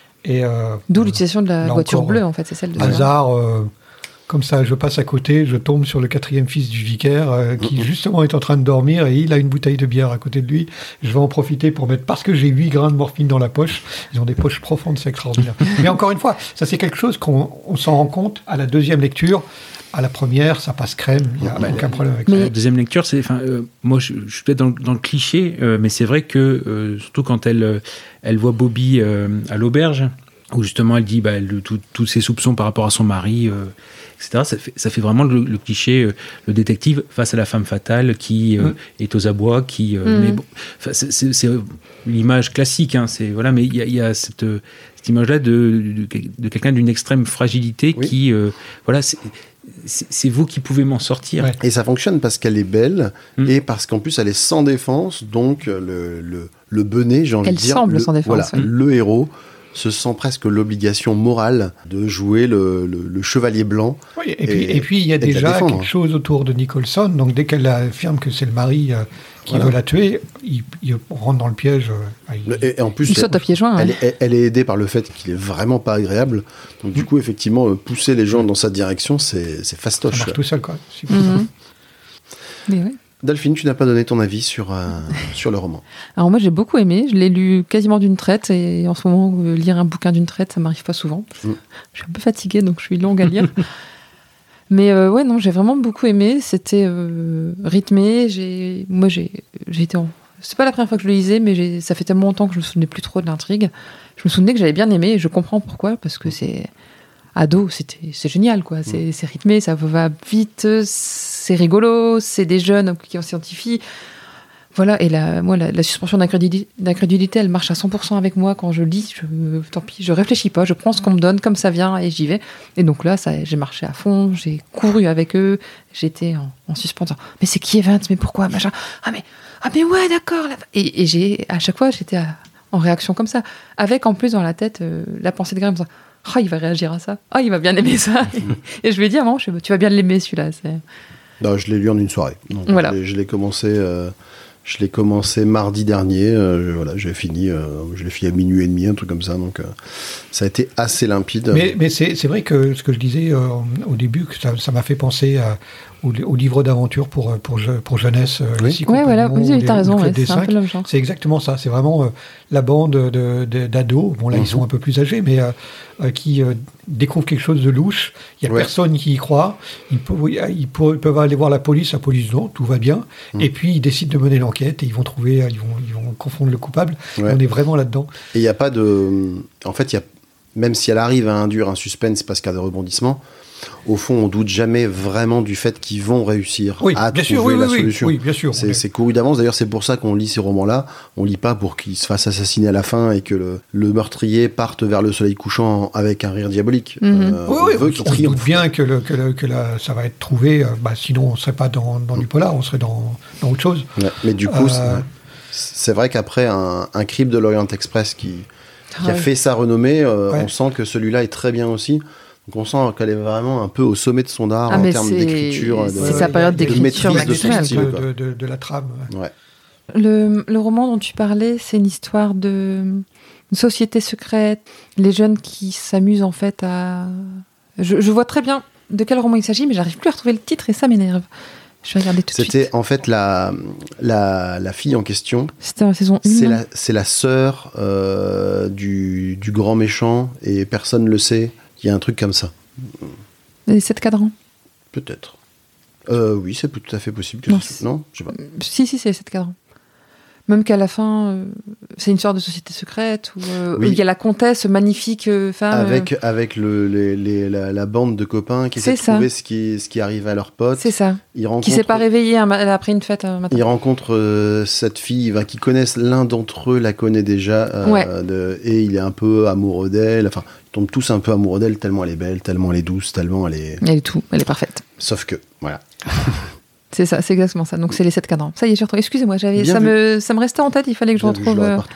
D'où l'utilisation de la voiture bleue, en fait, c'est celle de hasard. Comme ça, je passe à côté, je tombe sur le 4e fils du vicaire qui justement est en train de dormir et il a une bouteille de bière à côté de lui. Je vais en profiter pour mettre, parce que j'ai 8 grains de morphine dans la poche. Ils ont des poches profondes, c'est extraordinaire. Mais encore une fois, ça c'est quelque chose qu'on s'en rend compte à la deuxième lecture. À la première, ça passe crème, il n'y a aucun problème avec ça. La deuxième lecture, moi je suis peut-être dans le cliché, mais c'est vrai que surtout quand elle voit Bobby à l'auberge, où justement elle dit tous ses soupçons par rapport à son mari, etc. Ça fait vraiment le cliché, le détective face à la femme fatale qui est aux abois, mais bon, c'est l'image classique, hein, mais il y a cette image-là de quelqu'un d'une extrême fragilité qui, c'est vous qui pouvez m'en sortir. Ouais. Et ça fonctionne parce qu'elle est belle et parce qu'en plus elle est sans défense, donc le benet, j'ai envie de dire, elle semble sans défense. Voilà, le héros se sent presque l'obligation morale de jouer le chevalier blanc. Oui, et puis il y a déjà quelque chose autour de Nicholson, donc dès qu'elle affirme que c'est le mari qui veut la tuer, il rentre dans le piège. Et en plus, il saute à pieds joints. Elle est aidée par le fait qu'il est vraiment pas agréable. Donc du coup, effectivement, pousser les gens dans sa direction, c'est fastoche. Ça marche tout seul, quoi. Mais ouais. Delphine, tu n'as pas donné ton avis sur le roman. Alors moi, j'ai beaucoup aimé. Je l'ai lu quasiment d'une traite. Et en ce moment, lire un bouquin d'une traite, ça m'arrive pas souvent. Je suis un peu fatiguée, donc je suis longue à lire. Mais j'ai vraiment beaucoup aimé. C'était rythmé. J'ai été c'est pas la première fois que je le lisais, mais ça fait tellement longtemps que je me souvenais plus trop de l'intrigue. Je me souvenais que j'avais bien aimé, et je comprends pourquoi, parce que c'est ado, c'est génial, quoi. C'est rythmé, ça va vite, c'est rigolo, c'est des jeunes qui en scientifient. Voilà, et la suspension d'incrédulité, elle marche à 100% avec moi quand je lis. Tant pis, je réfléchis pas, je prends ce qu'on me donne comme ça vient et j'y vais. Et donc là, j'ai marché à fond, j'ai couru avec eux, j'étais en suspens. Mais c'est qui Evans ? Mais pourquoi ? Machin. Ah mais ouais, d'accord. Et à chaque fois, j'étais en réaction comme ça, avec en plus dans la tête la pensée de Graham. « il va réagir à ça. Il va bien aimer ça. » Et je lui ai dit « Maman, tu vas bien l'aimer, celui-là. » Non, je l'ai lu en une soirée. Donc, voilà. Je l'ai commencé mardi dernier. Je l'ai fini à minuit et demi, un truc comme ça. Donc, ça a été assez limpide. Mais c'est vrai que ce que je disais au début, que ça m'a fait penser au livre d'aventure pour jeunesse. Oui. Six Ouais, voilà, compagnons, oui, t'as raison, le Club ouais, des c'est un peu Cinq. le même genre. C'est exactement ça. C'est vraiment la bande d'ados. Bon, là, ils sont un peu plus âgés, mais qui découvrent quelque chose de louche. Il n'y a personne qui y croit. Ils peuvent aller voir la police. La police, non, tout va bien. Et puis, ils décident de mener l'enquête et ils vont confondre le coupable. Ouais. On est vraiment là-dedans. Et il n'y a pas de... En fait, même si elle arrive à induire un suspense parce qu'il y a des rebondissements, au fond, on doute jamais vraiment du fait qu'ils vont réussir à trouver la solution. Oui, bien sûr. C'est couru d'avance. D'ailleurs, c'est pour ça qu'on lit ces romans-là. On lit pas pour qu'ils se fassent assassiner à la fin et que le meurtrier parte vers le soleil couchant avec un rire diabolique. On veut qu'il triomphe. On doute bien que ça va être trouvé. Sinon, on ne serait pas dans du polar, on serait dans autre chose. Ouais, mais du coup, c'est vrai qu'après un crime de l'Orient Express qui a fait sa renommée, on sent que celui-là est très bien aussi. Donc on sent qu'elle est vraiment un peu au sommet de son art en termes d'écriture. C'est sa période d'écriture maximale. De la trame. Ouais. Le roman dont tu parlais, c'est une histoire d'une société secrète. Les jeunes qui s'amusent en fait à... Je vois très bien de quel roman il s'agit, mais j'arrive plus à retrouver le titre et ça m'énerve. Je vais regarder tout de suite. C'était en fait la fille en question. C'était la saison 1. C'est la sœur du grand méchant et personne ne le sait. Il y a un truc comme ça. Les 7 cadrans. Peut-être. Oui, c'est tout à fait possible. Non, je sais pas. Si, c'est les 7 cadrans. Même qu'à la fin, c'est une sorte de société secrète où il y a la comtesse, magnifique femme. Avec la bande de copains qui essaient de trouver ce qui arrive à leurs potes. C'est ça. Qui s'est pas réveillé après une fête un matin. Ils rencontrent cette fille qui connaissent, l'un d'entre eux la connaît déjà. Et il est un peu amoureux d'elle. Enfin, ils tombent tous un peu amoureux d'elle tellement elle est belle, tellement elle est douce, tellement elle est... Elle est tout, elle est parfaite. Sauf que, voilà. C'est ça, c'est exactement ça. Donc c'est les 7 cadrans. Ça y est, j'ai retrouvé. Excusez-moi, ça me restait en tête, il fallait que je retrouve.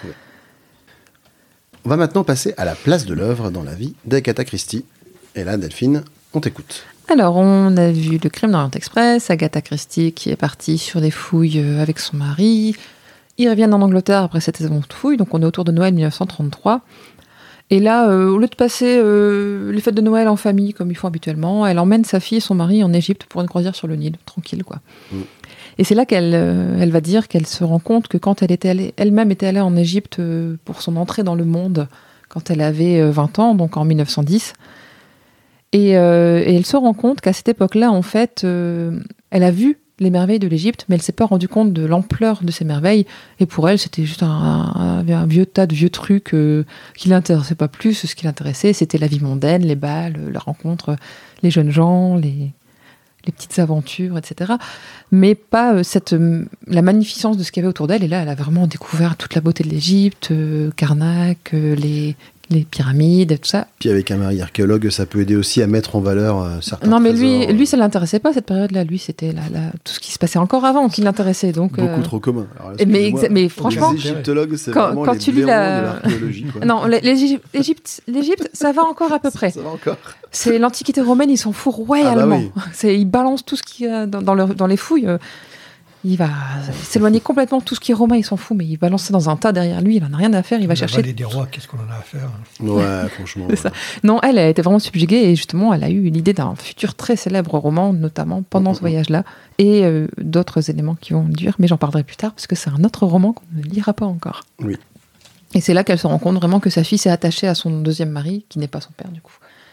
On va maintenant passer à la place de l'œuvre dans la vie d'Agatha Christie. Et là, Delphine, on t'écoute. Alors, on a vu Le Crime d'Orient Express, Agatha Christie qui est partie sur des fouilles avec son mari. Ils reviennent en Angleterre après cette saison de fouilles, donc on est autour de Noël 1933. Et là, au lieu de passer les fêtes de Noël en famille, comme ils font habituellement, elle emmène sa fille et son mari en Égypte pour une croisière sur le Nil, tranquille, quoi. Et c'est là qu'elle va dire qu'elle se rend compte que quand elle-même était allée en Égypte pour son entrée dans le monde, quand elle avait 20 ans, donc en 1910, et elle se rend compte qu'à cette époque-là, en fait, elle a vu les merveilles de l'Égypte, mais elle s'est pas rendue compte de l'ampleur de ces merveilles. Et pour elle, c'était juste un vieux tas de vieux trucs qui l'intéressaient pas plus. Ce qui l'intéressait, c'était la vie mondaine, les bals, la rencontre, les jeunes gens, les petites aventures, etc. Mais pas la magnificence de ce qu'il y avait autour d'elle. Et là, elle a vraiment découvert toute la beauté de l'Égypte, Karnak, les pyramides, tout ça. Puis avec un mari archéologue, ça peut aider aussi à mettre en valeur certains Non, mais trésors. lui, ça l'intéressait pas, cette période-là. Lui, c'était tout ce qui se passait encore avant qui l'intéressait. Donc, beaucoup trop commun. Alors, mais franchement, les égyptologues, c'est vraiment les blaireaux de l'archéologie. Quoi. Non, l'Égypte, ça va encore à peu près. Ça va encore. C'est l'Antiquité romaine, ils s'en foutent royalement. Ah bah oui. Ils balancent tout ce qu'il y a dans les fouilles. Il va s'éloigner complètement de tout ce qui est romain, il s'en fout, mais il balance ça dans un tas derrière lui, il en a rien à faire, il va chercher... des rois, qu'est-ce qu'on en a à faire? Ouais, franchement. C'est ça. Non, elle a été vraiment subjuguée, et justement, elle a eu l'idée d'un futur très célèbre roman, notamment pendant ce voyage-là, et d'autres éléments qui vont durer, mais j'en parlerai plus tard, parce que c'est un autre roman qu'on ne lira pas encore. Oui. Et c'est là qu'elle se rend compte vraiment que sa fille s'est attachée à son deuxième mari, qui n'est pas son père, du coup.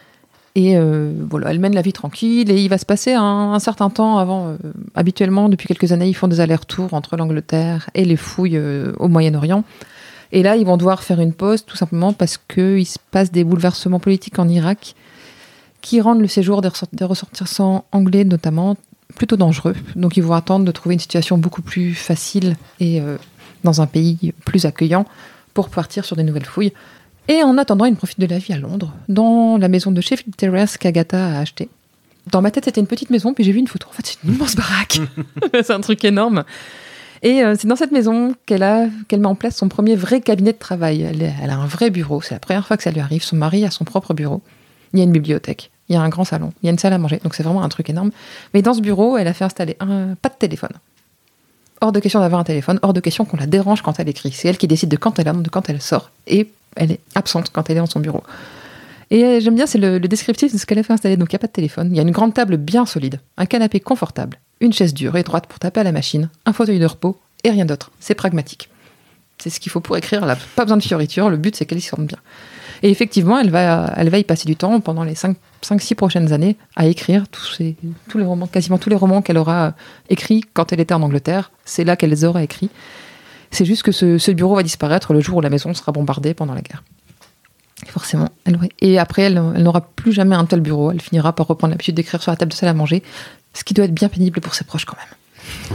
Et voilà, elle mène la vie tranquille et il va se passer un certain temps avant. Habituellement, depuis quelques années, ils font des allers-retours entre l'Angleterre et les fouilles au Moyen-Orient. Et là, ils vont devoir faire une pause, tout simplement parce qu'il se passe des bouleversements politiques en Irak qui rendent le séjour des ressortissants anglais, notamment, plutôt dangereux. Donc, ils vont attendre de trouver une situation beaucoup plus facile et dans un pays plus accueillant pour partir sur des nouvelles fouilles. Et en attendant, il profite de la vie à Londres, dans la maison de Sheffield Terrace qu'Agatha a achetée. Dans ma tête, c'était une petite maison, puis j'ai vu une photo. En fait, c'est une immense baraque. C'est un truc énorme. Et c'est dans cette maison qu'elle met en place son premier vrai cabinet de travail. Elle a un vrai bureau. C'est la première fois que ça lui arrive. Son mari a son propre bureau. Il y a une bibliothèque. Il y a un grand salon. Il y a une salle à manger. Donc c'est vraiment un truc énorme. Mais dans ce bureau, elle a fait installer pas de téléphone. Hors de question d'avoir un téléphone. Hors de question qu'on la dérange quand elle écrit. C'est elle qui décide de quand elle entre, de quand elle sort. Et elle est absente quand elle est dans son bureau. Et j'aime bien, c'est le descriptif de ce qu'elle a fait installer. Donc il n'y a pas de téléphone, il y a une grande table bien solide, un canapé confortable, une chaise dure et droite pour taper à la machine, un fauteuil de repos et rien d'autre. C'est pragmatique. C'est ce qu'il faut pour écrire, là. Pas besoin de fioritures, le but c'est qu'elle y sente bien. Et effectivement, elle va y passer du temps pendant les 5-6 prochaines années à écrire tous les romans, quasiment tous les romans qu'elle aura écrits quand elle était en Angleterre. C'est là qu'elle les aura écrits. C'est juste que ce bureau va disparaître le jour où la maison sera bombardée pendant la guerre. Forcément. Et après, elle n'aura plus jamais un tel bureau. Elle finira par reprendre l'habitude d'écrire sur la table de salle à manger, ce qui doit être bien pénible pour ses proches quand même.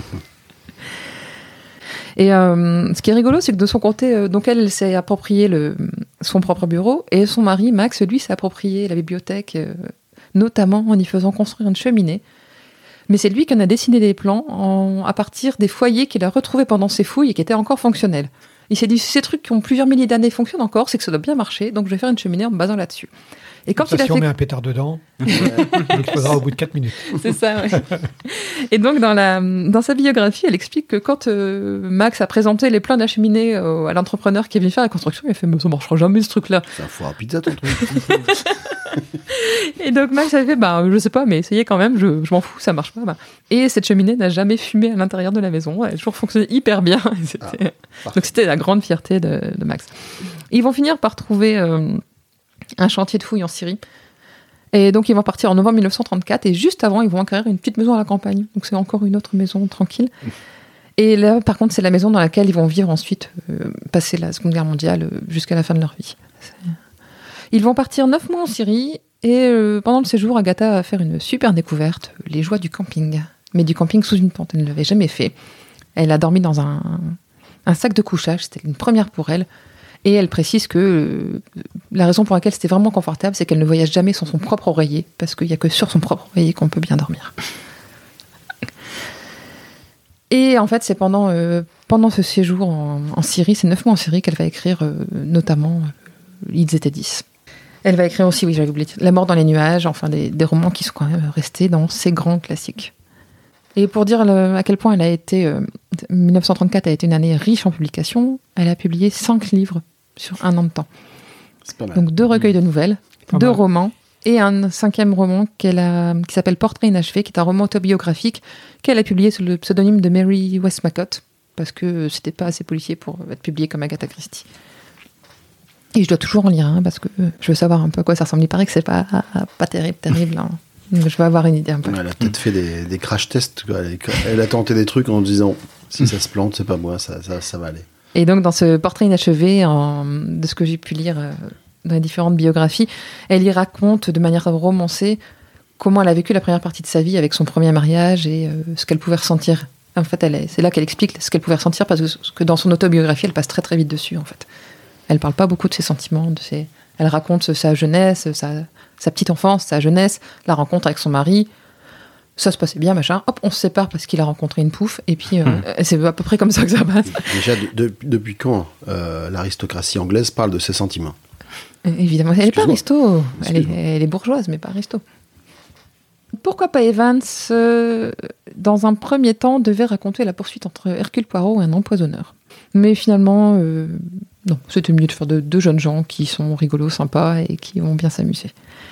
Et ce qui est rigolo, c'est que de son côté, donc elle s'est approprié son propre bureau, et son mari, Max, lui, s'est approprié la bibliothèque, notamment en y faisant construire une cheminée. Mais c'est lui qui en a dessiné des plans à partir des foyers qu'il a retrouvés pendant ses fouilles et qui étaient encore fonctionnels. Il s'est dit, ces trucs qui ont plusieurs milliers d'années fonctionnent encore, c'est que ça doit bien marcher, donc je vais faire une cheminée en me basant là-dessus. Et quand si on met un pétard dedans, il explosera au bout de 4 minutes. C'est ça, oui. Et donc, dans sa biographie, elle explique que quand Max a présenté les plans de la cheminée à l'entrepreneur qui est venu faire la construction, il a fait « Mais ça marchera jamais, ce truc-là !» C'est un four à pizza, ton truc. Et donc, Max a fait « Je sais pas, mais essayez quand même, je m'en fous, ça marche pas. » Et cette cheminée n'a jamais fumé à l'intérieur de la maison. Elle a toujours fonctionné hyper bien. Donc, c'était la grande fierté de Max. Ils vont finir par trouver un chantier de fouilles en Syrie. Et donc, ils vont partir en novembre 1934. Et juste avant, ils vont acquérir une petite maison à la campagne. Donc, c'est encore une autre maison tranquille. Et là, par contre, c'est la maison dans laquelle ils vont vivre ensuite, passer la Seconde Guerre mondiale jusqu'à la fin de leur vie. Ils vont partir 9 mois en Syrie. Et pendant le séjour, Agatha va faire une super découverte, les joies du camping. Mais du camping sous une tente, elle ne l'avait jamais fait. Elle a dormi dans un sac de couchage. C'était une première pour elle. Et elle précise que la raison pour laquelle c'était vraiment confortable, c'est qu'elle ne voyage jamais sans son propre oreiller, parce qu'il n'y a que sur son propre oreiller qu'on peut bien dormir. Et en fait, c'est pendant ce séjour en Syrie, ces 9 mois en Syrie, qu'elle va écrire notamment Ils étaient 10. Elle va écrire aussi, oui, j'avais oublié, La mort dans les nuages, enfin des romans qui sont quand même restés dans ces grands classiques. Et pour dire à quel point 1934 a été une année riche en publications, elle a publié 5 livres sur un an de temps. C'est pas mal. Donc 2 recueils de nouvelles, 2 romans et un 5e roman qui s'appelle Portrait inachevé, qui est un roman autobiographique qu'elle a publié sous le pseudonyme de Mary Westmacott, parce que c'était pas assez policier pour être publié comme Agatha Christie. Et je dois toujours en lire un, parce que je veux savoir un peu à quoi ça ressemble. Il paraît que c'est pas terrible. Hein. Donc je vais avoir une idée un peu. Elle a peut-être fait des crash tests. Elle a tenté des trucs en disant si ça se plante, c'est pas moi, ça va aller. Et donc dans ce portrait inachevé, de ce que j'ai pu lire dans les différentes biographies, elle y raconte de manière romancée comment elle a vécu la première partie de sa vie avec son premier mariage et ce qu'elle pouvait ressentir. En fait, c'est là qu'elle explique ce qu'elle pouvait ressentir, parce que dans son autobiographie, elle passe très très vite dessus en fait. Elle parle pas beaucoup de ses sentiments, elle raconte sa jeunesse, sa petite enfance, sa jeunesse, la rencontre avec son mari. Ça se passait bien, machin. Hop, on se sépare parce qu'il a rencontré une pouffe. Et puis, c'est à peu près comme ça que ça passe. Déjà, depuis quand l'aristocratie anglaise parle de ses sentiments ? Évidemment, elle n'est pas aristo. Elle est bourgeoise, mais pas aristo. Pourquoi pas Evans, dans un premier temps, devait raconter la poursuite entre Hercule Poirot et un empoisonneur. Mais finalement, non, c'était mieux de faire de 2 jeunes gens qui sont rigolos, sympas et qui vont bien s'amuser.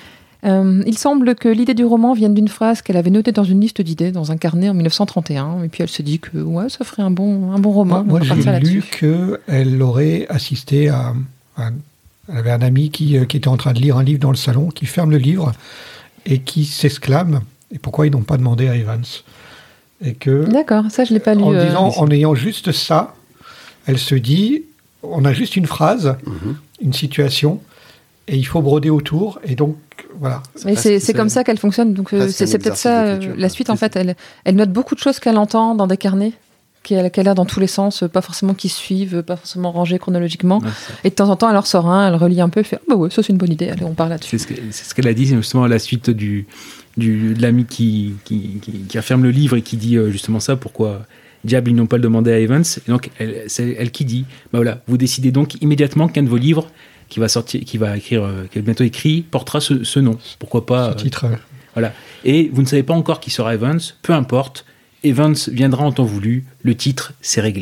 Il semble que l'idée du roman vienne d'une phrase qu'elle avait notée dans une liste d'idées, dans un carnet en 1931, et puis elle se dit que ouais, ça ferait un bon roman. Moi j'ai lu qu'elle aurait assisté elle avait un ami qui était en train de lire un livre dans le salon, qui ferme le livre et qui s'exclame « Et pourquoi ils n'ont pas demandé à Evans ?» Et que, d'accord, ça je ne l'ai pas lu. En ayant juste ça, elle se dit « On a juste une phrase, une situation, et il faut broder autour. » Et donc, voilà. Mais c'est comme ça qu'elle fonctionne. Donc c'est peut-être ça, la suite, en fait. Elle note beaucoup de choses qu'elle entend dans des carnets, qu'elle a dans tous les sens, pas forcément qui se suivent, pas forcément rangés chronologiquement. Ouais, et de temps en temps, elle en ressort un, elle relit un peu, elle fait « Ah bah ouais, ça c'est une bonne idée, allez, on parle là-dessus. » C'est ce qu'elle a dit, justement, à la suite de l'ami qui referme le livre et qui dit justement ça, pourquoi diable ils n'ont pas le demandé à Evans. Et donc, c'est elle qui dit bah voilà, vous décidez donc immédiatement qu'un de vos livres qui va bientôt écrit, portera ce nom. Pourquoi pas ce titre. Voilà. Et vous ne savez pas encore qui sera Evans, peu importe. Evans viendra en temps voulu, le titre, c'est réglé.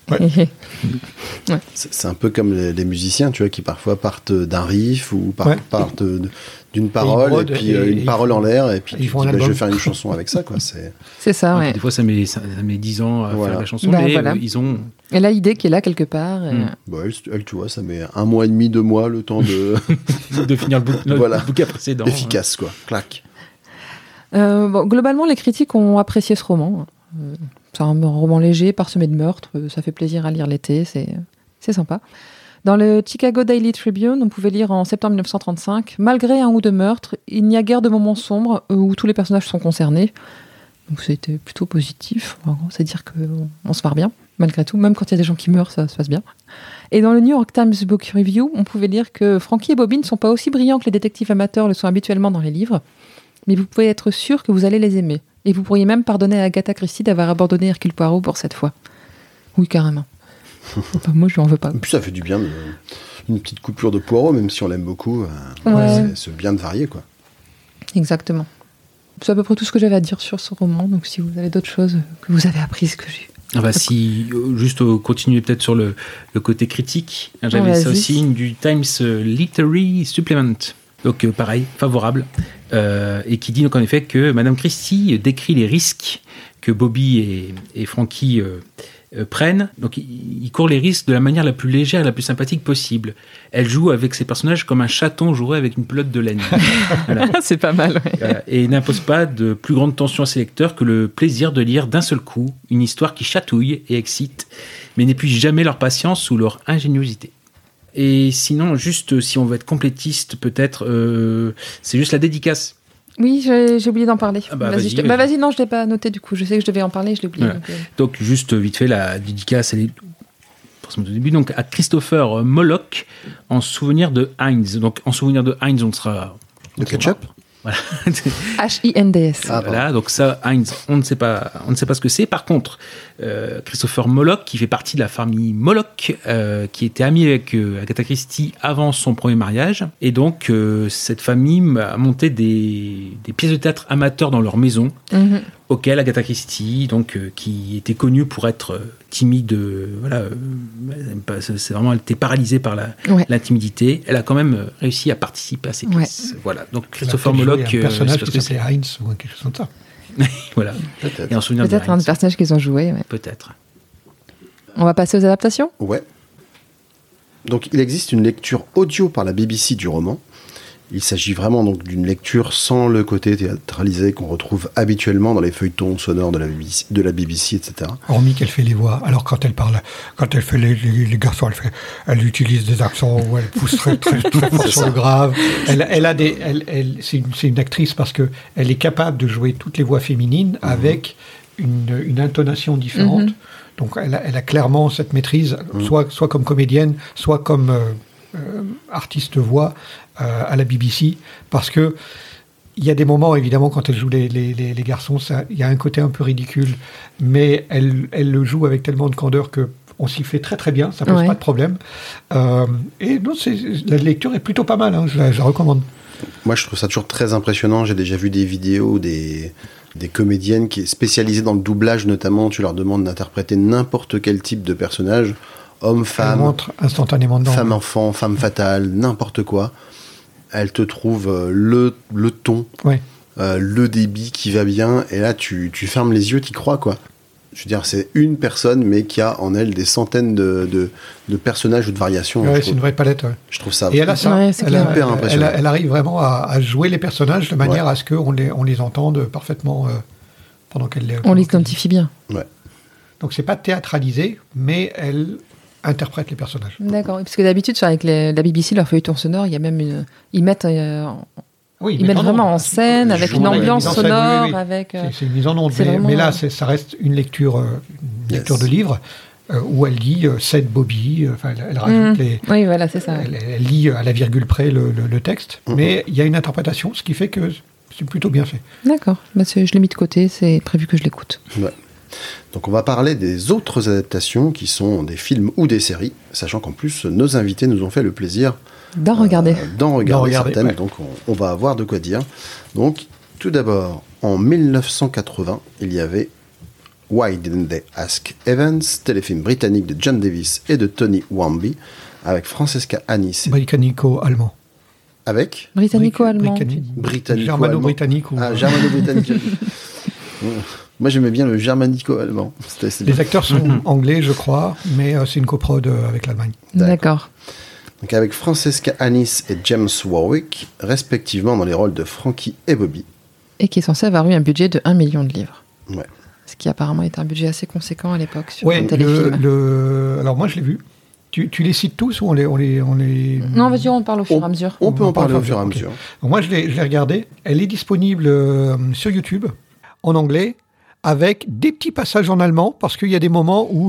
C'est un peu comme les musiciens, tu vois, qui parfois partent d'un riff ou partent d'une parole, et puis une parole en l'air, et puis tu dis, je vais faire une chanson avec ça, quoi. C'est ça, ouais. Des fois, ça met 10 ans à faire la chanson, mais ils ont... Et là, l'idée qui est là, quelque part. Elle, tu vois, ça met 1 mois et demi, 2 mois, le temps de... de finir le bouquin précédent. Efficace, quoi. Clac. Globalement, les critiques ont apprécié ce roman. C'est un roman léger, parsemé de meurtres. Ça fait plaisir à lire l'été, c'est sympa. Dans le Chicago Daily Tribune, on pouvait lire en septembre 1935 « Malgré un ou deux meurtres, il n'y a guère de moments sombres où tous les personnages sont concernés. » Donc c'était plutôt positif. En gros, c'est dire qu'on se marre bien, malgré tout. Même quand il y a des gens qui meurent, ça se passe bien. Et dans le New York Times Book Review, on pouvait lire que Frankie et Bobby ne sont pas aussi brillants que les détectives amateurs le sont habituellement dans les livres, mais vous pouvez être sûr que vous allez les aimer. Et vous pourriez même pardonner à Agatha Christie d'avoir abandonné Hercule Poirot pour cette fois. Oui, carrément. Moi, je lui en veux pas. Et puis ça fait du bien, une petite coupure de Poirot, même si on l'aime beaucoup. C'est bien de varier, quoi. Exactement. C'est à peu près tout ce que j'avais à dire sur ce roman. Donc si vous avez d'autres choses que vous avez apprises que j'ai... Juste continuer peut-être sur le côté critique. J'avais ça aussi du Times Literary Supplement. Donc pareil, favorable. Et qui dit donc en effet que Madame Christie décrit les risques que Bobby et Frankie prennent. Donc ils courent les risques de la manière la plus légère et la plus sympathique possible. Elle joue avec ses personnages comme un chaton jouerait avec une pelote de laine. Voilà. C'est pas mal. Ouais. Et n'impose pas de plus grande tension à ses lecteurs que le plaisir de lire d'un seul coup une histoire qui chatouille et excite, mais n'épuise jamais leur patience ou leur ingéniosité. Et sinon, juste si on veut être complétiste, peut-être, c'est juste la dédicace. Oui, j'ai oublié d'en parler. Vas-y. Non, je ne l'ai pas noté du coup. Je sais que je devais en parler, je l'ai oublié. Voilà. Donc, juste vite fait, la dédicace, elle est, pour ce début, donc, à Christopher Moloch, en souvenir de Heinz. Donc, en souvenir de Heinz, on sera... Le ketchup ? Voilà. H-I-N-D-S. Voilà, donc ça, Heinz, on ne sait pas ce que c'est. Par contre, Christopher Moloch, qui fait partie de la famille Moloch, qui était ami avec Agatha Christie avant son premier mariage, et donc cette famille a monté des pièces de théâtre amateurs dans leur maison, auxquelles Agatha Christie, donc qui était connue pour être timide, c'est vraiment, elle était paralysée par la timidité. Elle a quand même réussi à participer à ces pièces. Ouais. Voilà, donc Christopher Moloch, un personnage qui s'appelait Heinz ou quelque chose comme ça. Voilà. Peut-être. Et en souvenir Peut-être un des personnages qu'ils ont joué. Ouais. Peut-être. On va passer aux adaptations ? Ouais. Donc, il existe une lecture audio par la BBC du roman. Il s'agit vraiment donc d'une lecture sans le côté théâtralisé qu'on retrouve habituellement dans les feuilletons sonores de la BBC, etc. Hormis qu'elle fait les voix. Alors quand elle parle, quand elle fait les garçons, elle utilise des accents où elle pousse très fort sur le grave. C'est une actrice parce que elle est capable de jouer toutes les voix féminines avec une intonation différente. Donc elle a clairement cette maîtrise, soit comme comédienne, soit comme artiste voix à la BBC, parce que il y a des moments, évidemment, quand elle joue les garçons, il y a un côté un peu ridicule, mais elle le joue avec tellement de candeur que on s'y fait très très bien, ça pose pas de problème. Et non, la lecture est plutôt pas mal, hein, je la recommande. Moi, je trouve ça toujours très impressionnant. J'ai déjà vu des vidéos des comédiennes qui sont spécialisées dans le doublage, notamment. Tu leur demandes d'interpréter n'importe quel type de personnage, homme, femme, rentre instantanément dedans, femme, enfant, femme fatale, n'importe quoi. Elle te trouve le ton, le débit qui va bien, et là tu fermes les yeux, t'y crois, quoi. Je veux dire, c'est une personne, mais qui a en elle des centaines de personnages ou de variations. Ouais, c'est une vraie palette. Ouais. Je trouve ça hyper impressionnant. Elle arrive vraiment à jouer les personnages de manière à ce qu'on les entende parfaitement pendant qu'elle les... On les identifie bien. Ouais. Donc c'est pas théâtralisé, mais elle interprète les personnages. D'accord, parce que d'habitude, avec la BBC, leur feuilleton sonore, il y a même ils mettent vraiment en scène, avec une ambiance sonore, avec... C'est une mise en onde, mais là, ça reste une lecture de livre, où elle lit Cède Bobby, elle rajoute les... Oui, voilà, c'est ça. Elle lit à la virgule près le texte, mais il y a une interprétation, ce qui fait que c'est plutôt bien fait. D'accord, je l'ai mis de côté, c'est prévu que je l'écoute. Ouais. Donc on va parler des autres adaptations qui sont des films ou des séries, sachant qu'en plus nos invités nous ont fait le plaisir d'en regarder certaines, donc on va avoir de quoi dire. Donc tout d'abord, en 1980, il y avait Why Didn't They Ask Evans, téléfilm britannique de John Davis et de Tony Wamby, avec Francesca Annis. Britannico-allemand. Avec Britannico-allemand. Britannico-allemand. Germano-britannique. Ah, germano-britannique. Moi, j'aimais bien le germanico-allemand. Les acteurs sont anglais, je crois, mais c'est une coprode avec l'Allemagne. D'accord. Donc avec Francesca Annis et James Warwick, respectivement dans les rôles de Frankie et Bobby. Et qui est censé avoir eu un budget de 1 million de livres. Ouais. Ce qui apparemment est un budget assez conséquent à l'époque sur Ouais, un téléfilm. Alors moi, je l'ai vu. Tu les cites tous ou on les... Non, vas-y, on parle au fur et à mesure. On peut en parler au fur et à ok. mesure. Donc moi, je l'ai regardé. Elle est disponible sur YouTube, en anglais, avec des petits passages en allemand, parce qu'il y a des moments où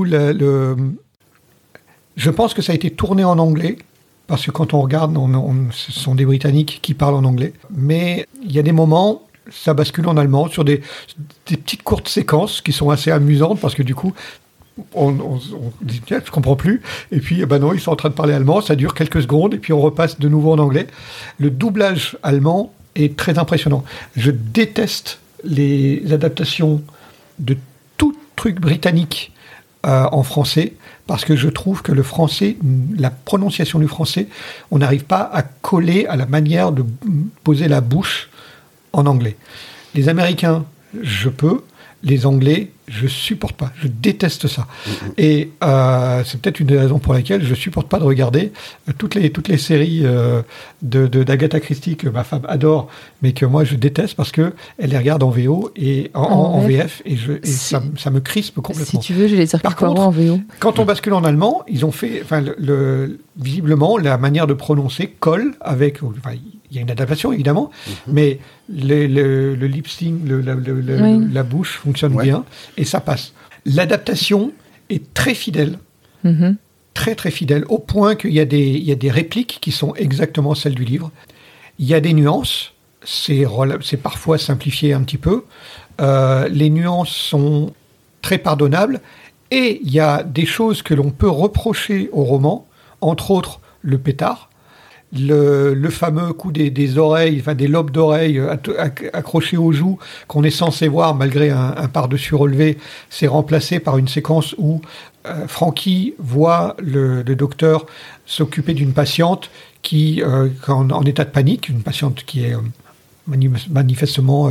je pense que ça a été tourné en anglais, parce que quand on regarde, ce sont des Britanniques qui parlent en anglais. Mais il y a des moments, ça bascule en allemand, sur des petites courtes séquences qui sont assez amusantes, parce que du coup, on dit, tiens, je comprends plus. Et puis, non, ils sont en train de parler allemand, ça dure quelques secondes, et puis on repasse de nouveau en anglais. Le doublage allemand est très impressionnant. Je déteste les adaptations de tout truc britannique en français, parce que je trouve que le français, la prononciation du français, on n'arrive pas à coller à la manière de poser la bouche en anglais. Les Américains, je peux. Les Anglais, je supporte pas. Je déteste ça. Et c'est peut-être une des raisons pour laquelle je supporte pas de regarder toutes les séries d'Agatha Christie que ma femme adore, mais que moi je déteste parce que elle les regarde en VO et en VF et ça me crispe complètement. Si tu veux, j'ai les Hercule Poirot en VO. Quand on bascule en allemand, ils ont fait, visiblement, la manière de prononcer colle avec. Il y a une adaptation, évidemment, mais le lip sync, la bouche fonctionne bien, et ça passe. L'adaptation est très fidèle, très très fidèle, au point qu'il y a des répliques qui sont exactement celles du livre. Il y a des nuances, c'est parfois simplifié un petit peu. Les nuances sont très pardonnables, et il y a des choses que l'on peut reprocher au roman, entre autres le pétard. Le fameux coup des oreilles, des lobes d'oreilles accrochés aux joues qu'on est censé voir malgré un par-dessus relevé, c'est remplacé par une séquence où Frankie voit le docteur s'occuper d'une patiente qui en état de panique, une patiente qui est manifestement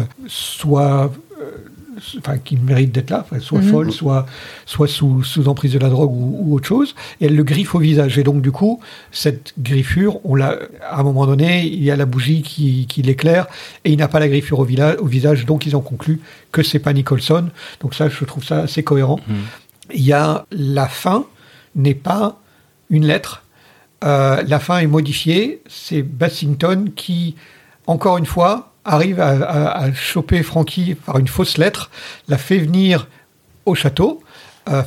qui mérite d'être là, soit folle, soit sous emprise de la drogue ou autre chose, et elle le griffe au visage. Et donc, du coup, cette griffure, à un moment donné, il y a la bougie qui l'éclaire, et il n'a pas la griffure au visage, donc ils ont conclu que c'est pas Nicholson. Donc ça, je trouve ça assez cohérent. Il y a la fin n'est pas une lettre. La fin est modifiée. C'est Bassington qui, encore une fois, arrive à choper Frankie par une fausse lettre, la fait venir au château, à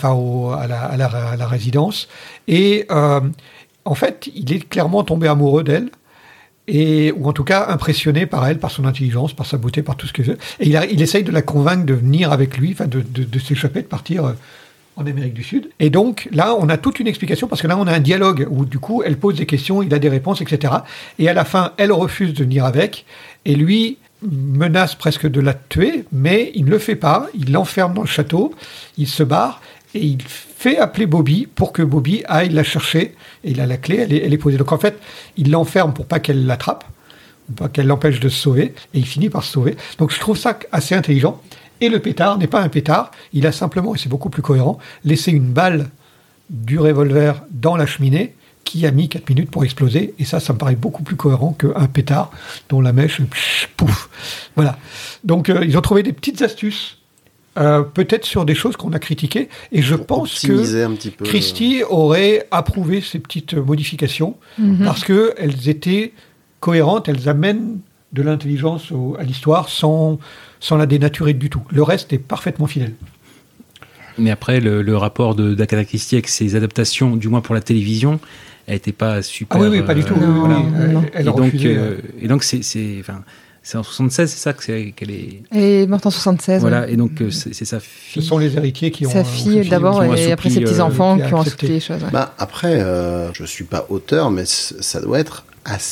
la résidence, et en fait, il est clairement tombé amoureux d'elle, ou en tout cas impressionné par elle, par son intelligence, par sa beauté, par tout ce que je... Et il essaye de la convaincre de venir avec lui, de s'échapper, de partir en Amérique du Sud. Et donc, là, on a toute une explication, parce que là, on a un dialogue où, du coup, elle pose des questions, il a des réponses, etc. Et à la fin, elle refuse de venir avec, et lui menace presque de la tuer, mais il ne le fait pas, il l'enferme dans le château, il se barre, et il fait appeler Bobby pour que Bobby aille la chercher, et il a la clé, elle est posée. Donc en fait, il l'enferme pour pas qu'elle l'attrape, pas qu'elle l'empêche de se sauver, et il finit par se sauver. Donc je trouve ça assez intelligent. Et le pétard n'est pas un pétard, il a simplement, et c'est beaucoup plus cohérent, laissé une balle du revolver dans la cheminée qui a mis 4 minutes pour exploser. Et ça me paraît beaucoup plus cohérent qu'un pétard dont la mèche, pouf. Voilà. Donc ils ont trouvé des petites astuces, peut-être sur des choses qu'on a critiquées. Et je pense que un petit peu, Christie aurait approuvé ces petites modifications parce qu'elles étaient cohérentes, elles amènent de l'intelligence à l'histoire sans la dénaturer du tout. Le reste est parfaitement fidèle. Mais après, le rapport d'Agatha Christie avec ses adaptations, du moins pour la télévision, elle n'était pas super... Ah oui, pas du tout. Non. Elle refusait. Et donc, c'est en 76, c'est ça qu'elle est... Elle est morte en 76. Voilà, oui. et donc c'est sa fille... Ce sont les héritiers qui ont... Sa fille d'abord, et après ses petits-enfants qui ont accepté les choses. Ouais. Après, je ne suis pas auteur, mais ça doit être assez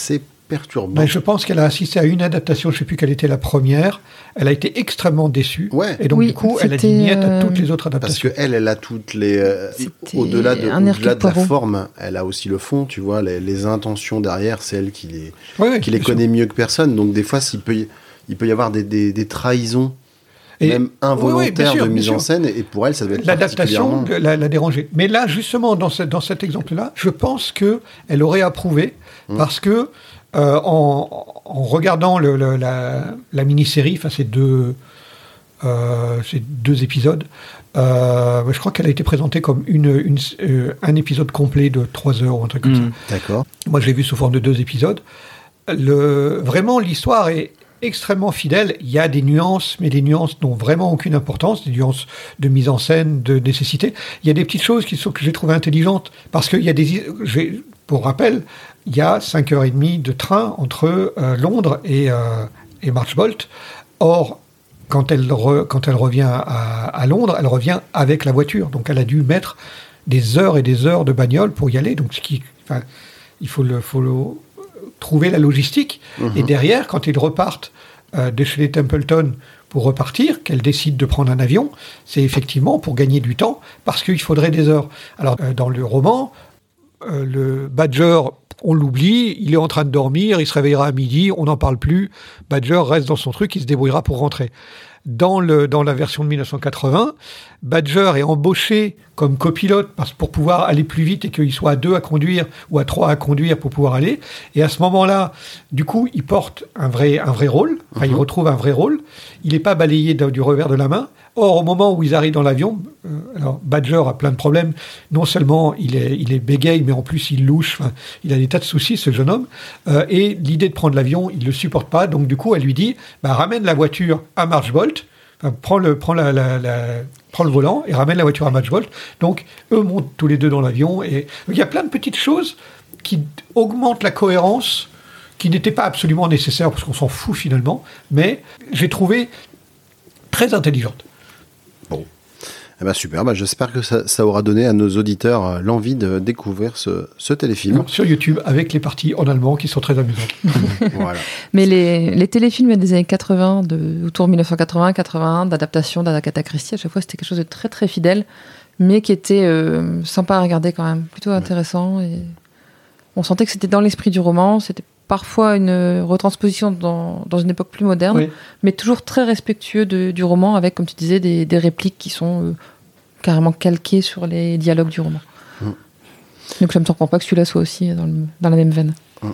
perturbant. Mais je pense qu'elle a assisté à une adaptation, je ne sais plus quelle était la première. Elle a été extrêmement déçue. Ouais. Et donc, Oui, du coup, elle a dit c'était, niet à toutes les autres Parce adaptations. qu'elle a toutes les... C'était au-delà un de Hercule la Poirot. forme, elle a aussi le fond, tu vois, les intentions derrière, c'est elle qui les Oui, qui les bien sûr. connaît mieux que personne. Donc des fois, il peut y avoir des trahisons, Et- même involontaires, bien sûr, de mise bien en sûr. scène, et pour elle, ça devait être L'adaptation particulièrement... l'a dérangée. Mais là, justement, dans cet exemple-là, je pense qu'elle aurait approuvé, parce que en regardant la mini-série, enfin ces deux épisodes, je crois qu'elle a été présentée comme un épisode complet de 3 heures ou un truc comme ça. D'accord. Moi, je l'ai vu sous forme de 2 épisodes. Vraiment, l'histoire est extrêmement fidèle. Il y a des nuances, mais des nuances n'ont vraiment aucune importance, des nuances de mise en scène, de nécessité. Il y a des petites choses que j'ai trouvées intelligentes, parce qu'il y a pour rappel, il y a 5h30 de train entre Londres et Marchbolt. Or, quand elle revient à Londres, elle revient avec la voiture. Donc, elle a dû mettre des heures et des heures de bagnole pour y aller. Donc, il faut trouver la logistique. Et derrière, quand ils repartent de chez les Templeton pour repartir, qu'elle décide de prendre un avion, c'est effectivement pour gagner du temps, parce qu'il faudrait des heures. Alors, dans le roman, le Badger, on l'oublie, il est en train de dormir, il se réveillera à midi, on n'en parle plus, Badger reste dans son truc, il se débrouillera pour rentrer. Dans la version de 1980, Badger est embauché comme copilote pour pouvoir aller plus vite et qu'il soit à 2 à conduire ou à 3 à conduire pour pouvoir aller. Et à ce moment-là, du coup, il porte un vrai rôle, enfin, il retrouve un vrai rôle. Il n'est pas balayé du revers de la main. Or, au moment où ils arrivent dans l'avion, alors Badger a plein de problèmes. Non seulement il est bégaye, mais en plus il louche. Enfin, il a des tas de soucis, ce jeune homme. Et l'idée de prendre l'avion, il ne le supporte pas. Donc, du coup, elle lui dit, ramène la voiture à Marchbolt. Enfin, prends le volant et ramène la voiture à Marchbolt. Donc, eux montent tous les deux dans l'avion. Et il y a plein de petites choses qui augmentent la cohérence, qui n'étaient pas absolument nécessaires, parce qu'on s'en fout finalement. Mais j'ai trouvé très intelligente. Bon. Eh ben super, j'espère que ça aura donné à nos auditeurs l'envie de découvrir ce téléfilm. Alors, sur YouTube, avec les parties en allemand qui sont très amusantes. Voilà. Mais les téléfilms des années 80, autour de 1980-81, d'adaptation d'Agatha Christie, à chaque fois, c'était quelque chose de très très fidèle, mais qui était sympa à regarder quand même, plutôt intéressant. Et on sentait que c'était dans l'esprit du roman, c'était parfois une retransposition dans une époque plus moderne, Oui. mais toujours très respectueux du roman, avec, comme tu disais, des répliques qui sont carrément calquées sur les dialogues du roman. Donc ça ne me surprend pas que celui-là soit aussi dans la même veine.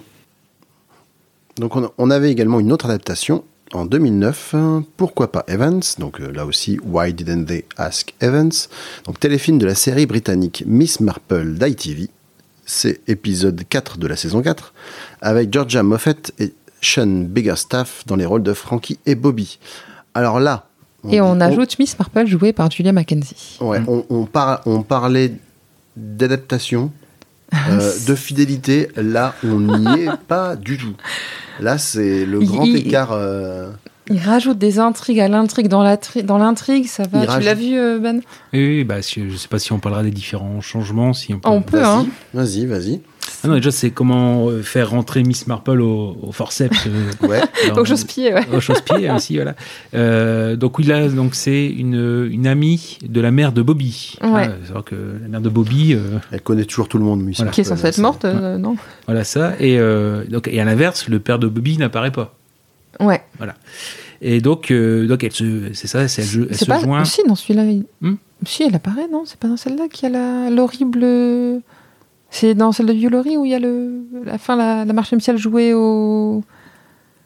Donc on avait également une autre adaptation en 2009, Pourquoi pas Evans, donc là aussi Why Didn't They Ask Evans, donc téléfilm de la série britannique Miss Marple d'ITV. C'est épisode 4 de la saison 4, avec Georgia Moffett et Sean Biggerstaff dans les rôles de Frankie et Bobby. Alors là... On ajoute Miss Marple jouée par Julia Mackenzie. Ouais, on parlait d'adaptation, de fidélité. Là, on n'y est pas du tout. Là, c'est le grand écart... Il rajoute des intrigues à l'intrigue. Dans l'intrigue, ça va. Tu l'as vu, Ben ? Oui, je ne sais pas si on parlera des différents changements. Si on peut, hein. Vas-y. Ah non, déjà, c'est comment faire rentrer Miss Marple au forceps. Ouais. Au chausse-pied, ouais. Au chausse-pied, aussi, voilà. Donc, oui, là, c'est une amie de la mère de Bobby. Ouais. C'est vrai que la mère de Bobby... Elle connaît toujours tout le monde, Miss Marple. Qui est censée être morte, non ? Voilà, ça. Et à l'inverse, le père de Bobby n'apparaît pas. Ouais. Voilà. Et donc elle se joint. Si, dans celui-là. Si, elle apparaît, non ? C'est pas dans celle-là qu'il y a l'horrible. C'est dans celle de Hugh Laurie où il y a la marche nuptiale jouée au Bagpipe ?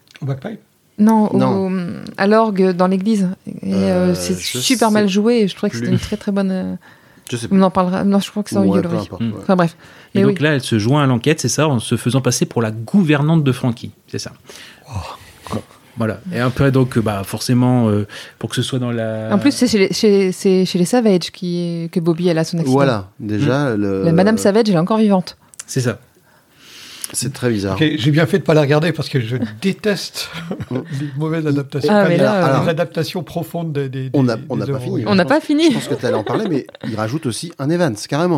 Non. À l'orgue dans l'église. Et c'est super mal joué. Et je trouvais que c'était une très très bonne. Je sais pas. On en parlera. Non, je crois que c'est dans Hugh Laurie. Enfin bref. Et donc là, elle se joint à l'enquête, c'est ça, en se faisant passer pour la gouvernante de Frankie. C'est ça. Voilà. Et après, donc, forcément, pour que ce soit dans la... En plus, c'est chez les Savage que Bobby, elle a son accident. Voilà, déjà... La Madame Savage, elle est encore vivante. C'est ça. C'est très bizarre. Okay, j'ai bien fait de ne pas la regarder parce que je déteste les mauvaises adaptations. Les adaptations profondes des on n'a pas fini. On n'a pas fini. Je pense que tu allais en parler, mais il rajoute aussi un Evans, carrément.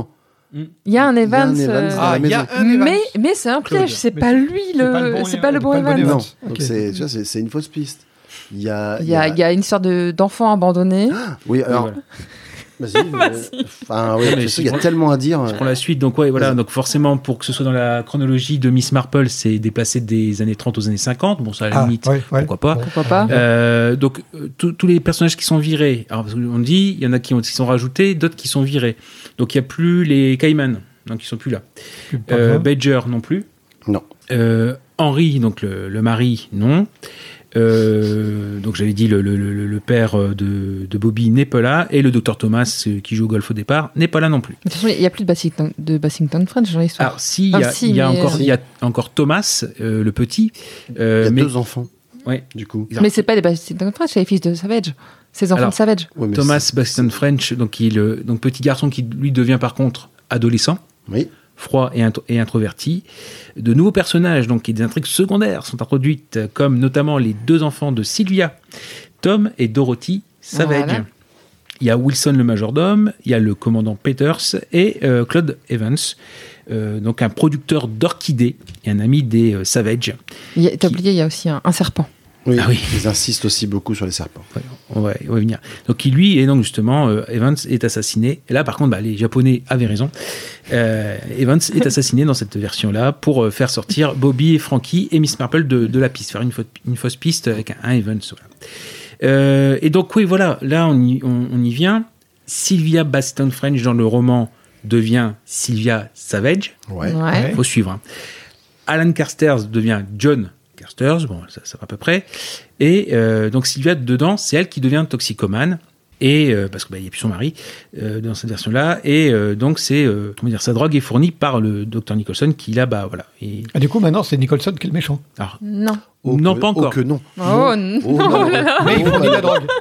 Il y a un Evans. Il y a un Evans dans la il y a maison. un Evans. Mais c'est un Claude. piège, c'est Mais pas lui c'est pas le bon Evans. Evans. Non, Ok. donc tu vois, c'est une fausse piste. Il y a, Il y a une histoire d'enfant abandonné. Oui, alors. voilà. Vas-y. Enfin, oui, Non, mais de toute façon, il y a je- tellement à dire. Je prends la suite, donc ouais, voilà, donc forcément pour que ce soit dans la chronologie de Miss Marple, c'est déplacé des années 30 aux années 50, bon ça à la limite, ouais. pourquoi pas. Bon. Pourquoi pas Donc tous les personnages qui sont virés, alors parce qu'on dit, il y en a qui sont rajoutés, d'autres qui sont virés. Donc il n'y a plus les Cayman, donc ils sont plus là. Badger non plus. Non. Henry, donc le mari, non. Donc j'avais dit le père de Bobby n'est pas là, et le docteur Thomas qui joue au golf au départ n'est pas là non plus. De toute façon, il n'y a plus de Bassington French dans l'histoire. Alors si, il y a encore Thomas, le petit. Il y a mais 2 enfants. Ouais. Du coup. Mais c'est pas les Bassington French, c'est les fils de Savage. Ses enfants Alors, de Savage. Ouais, mais Thomas Baston French, donc petit garçon qui lui devient par contre adolescent, Oui. froid et introverti. De nouveaux personnages, donc et des intrigues secondaires sont introduites, comme notamment les 2 enfants de Sylvia, Tom et Dorothy Savage. Voilà. Il y a Wilson le majordome, il y a le commandant Peters et Claude Evans, donc un producteur d'orchidées et un ami des Savage. T'as oublié, il y a aussi un serpent. Oui, Ah oui. ils insistent aussi beaucoup sur les serpents. Ouais, on va y venir. Donc qui lui et donc justement Evans est assassiné. Et là par contre les Japonais avaient raison. Evans est assassiné dans cette version-là pour faire sortir Bobby et Frankie et Miss Marple de la piste, faire une fausse piste avec un Evans. Voilà. Et donc oui voilà, là on y vient. Sylvia Baston French dans le roman devient Sylvia Savage. Ouais. Ouais. Faut suivre. Hein. Alan Carstairs devient John Carstairs, bon, ça va à peu près. Et donc Sylvia, dedans, c'est elle qui devient toxicomane. Et parce qu'il n'y a plus son mari dans cette version-là. Et donc sa drogue est fournie par le Dr Nicholson qui là, voilà. Et, Du coup, maintenant, c'est Nicholson qui est le méchant. alors, Non. non, pas encore. Oh que non. Oh non. non. Mais il fournit de la drogue.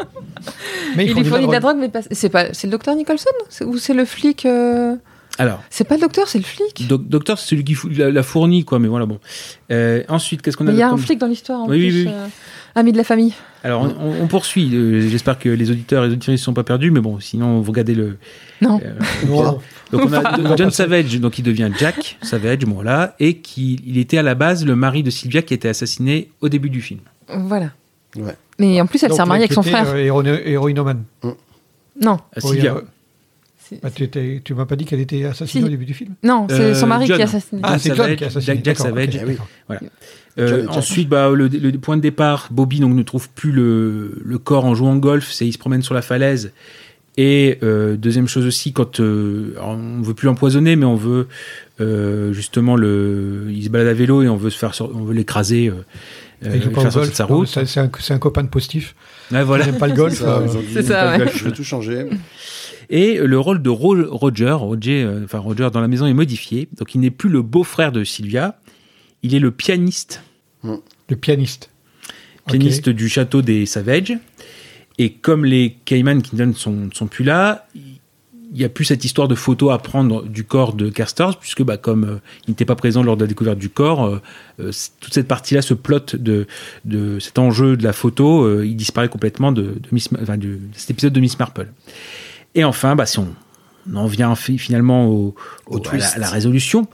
Mais Il lui fournit de la drogue, mais pas. C'est le docteur Nicholson ou c'est le flic Alors, C'est pas le docteur, c'est le flic. docteur, c'est celui qui la fournit, quoi. Mais voilà, bon. Ensuite, qu'est-ce qu'on a Mais il y a un comme- flic dans l'histoire en Oui, plus. oui. Ami de la famille. Alors, on poursuit. J'espère que les auditeurs et les auditrices ne sont pas perdus, mais bon, sinon, vous regardez le. Non. Non. Donc, on a John Savage, donc il devient Jack Savage, bon, voilà, et il était à la base le mari de Sylvia qui a été assassiné au début du film. Voilà. Ouais. Mais en plus, elle Donc, s'est mariée avec son qui était, frère. héroïnomane. Non. Sylvia. C'est- Bah, tu m'as pas dit qu'elle était assassinée Si. au début du film. Non, c'est son mari John. qui a assassiné. Ah, c'est John Savage, qui a assassiné. Jack D'accord, Savage. ok, Eh oui. d'accord. Voilà. Jack. Ensuite, le point de départ, Bobby donc, ne trouve plus le corps en jouant au golf, il se promène sur la falaise. Et deuxième chose aussi, quand alors, on veut plus l'empoisonner, mais on veut justement il se balade à vélo et on veut l'écraser, Il joue et pas au faire sortir golf. de sa Non, route. c'est un copain de Postif. Ouais, voilà. Il n'aime pas le golf. Ça, ils ont dit, C'est ça, ouais. Je vais tout changer. Et le rôle de Roger dans la maison est modifié. Donc il n'est plus le beau-frère de Sylvia, il est le pianiste. Le pianiste. Pianiste du château des Savage. Et comme les Cayman Kingdom sont plus là, il n'y a plus cette histoire de photo à prendre du corps de Carstairs, puisque comme il n'était pas présent lors de la découverte du corps, toute cette partie-là, ce plot de cet enjeu de la photo, il disparaît complètement de cet épisode de Miss Marple. Et enfin, si on en vient finalement à la résolution,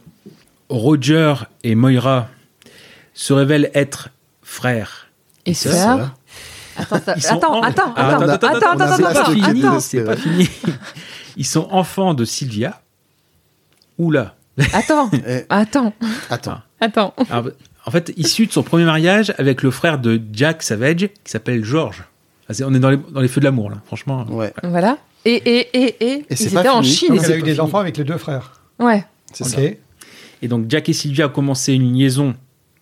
Roger et Moira se révèlent être frères Et Ça, sœur. Attends, Ils sont attends. c'est pas fini. Ils sont enfants de Sylvia. Oula. Attends. Eh, Attends. attends. Alors, en fait, issu de son premier mariage avec le frère de Jack Savage, qui s'appelle George. On est dans les feux de l'amour, là, franchement. Ouais. Voilà. Et c'est ils pas étaient en fini. Chine. Donc, c'est elle a eu pas des fini. enfants avec les 2 frères. Ouais. C'est Ok. ça. Et donc, Jack et Sylvia ont commencé une liaison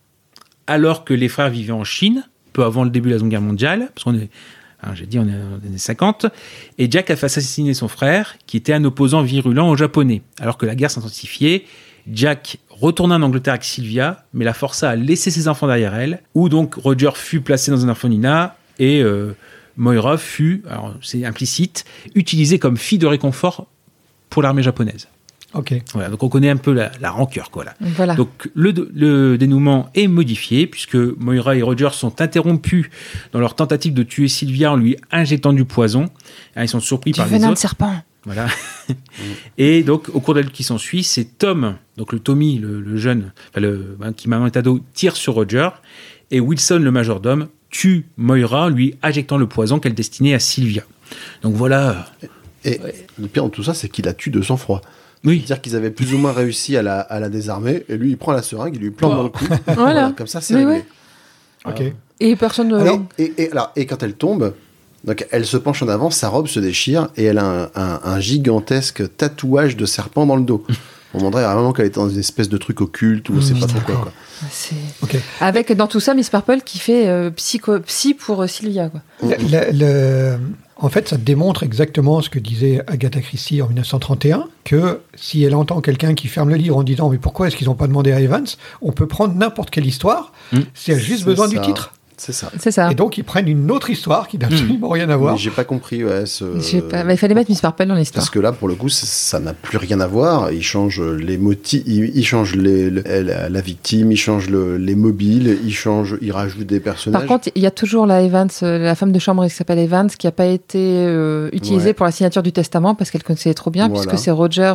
alors que les frères vivaient en Chine, peu avant le début de la Seconde Guerre mondiale, parce qu'on est, j'ai dit, on est dans les années 50, et Jack a fait assassiner son frère, qui était un opposant virulent aux Japonais. Alors que la guerre s'intensifiait, Jack retourna en Angleterre avec Sylvia, mais la força à laisser ses enfants derrière elle, où donc Roger fut placé dans un orphelinat, et Moira fut, alors c'est implicite, utilisée comme fille de réconfort pour l'armée japonaise. Ok. Voilà, donc on connaît un peu la rancœur, quoi, là. Voilà. Donc le dénouement est modifié puisque Moira et Roger sont interrompus dans leur tentative de tuer Sylvia en lui injectant du poison. Ils sont surpris Du par les venin de autres. serpent. Voilà. Et donc, au cours de la lutte qui s'ensuit, c'est Tom, donc le Tommy, le jeune, qui maintenant est ado, tire sur Roger, et Wilson, le majordome, tue Moira, lui injectant le poison qu'elle destinait à Sylvia. Donc voilà. Et le pire de tout ça, c'est qu'il la tue de sang-froid. Oui. C'est-à-dire qu'ils avaient plus ou moins réussi à la désarmer, et lui, il prend la seringue, il lui plante dans le cou. Voilà. Comme ça, c'est Mais réglé. ouais. Ok. Et personne ne... Et quand elle tombe, donc elle se penche en avant, sa robe se déchire, et elle a un gigantesque tatouage de serpent dans le dos. On demanderait vraiment qu'elle était dans une espèce de truc occulte, ou on sait pas trop quoi. C'est... Ok. Avec, dans tout ça, Miss Marple qui fait psy pour Sylvia, quoi. En fait, ça démontre exactement ce que disait Agatha Christie en 1931, que si elle entend quelqu'un qui ferme le livre en disant « Mais pourquoi est-ce qu'ils n'ont pas demandé à Evans ?» On peut prendre n'importe quelle histoire, si elle a juste besoin du titre. C'est ça. C'est ça. Et donc, ils prennent une autre histoire qui n'a absolument rien à voir. Mais j'ai pas compris, ouais. Il fallait mettre Miss Marple dans l'histoire. Parce que là, pour le coup, ça n'a plus rien à voir. Ils changent les motifs, ils changent la victime, ils changent les mobiles, ils rajoutent des personnages. Par contre, il y a toujours la Evans, la femme de chambre qui s'appelle Evans, qui n'a pas été utilisée pour la signature du testament parce qu'elle connaissait trop bien, puisque c'est Roger,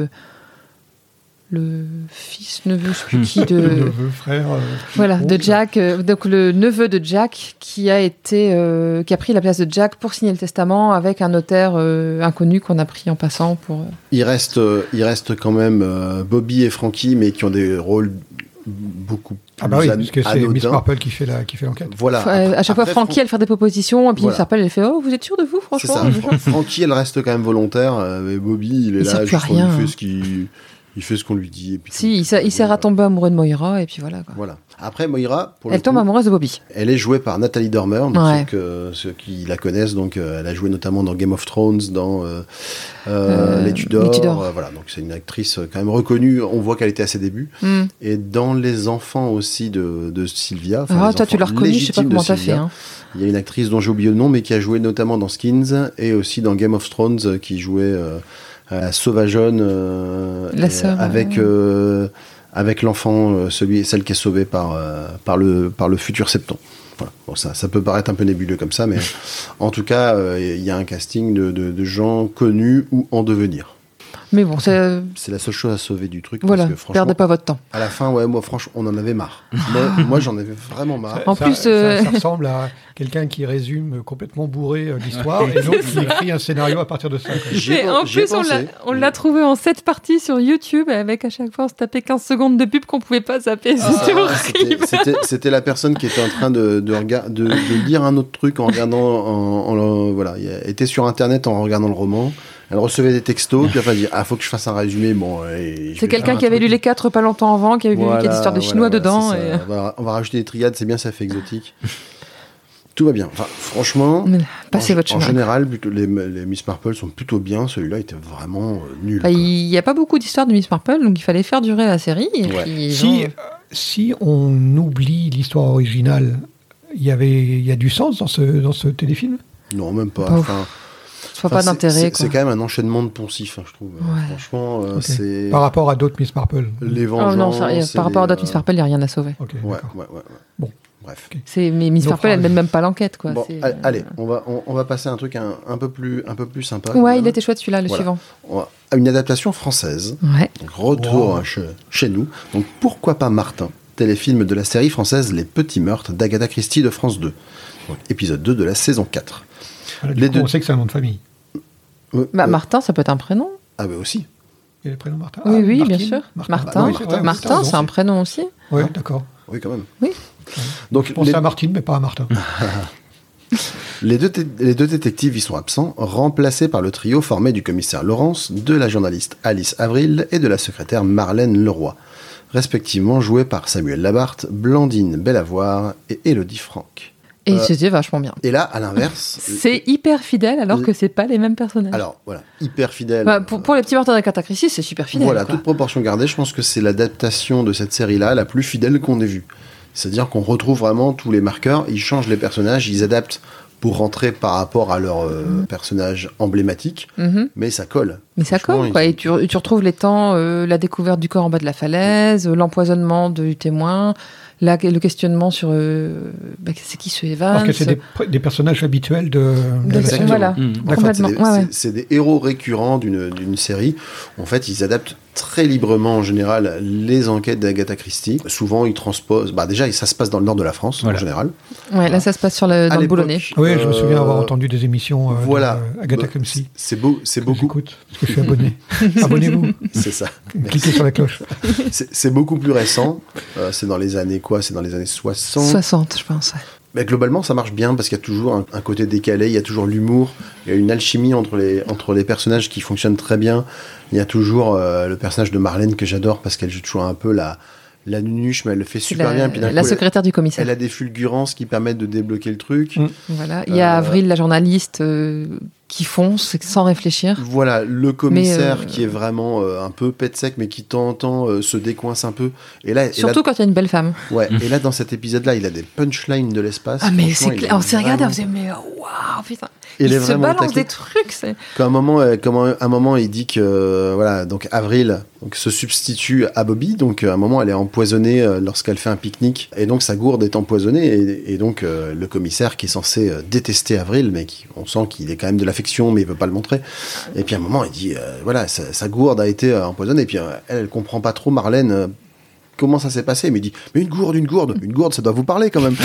le fils, neveu, je sais plus qui de... Le neveu, frère... Voilà, de Jack, donc le neveu de Jack qui a pris la place de Jack pour signer le testament avec un notaire inconnu qu'on a pris en passant pour... Il reste quand même Bobby et Frankie, mais qui ont des rôles beaucoup plus Ah bah oui, parce que c'est anodins. Miss Marple qui fait l'enquête. Voilà. à chaque fois, Frankie, elle fait des propositions, et puis Voilà. Miss Marple, elle fait « Oh, vous êtes sûr de vous, C'est franchement ?» ça. Frankie, elle reste quand même volontaire, mais Bobby, il est Il sert là, plus à juste rien, il fait ce qu'on lui dit. Et puis Si, il sert à tomber amoureux de Moira, et puis voilà, quoi. Voilà. Après, Moira, pour le Elle tombe coup, amoureuse de Bobby. elle est jouée par Nathalie Dormer. Donc Ouais. ceux qui la connaissent, donc elle a joué notamment dans Game of Thrones, dans Les Tudors. Les Tudors. Voilà, donc c'est une actrice quand même reconnue. On voit qu'elle était à ses débuts. Mm. Et dans les enfants aussi de Sylvia. Ah, les toi, tu enfants l'as reconnue, je sais pas légitimes de comment t'as fait. Sylvia, Hein. Il y a une actrice dont j'ai oublié le nom, mais qui a joué notamment dans Skins et aussi dans Game of Thrones, qui jouait la sauvageonne La sœur, avec l'enfant, celle qui est sauvée par le futur septon. Voilà. Bon, ça peut paraître un peu nébuleux comme ça, mais en tout cas, il y a un casting de gens connus ou en devenir. Mais bon, c'est... C'est la seule chose à sauver du truc. Voilà, parce que, franchement, perdez pas votre temps. à la fin, moi, franchement, on en avait marre. moi, j'en avais vraiment marre. En plus, ça ressemble à quelqu'un qui résume complètement bourré l'histoire et l'autre qui écrit un scénario à partir de ça. Quoi. Mais en plus, on l'a trouvé en 7 parties sur YouTube, avec à chaque fois, on se tapait 15 secondes de pub qu'on pouvait pas zapper. C'était horrible. C'était la personne qui était en train de lire un autre truc en regardant, voilà, elle était sur Internet en regardant le roman. Elle recevait des textos, puis elle va dire faut que je fasse un résumé. Bon, c'est quelqu'un qui avait lu les 4 pas longtemps avant, qui avait lu les histoires de Chinois dedans. Et... On va rajouter des triades, c'est bien, ça fait exotique. Tout va bien. Enfin, franchement, passez votre en chemin. général, les Miss Marple sont plutôt bien. Celui-là était vraiment nul. Il n'y a pas beaucoup d'histoires de Miss Marple, donc il fallait faire durer la série. Et puis, si on oublie l'histoire originale, il y a du sens dans ce téléfilm ? Non, même pas. Pas d'intérêt. C'est quand même un enchaînement de poncifs, je trouve. Ouais. Franchement, Okay. c'est... Par rapport à d'autres Miss Marple. Les vengeances... par rapport à d'autres Miss Marple, il n'y a rien à sauver. Okay, ouais. Bon. Bref. Okay. Mais Miss Marple, elle mène même pas l'enquête, quoi. Bon, allez, on va passer à un truc un peu plus sympa. Ouais, il était chouette celui-là, le suivant. Une adaptation française. Ouais. Donc, retour chez nous. Donc pourquoi pas Martin, téléfilm de la série française Les Petits Meurtres d'Agatha Christie de France 2. Donc, épisode 2 de la saison 4. Voilà, on sait que c'est un nom de famille. Martin, ça peut être un prénom. Ah bah aussi. Il y a le prénom Martin. Oui, Martine, bien sûr. Martin, Martin, c'est un prénom aussi. Oui, d'accord. Oui, quand même. Oui. Donc, je pensais à Martine, mais pas à Martin. Les deux détectives y sont absents, remplacés par le trio formé du commissaire Laurence, de la journaliste Alice Avril et de la secrétaire Marlène Leroy, respectivement joués par Samuel Labarthe, Blandine Bellavoir et Élodie Franck. Et c'était vachement bien. Et là, à l'inverse... c'est hyper fidèle, alors que c'est pas les mêmes personnages. Alors, voilà, hyper fidèle. Pour les petits meurtres d'Agatha Christie, c'est super fidèle. Voilà, toute proportion gardée, je pense que c'est l'adaptation de cette série-là la plus fidèle qu'on ait vue. C'est-à-dire qu'on retrouve vraiment tous les marqueurs, ils changent les personnages, ils adaptent pour rentrer par rapport à leur personnage emblématique, mais ça colle. Mais ça colle, quoi. Et tu retrouves les temps, la découverte du corps en bas de la falaise, l'empoisonnement du témoin, Là, le questionnement sur c'est qui ce Evans. Parce que c'est des personnages habituels de la série. Voilà, complètement. C'est des héros récurrents d'une série. En fait, ils adaptent très librement, en général, les enquêtes d'Agatha Christie. Souvent, ils transposent... déjà, ça se passe dans le nord de la France, en général. Ouais, là, ça se passe dans le Boulonnais. Oui, je me souviens avoir entendu des émissions d'Agatha Christie. C'est beaucoup... J'écoute, parce que je suis abonné. Abonnez-vous. C'est ça. Cliquez sur la cloche. C'est beaucoup plus récent. C'est dans les années quoi ? C'est dans les années 60. 60, je pense. Mais globalement, ça marche bien parce qu'il y a toujours un côté décalé, il y a toujours l'humour, il y a une alchimie entre les personnages qui fonctionne très bien. Il y a toujours le personnage de Marlène que j'adore parce qu'elle joue toujours un peu la nunuche, mais elle le fait super bien. Puis la secrétaire du commissaire. Elle a des fulgurances qui permettent de débloquer le truc. Voilà. Il y a Avril, la journaliste, qui fonce sans réfléchir. Voilà, le commissaire qui est vraiment un peu pet sec, mais qui de temps en temps se décoince un peu. Surtout quand il y a une belle femme. Ouais, et là, dans cet épisode-là, il a des punchlines de l'espace. Ah, mais c'est clair. On s'est regardé, on faisait, mais waouh, putain. Il se balance des trucs. Qu'à un moment, il dit que donc Avril se substitue à Bobby. Donc, à un moment, elle est empoisonnée lorsqu'elle fait un pique-nique. Et donc, sa gourde est empoisonnée. Et donc, le commissaire qui est censé détester Avril, mais on sent qu'il est quand même de l'affection, mais il veut pas le montrer. Et puis, à un moment, il dit sa gourde a été empoisonnée. Et puis, elle comprend pas trop, Marlène. Comment ça s'est passé ? Mais il dit, mais une gourde, ça doit vous parler quand même.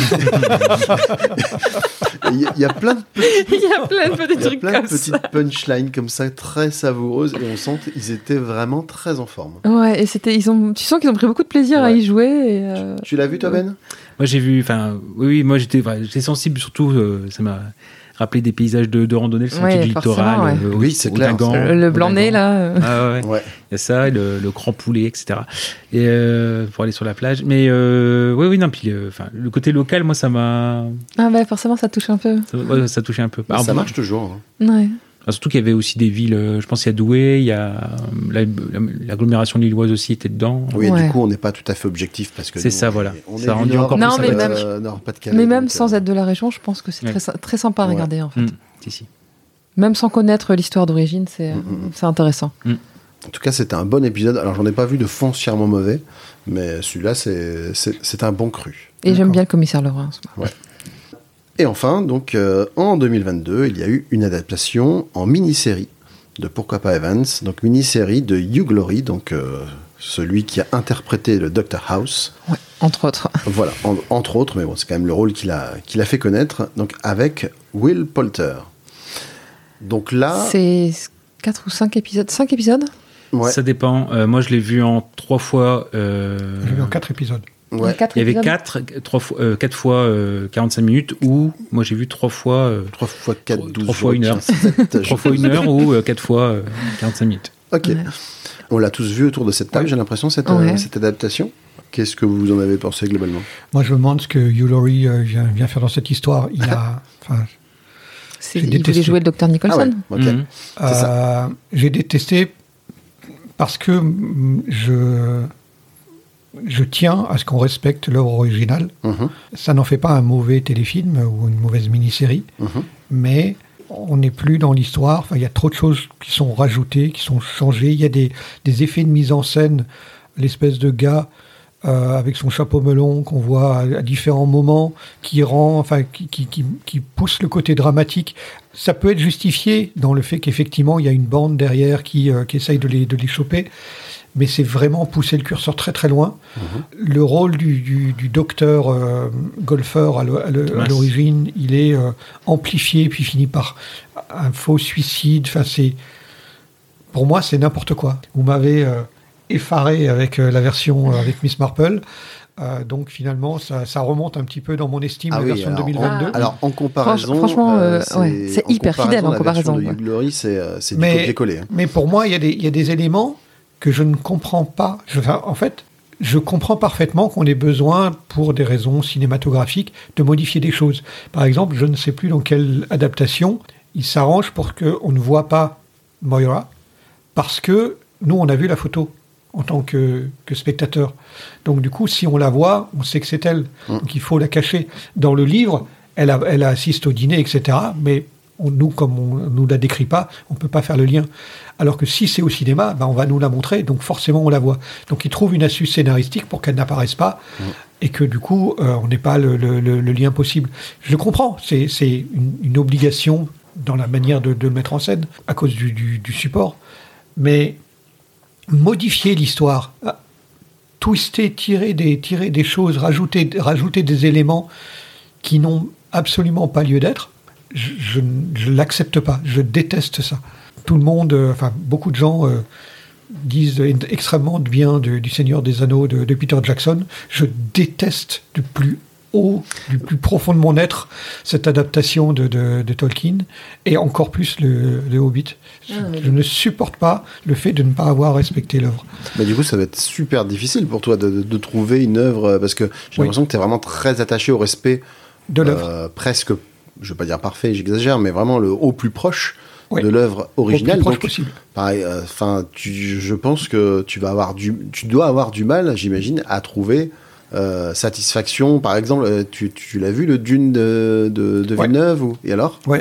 Il y a plein de petites punchlines comme ça, très savoureuses, et on sent qu'ils étaient vraiment très en forme. Ouais, et tu sens qu'ils ont pris beaucoup de plaisir à y jouer. Tu l'as vu, toi, Ben ? Moi, j'ai vu, oui, moi j'étais sensible, surtout, ça m'a rappelé des paysages de randonnée, le sentier du littoral. Oui, c'est clair. Le blanc-nez, là. Ah ouais. Il y a ça, le grand poulet, etc. Et pour aller sur la plage. Mais oui, non, puis le côté local, moi, ça m'a... Ah bah forcément, ça touche un peu. Ça touchait un peu. Ça marche toujours. Ouais. Surtout qu'il y avait aussi des villes, je pense qu'il y a Douai, il y a l'agglomération lilloise aussi était dedans. Oui, du coup, on n'est pas tout à fait objectif parce que c'est ça, voilà. On ça est rendu nord, encore plus Nord-Pas-de-Calais. Mais même sans être de la région, je pense que c'est très sympa à regarder, en fait. Si. Même sans connaître l'histoire d'origine, c'est intéressant. En tout cas, c'était un bon épisode. Alors, j'en ai pas vu de foncièrement mauvais, mais celui-là, c'est un bon cru. Et j'aime bien le commissaire Leroy. Ouais. Et enfin, donc, en 2022, il y a eu une adaptation en mini-série de Pourquoi pas Evans, donc mini-série de Hugh Laurie, donc celui qui a interprété le Dr House. Ouais, entre autres. Voilà, entre autres, mais bon, c'est quand même le rôle qu'il a fait connaître, donc avec Will Poulter. Donc là... C'est 4 ou 5 épisodes. 5 épisodes ? Ouais. Ça dépend. Moi, je l'ai vu en 3 fois... Je l'ai vu en 4 épisodes. Ouais. Il y avait 4 fois 45 minutes ou moi j'ai vu 3 fois 4, 12 3 fois 1 heure. 3 fois 1 heure ou 4 fois 45 minutes. Ok. Ouais. On l'a tous vu autour de cette table, j'ai l'impression, cette adaptation. Qu'est-ce que vous en avez pensé globalement ? Moi, je me demande ce que Hugh Laurie vient faire dans cette histoire. Il a... il voulait jouer le docteur Nicholson. Ah ouais, okay. C'est ça. J'ai détesté parce que je tiens à ce qu'on respecte l'œuvre originale. Ça n'en fait pas un mauvais téléfilm ou une mauvaise mini-série, mais on n'est plus dans l'histoire. Enfin, il y a trop de choses qui sont rajoutées, qui sont changées. Il y a des effets de mise en scène. L'espèce de gars avec son chapeau melon qu'on voit à différents moments, qui pousse le côté dramatique. Ça peut être justifié dans le fait qu'effectivement, il y a une bande derrière qui essaye de les choper. Mais c'est vraiment pousser le curseur très très loin. Le rôle du docteur golfeur à l'origine, il est amplifié, puis finit par un faux suicide. Enfin, pour moi, c'est n'importe quoi. Vous m'avez effaré avec la version avec Miss Marple. Donc finalement, ça remonte un petit peu dans mon estime la version de 2022. Alors en comparaison, franchement, c'est hyper fidèle en comparaison. La version de Hugh Laurie, c'est du copier-coller. Mais pour moi, il y a des éléments que je ne comprends pas. En fait, je comprends parfaitement qu'on ait besoin, pour des raisons cinématographiques, de modifier des choses. Par exemple, je ne sais plus dans quelle adaptation, il s'arrange pour qu'on ne voit pas Moira, parce que nous, on a vu la photo en tant que spectateur. Donc du coup, si on la voit, on sait que c'est elle. Donc il faut la cacher. Dans le livre, elle assiste au dîner, etc. Mais nous, comme on ne nous la décrit pas, on ne peut pas faire le lien. Alors que si c'est au cinéma, on va nous la montrer, donc forcément on la voit. Donc ils trouvent une astuce scénaristique pour qu'elle n'apparaisse pas. et que du coup, on n'ait pas le lien possible. Je le comprends, c'est une obligation dans la manière de le mettre en scène, à cause du support. Mais modifier l'histoire, twister, tirer des choses, rajouter des éléments qui n'ont absolument pas lieu d'être, je ne l'accepte pas, je déteste ça. Tout le monde, beaucoup de gens disent extrêmement bien du Seigneur des Anneaux de Peter Jackson. Je déteste du plus profond de mon être cette adaptation de Tolkien, et encore plus le Hobbit. Je ne supporte pas le fait de ne pas avoir respecté l'œuvre. Mais du coup, ça va être super difficile pour toi de trouver une œuvre, parce que j'ai l'impression que tu es vraiment très attaché au respect de l'œuvre. Presque, je ne veux pas dire parfait, j'exagère, mais vraiment au plus proche de l'œuvre Au originale. plus proche possible. Pareil, je pense que tu dois avoir du mal, j'imagine, à trouver satisfaction. Par exemple, tu l'as vu, le Dune de Villeneuve, et alors ? Ouais.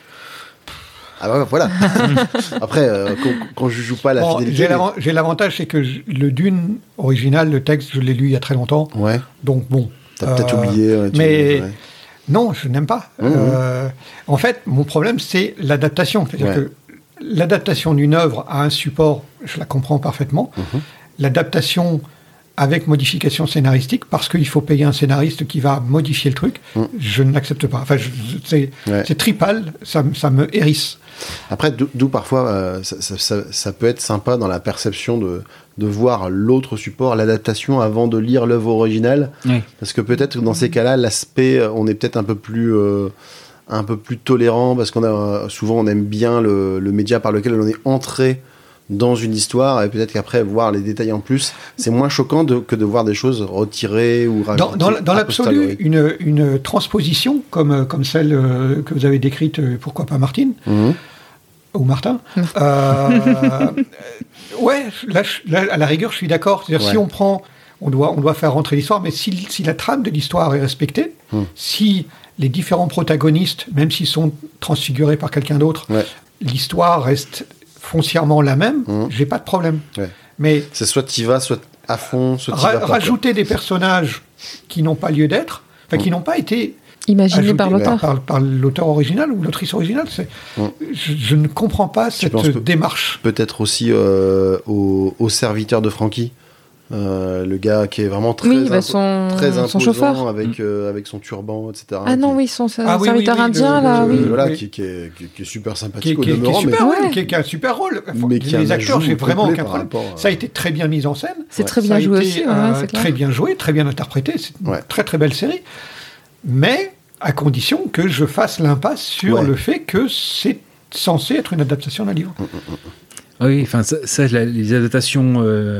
Ah bah voilà. Après, quand je joue pas la fidélité... J'ai l'avantage, c'est que le Dune original, le texte, je l'ai lu il y a très longtemps. Ouais. Donc bon. T'as peut-être oublié. Mais non, je n'aime pas. En fait, mon problème, c'est l'adaptation. C'est-à-dire que l'adaptation d'une œuvre à un support, je la comprends parfaitement. L'adaptation avec modification scénaristique, parce qu'il faut payer un scénariste qui va modifier le truc, je ne l'accepte pas. Enfin, c'est tripal, ça me hérisse. Après, d'où parfois, ça peut être sympa dans la perception de voir l'autre support, l'adaptation, avant de lire l'œuvre originale. Oui. Parce que peut-être dans ces cas-là, l'aspect, on est peut-être un peu plus tolérant, parce souvent on aime bien le média par lequel on est entré dans une histoire, et peut-être qu'après voir les détails en plus, c'est moins choquant que de voir des choses retirées ou rajoutées. Dans l'absolu, une transposition comme celle que vous avez décrite, pourquoi pas Martine ou Martin, ouais, là, à la rigueur, je suis d'accord. C'est-à-dire, si on doit faire rentrer l'histoire, mais si la trame de l'histoire est respectée, si les différents protagonistes, même s'ils sont transfigurés par quelqu'un d'autre, l'histoire reste foncièrement la même, j'ai pas de problème. Ouais. Mais c'est soit t'y vas, soit à fond, soit t'y vas pas. Rajouter des personnages qui n'ont pas lieu d'être, qui n'ont pas été imaginés par l'auteur. Par l'auteur original ou l'autrice originale. Je ne comprends pas cette démarche. Peut-être aussi au serviteur de Frankie. Le gars qui est vraiment très imposant, son chauffeur avec son turban, etc. Ah non, son serviteur indien, là, oui. Voilà, qui est super sympathique au demeurant. Qui a un super rôle. Mais les acteurs, j'ai vraiment aucun problème. Ça a été très bien mis en scène. C'est très bien joué aussi. C'est très bien joué, très bien interprété. C'est une très très belle série. Mais à condition que je fasse l'impasse sur le fait que c'est censé être une adaptation d'un livre. Oui, enfin les adaptations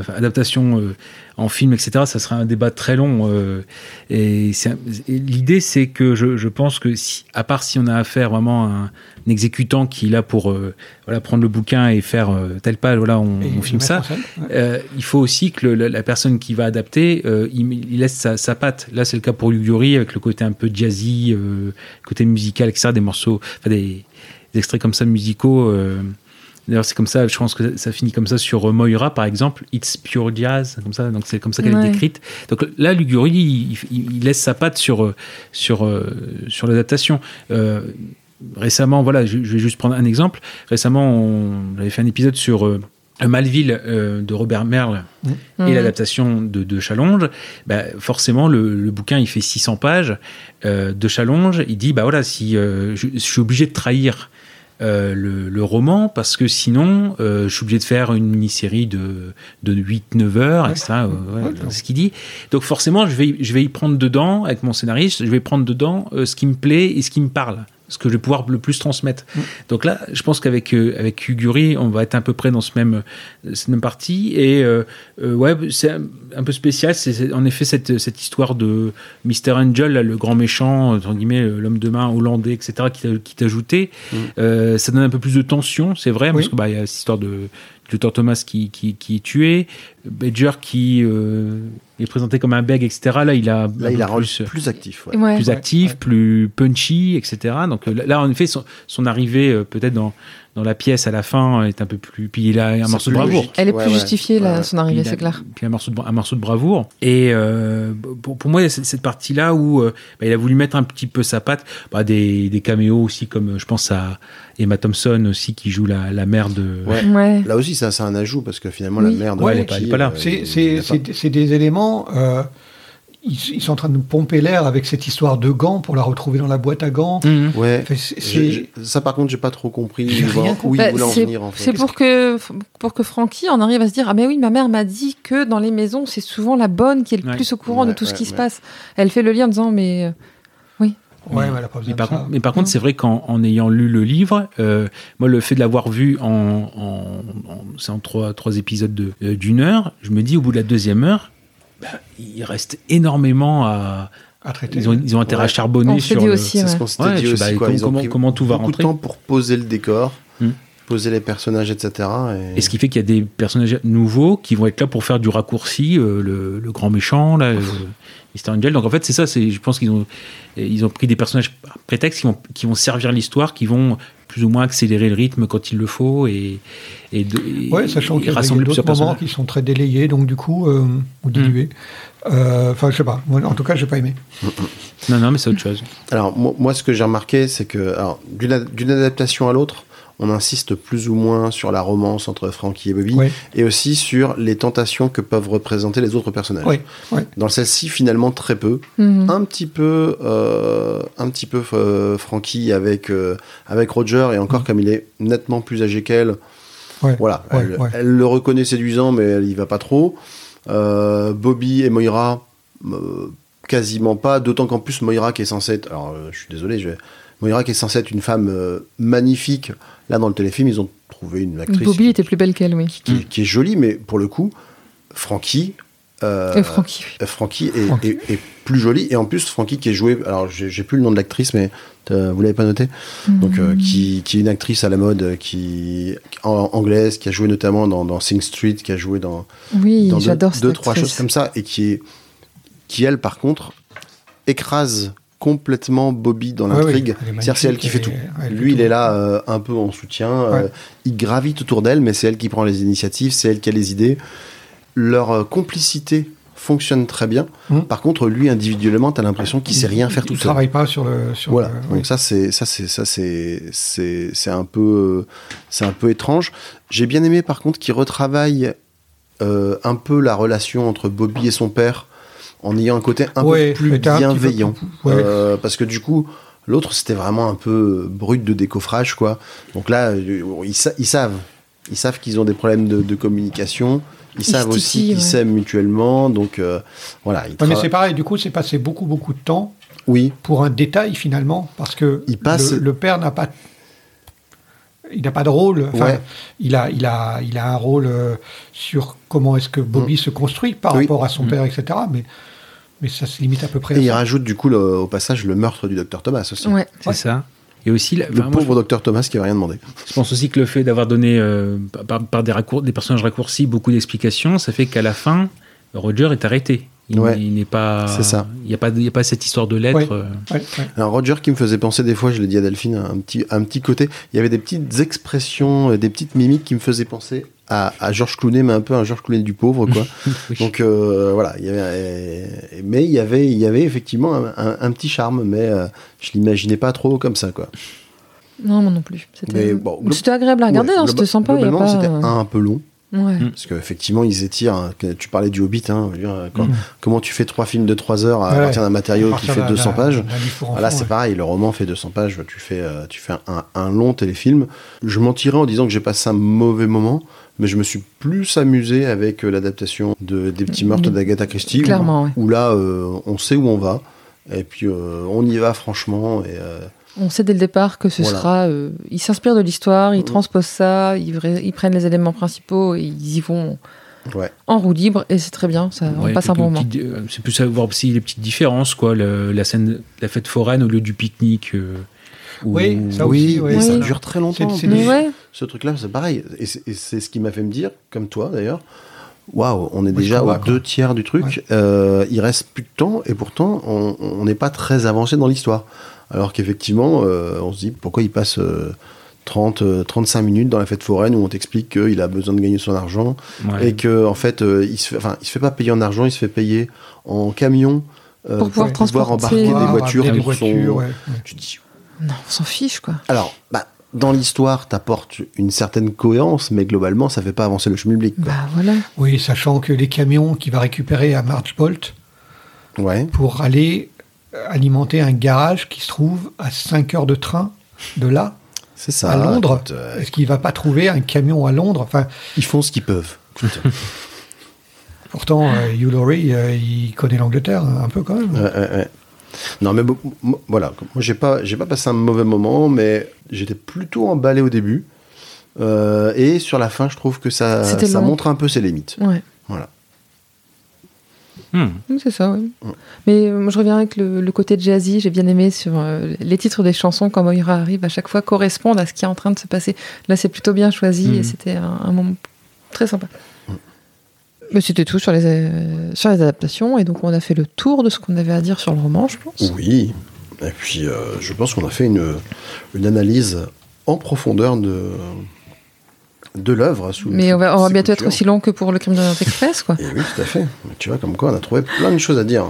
en film, etc., ça sera un débat très long. Et l'idée, c'est que je pense que à part si on a affaire vraiment à un exécutant qui est là pour prendre le bouquin et faire telle page, on filme ça. Il faut aussi que la personne qui va adapter, il laisse sa patte. Là, c'est le cas pour Yuri avec le côté un peu jazzy, le côté musical, etc., des morceaux, des extraits comme ça musicaux. D'ailleurs, c'est comme ça, je pense que ça finit comme ça sur Moira, par exemple, It's Pure Jazz, comme ça, donc c'est comme ça qu'elle est décrite. Donc là, Luguri, il laisse sa patte sur l'adaptation. Récemment, je vais juste prendre un exemple. Récemment, on avait fait un épisode sur Malville de Robert Merle et l'adaptation de Challonge. Forcément, le bouquin, il fait 600 pages. De Challonge, il dit, si je suis obligé de trahir le roman, parce que sinon je suis obligé de faire une mini-série de 8-9 heures, etc. C'est ce qu'il dit. Donc forcément, je vais y prendre dedans, avec mon scénariste, je vais prendre dedans ce qui me plaît et ce qui me parle, ce que je vais pouvoir le plus transmettre. Donc là, je pense qu'avec Yuguri, on va être à peu près dans cette même partie. Et c'est un peu spécial. C'est en effet cette histoire de Mr. Angel, là, le grand méchant, entre guillemets, l'homme de main hollandais, etc., qui t'a ajouté. Ça donne un peu plus de tension, c'est vrai, parce que y a cette histoire de Luther Thomas qui est tué, Badger qui est présenté comme un beg, etc. Là, il a un rôle plus actif. Plus actif, plus punchy, etc. Donc là, en effet, son arrivée peut-être dans dans la pièce à la fin est un peu plus. Puis il a un C'est morceau de plus bravoure. logique. Elle est Ouais, plus ouais. justifiée, Ouais. son arrivée, Puis il a- c'est clair. Puis un morceau de bravoure. Et pour moi, il y a cette partie-là où il a voulu mettre un petit peu sa patte. Des caméos aussi, comme je pense à Emma Thompson aussi, qui joue la mère de. Ouais. Ouais. Là aussi, ça, c'est un ajout parce que finalement, Oui. la mère de Ouais, Frankie, elle est pas là. C'est des éléments. Ils sont en train de nous pomper l'air avec cette histoire de gants pour la retrouver dans la boîte à gants. Mhm. Ouais. Enfin, Ça, par contre, j'ai pas trop compris J'ai rien où il Bah, voulait en c'est venir, en fait. c'est pour que Frankie en arrive à se dire, ah mais oui, ma mère m'a dit que dans les maisons, c'est souvent la bonne qui est le Ouais. plus au courant de Ouais, tout ce qui ouais, se ouais. passe. Elle fait le lien en disant, mais Ouais, elle a pas besoin de ça. Mais par contre, c'est vrai qu'en ayant lu le livre, moi, le fait de l'avoir vu c'est en trois épisodes d'une heure, je me dis, au bout de la deuxième heure, il reste énormément à traiter. Ils ont intérêt à Ouais. charbonner On se sur dit le... aussi, C'est ce ouais. qu'on s'était Ouais, dit je sais aussi. pas, Quoi. Ils ont pris comment tout va beaucoup de rentrer. temps pour poser le décor, Hmm. poser les personnages, etc. Et ce qui fait qu'il y a des personnages nouveaux qui vont être là pour faire du raccourci, le grand méchant, là, Mr. Angel. Donc en fait, c'est ça. Je pense qu'ils ont pris des personnages prétextes qui vont servir l'histoire, qui vont plus ou moins accélérer le rythme quand il le faut et Sachant qu'il y a rassembler d'autres plusieurs moments personnages. qui sont très délayés, donc du coup, ou dilués. Enfin, je sais pas. Moi, en tout cas, j'ai pas aimé. Non, mais c'est autre chose. Alors, moi, ce que j'ai remarqué, c'est que d'une adaptation à l'autre, on insiste plus ou moins sur la romance entre Frankie et Bobby, Ouais. et aussi sur les tentations que peuvent représenter les autres personnages. Ouais, ouais. Dans celle-ci, finalement, très peu. Mhm. Un petit peu Frankie avec Roger, et encore comme il est nettement plus âgé qu'elle, Ouais, voilà, ouais, elle, ouais. elle le reconnaît séduisant, mais elle y va pas trop. Bobby et Moira, quasiment pas, d'autant qu'en plus Moira qui est censée être, alors je suis désolé, Moira qui est censée être une femme magnifique, là dans le téléfilm ils ont trouvé une actrice Bobby était plus belle qu'elle, oui. qui est jolie, mais pour le coup Frankie Frankie. Frankie Frankie. est plus jolie, et en plus Frankie qui est jouée, alors j'ai plus le nom de l'actrice, mais vous l'avez pas noté, donc qui est une actrice à la mode, anglaise, qui a joué notamment dans Sing Street, qui a joué dans Oui, dans j'adore deux, cette trois actrice. choses comme ça, et qui elle par contre écrase complètement Bobby dans Ouais, l'intrigue. oui, elle est C'est-à-dire c'est elle qui fait tout. magnifique, elle fait Lui il tout. est là un peu en soutien, Ouais. il gravite autour d'elle, mais c'est elle qui prend les initiatives, c'est elle qui a les idées. Leur complicité fonctionne très bien. Par contre, lui individuellement, t'as l'impression qu'il sait rien faire tout Il seul. travaille pas sur le. Voilà. oui. Donc c'est un peu étrange. J'ai bien aimé par contre qu'il retravaille un peu la relation entre Bobby et son père, en ayant un côté un Ouais, peu plus mais t'as un petit peu bienveillant. plus- ouais. Parce que du coup, l'autre c'était vraiment un peu brut de décoffrage, quoi. Donc là, ils savent qu'ils ont des problèmes de communication. Ils savent se aussi titillent, qu'ils ouais. s'aiment mutuellement. Donc voilà. Ouais, mais c'est pareil, du coup, c'est passé beaucoup de temps Oui. pour un détail finalement, parce que Il passe- le père n'a pas de rôle. Enfin, Ouais. il a un rôle sur comment est-ce que Bobby se construit par Oui. rapport à son père, etc. Mais ça se limite à peu près Et à il ça. rajoute du coup au passage le meurtre du docteur Thomas aussi. Ouais. C'est ça. Et aussi, Le pauvre docteur Thomas qui avait rien demandé. je pense aussi que le fait d'avoir donné par des personnages raccourcis beaucoup d'explications, ça fait qu'à la fin, Roger est arrêté. Il n'est pas. C'est ça. Il n'y a pas cette histoire de lettre. Ouais. Ouais. Alors Roger qui me faisait penser des fois, je l'ai dit à Delphine, un petit côté, il y avait des petites expressions, des petites mimiques qui me faisaient penser à George Clooney, mais un peu un George Clooney du pauvre, quoi. Oui. Donc voilà, mais il y avait effectivement un petit charme, mais je l'imaginais pas trop comme ça, quoi. Non, moi non plus. Mais bon, C'était agréable à regarder, Ouais, hein, c'était sympa. Il y a globalement, pas... c'était un peu long. Ouais. Parce qu'effectivement, ils étirent. Hein, tu parlais du Hobbit. Hein, je veux dire, comment tu fais 3 films de 3 heures à Ouais. partir d'un matériau qui fait 200 pages. Là, c'est pas. pareil. Le roman fait 200 pages. Tu fais un long téléfilm. Je mentirais en disant que j'ai passé un mauvais moment, mais je me suis plus amusé avec l'adaptation des petits meurtres d'Agatha Christie. Clairement, ouais. Où là, on sait où on va. Et puis, on y va franchement. Et, On sait dès le départ que ce Voilà. sera... ils s'inspirent de l'histoire, ils transposent ça, ils prennent les éléments principaux et ils y vont ouais. en roue libre et c'est très bien, ça, on Ouais, passe un bon moment. c'est plus à voir aussi les petites différences, quoi. La scène, la fête foraine au lieu du pique-nique. Oui, ça Oui, aussi, ouais. mais ça Oui. dure très longtemps. C'est Mais ouais, Ce truc-là, c'est pareil. Et c'est ce qui m'a fait me dire, comme toi d'ailleurs, waouh, on est Oui, déjà je aux crois, quoi. 2/3 du truc. Il reste plus de temps et pourtant, on n'est pas très avancé dans l'histoire. Alors qu'effectivement, on se dit pourquoi il passe 35 minutes dans la fête foraine où on t'explique qu'il a besoin de gagner son argent et que en fait il se fait pas payer en argent, il se fait payer en camion pour pouvoir embarquer des voitures. Tu dis non, on s'en fiche quoi. Alors dans l'histoire, t'apportes une certaine cohérence, mais globalement, ça fait pas avancer le schmilblick. Bah voilà. Oui, sachant que les camions qu'il va récupérer à Marchbolt pour aller alimenter un garage qui se trouve à 5 heures de train de là, c'est ça, à Londres. Est-ce qu'il va pas trouver un camion à Londres? Enfin, ils font ce qu'ils peuvent. Pourtant, Hugh Laurie, il connaît l'Angleterre un peu quand même. Ouais. Non, mais voilà. Moi, j'ai pas passé un mauvais moment, mais j'étais plutôt emballé au début. Et sur la fin, je trouve que ça montre un peu ses limites. Ouais. Voilà. C'est ça, oui. Mais moi, je reviens avec le côté jazzy. J'ai bien aimé sur les titres des chansons, quand Moira arrive, à chaque fois correspondent à ce qui est en train de se passer. Là, c'est plutôt bien choisi et c'était un moment très sympa. Mais c'était tout sur les adaptations, et donc on a fait le tour de ce qu'on avait à dire sur le roman, je pense. Oui, et puis je pense qu'on a fait une analyse en profondeur de l'œuvre. Mais on va bientôt être aussi long que pour le Crime d'Orient Express, quoi. Et oui, tout à fait. Tu vois, comme quoi on a trouvé plein de choses à dire.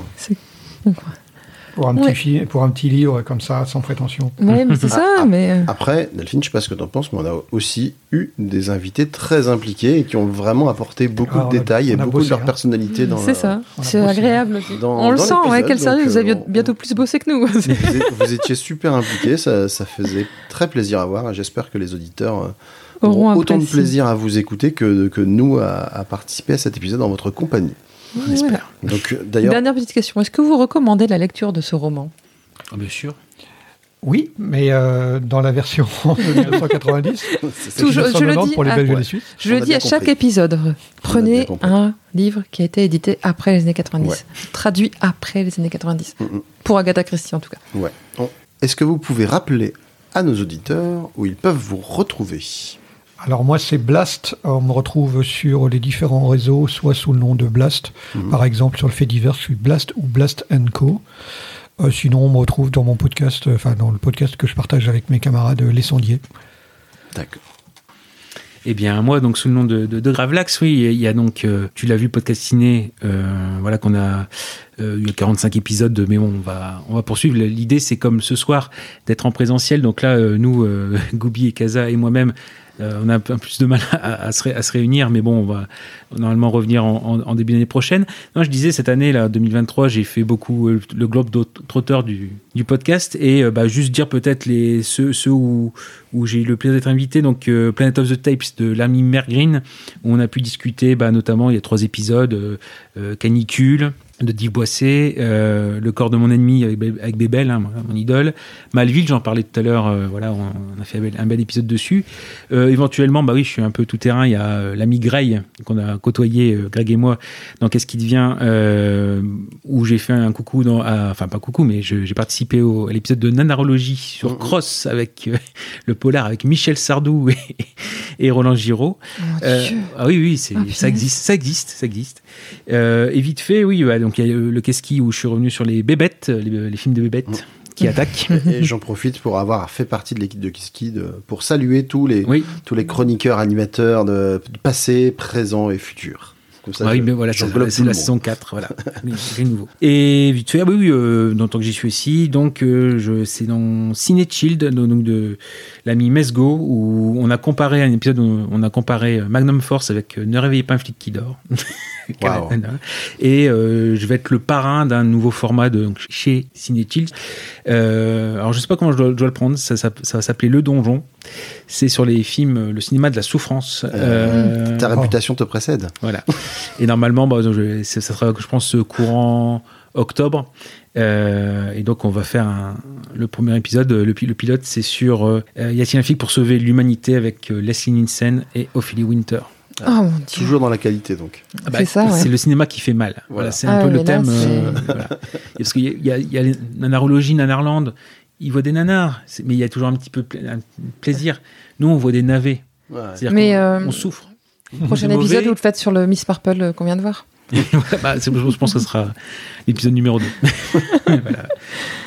Pour un petit livre comme ça, sans prétention. Oui, mais c'est ça. Mais après, Delphine, je sais pas ce que t'en penses, mais on a aussi eu des invités très impliqués et qui ont vraiment apporté beaucoup de détails et beaucoup de leur personnalité dans. C'est ça. C'est agréable. On le sent. Quel sérieux, vous avez bientôt plus bossé que nous. Vous étiez super impliqués, ça faisait très plaisir à voir. J'espère que les auditeurs auront autant de plaisir à vous écouter que nous à participer à cet épisode en votre compagnie. On espère. Donc, d'ailleurs... Dernière petite question. Est-ce que vous recommandez la lecture de ce roman ? Bien sûr. Oui, mais dans la version de 1990. Je le dis, pour les Belges et les Suisses. Je le dis à chaque épisode. Prenez un livre qui a été édité après les années 90. Traduit après les années 90. Pour Agatha Christie, en tout cas. Ouais. Est-ce que vous pouvez rappeler à nos auditeurs où ils peuvent vous retrouver ? Alors moi, c'est Blast. On me retrouve sur les différents réseaux, soit sous le nom de Blast. Par exemple, sur le fait divers, je suis Blast ou Blast & Co. Sinon, on me retrouve dans mon podcast, dans le podcast que je partage avec mes camarades, Les Sondiers. D'accord. Eh bien, moi, donc, sous le nom de Gravelax, oui, il y a donc, tu l'as vu, podcast ciné, qu'on a, il y a 45 épisodes, mais bon, on va poursuivre. L'idée, c'est comme ce soir, d'être en présentiel. Donc là, nous, Goubi et Kaza et moi-même, on a un peu plus de mal à se réunir, mais bon, on va normalement revenir en début d'année prochaine. Non, je disais, cette année, là, 2023, j'ai fait beaucoup le globe trotteur du podcast, et juste dire peut-être ceux où j'ai eu le plaisir d'être invité, donc Planet of the Tapes de l'ami Mergreen, où on a pu discuter, notamment, il y a 3 épisodes, Canicule, de Div Boissé, Le corps de mon ennemi avec Bébel, mon idole, Malville, j'en parlais tout à l'heure, on a fait un bel épisode dessus. Éventuellement, je suis un peu tout terrain, il y a l'ami Grey qu'on a côtoyé, Greg et moi, dans Qu'est-ce qui devient, où j'ai fait un coucou pas coucou, mais j'ai participé à l'épisode de Nanarologie sur Cross avec le polar avec Michel Sardou et Roland Giraud. Oui, ça existe. Et vite fait, oui, donc il y a le Qu'est-ce où je suis revenu sur les bébêtes, les films de bébêtes qui attaquent. Et j'en profite pour avoir fait partie de l'équipe de Qu'est-ce pour saluer tous les chroniqueurs, animateurs de passé, présent et futur. Comme ça, c'est la saison 4, voilà. Rien de nouveau. Et vite fait, dans le temps que j'y suis aussi, donc c'est dans Ciné Child, donc de l'ami Mesgo, où on a comparé un épisode où on a comparé Magnum Force avec Ne réveillez pas un flic qui dort. Wow. Et je vais être le parrain d'un nouveau format chez Ciné Child. Alors je sais pas comment je dois le prendre, ça va s'appeler Le Donjon. C'est sur les films, le cinéma de la souffrance. Ta réputation te précède. Voilà. Et normalement, ça sera, je pense, courant octobre. Et donc, on va faire le premier épisode. Le pilote, c'est sur y a-t-il un flic pour sauver l'humanité avec Leslie Nielsen et Ophélie Winter. Oh mon Dieu. Toujours dans la qualité, donc. C'est ça, c'est le cinéma qui fait mal. Voilà, c'est un peu le thème. Parce qu'il y a Nanarologie, Nanarland. Ils voient des nanars, mais il y a toujours un petit peu un plaisir. Nous, on voit des navets. C'est-à-dire qu'on souffre. Prochain épisode, vous le faites sur le Miss Marple qu'on vient de voir. Je pense que ce sera l'épisode numéro 2. Voilà.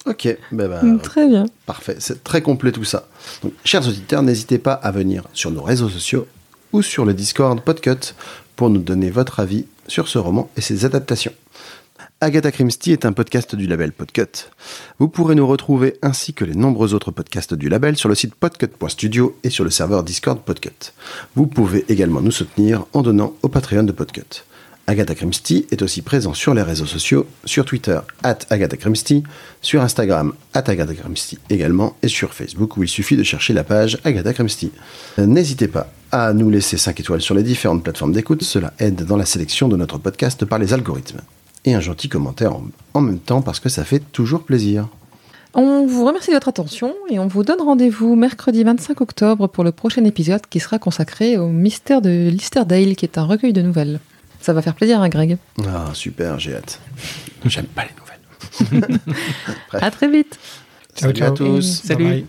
Ok, Très bien. parfait, c'est très complet tout ça. Donc, chers auditeurs, n'hésitez pas à venir sur nos réseaux sociaux ou sur le Discord Podcut pour nous donner votre avis sur ce roman et ses adaptations. Agatha Christie est un podcast du label Podcut. Vous pourrez nous retrouver ainsi que les nombreux autres podcasts du label sur le site podcut.studio et sur le serveur Discord Podcut. Vous pouvez également nous soutenir en donnant au Patreon de Podcut. Agatha Christie est aussi présent sur les réseaux sociaux, sur Twitter @Agatha Christie, sur Instagram @Agatha Christie également et sur Facebook où il suffit de chercher la page Agatha Christie. N'hésitez pas à nous laisser 5 étoiles sur les différentes plateformes d'écoute, cela aide dans la sélection de notre podcast par les algorithmes. Et un gentil commentaire en même temps parce que ça fait toujours plaisir. On vous remercie de votre attention et on vous donne rendez-vous mercredi 25 octobre pour le prochain épisode qui sera consacré au mystère de Listerdale, qui est un recueil de nouvelles. Ça va faire plaisir à Greg. Ah, super, j'ai hâte. J'aime pas les nouvelles. Bref. À très vite. Ciao, Salut à ciao. tous. Salut. Bye bye.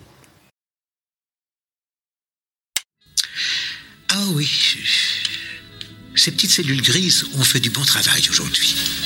Ah oui, ces petites cellules grises ont fait du bon travail aujourd'hui.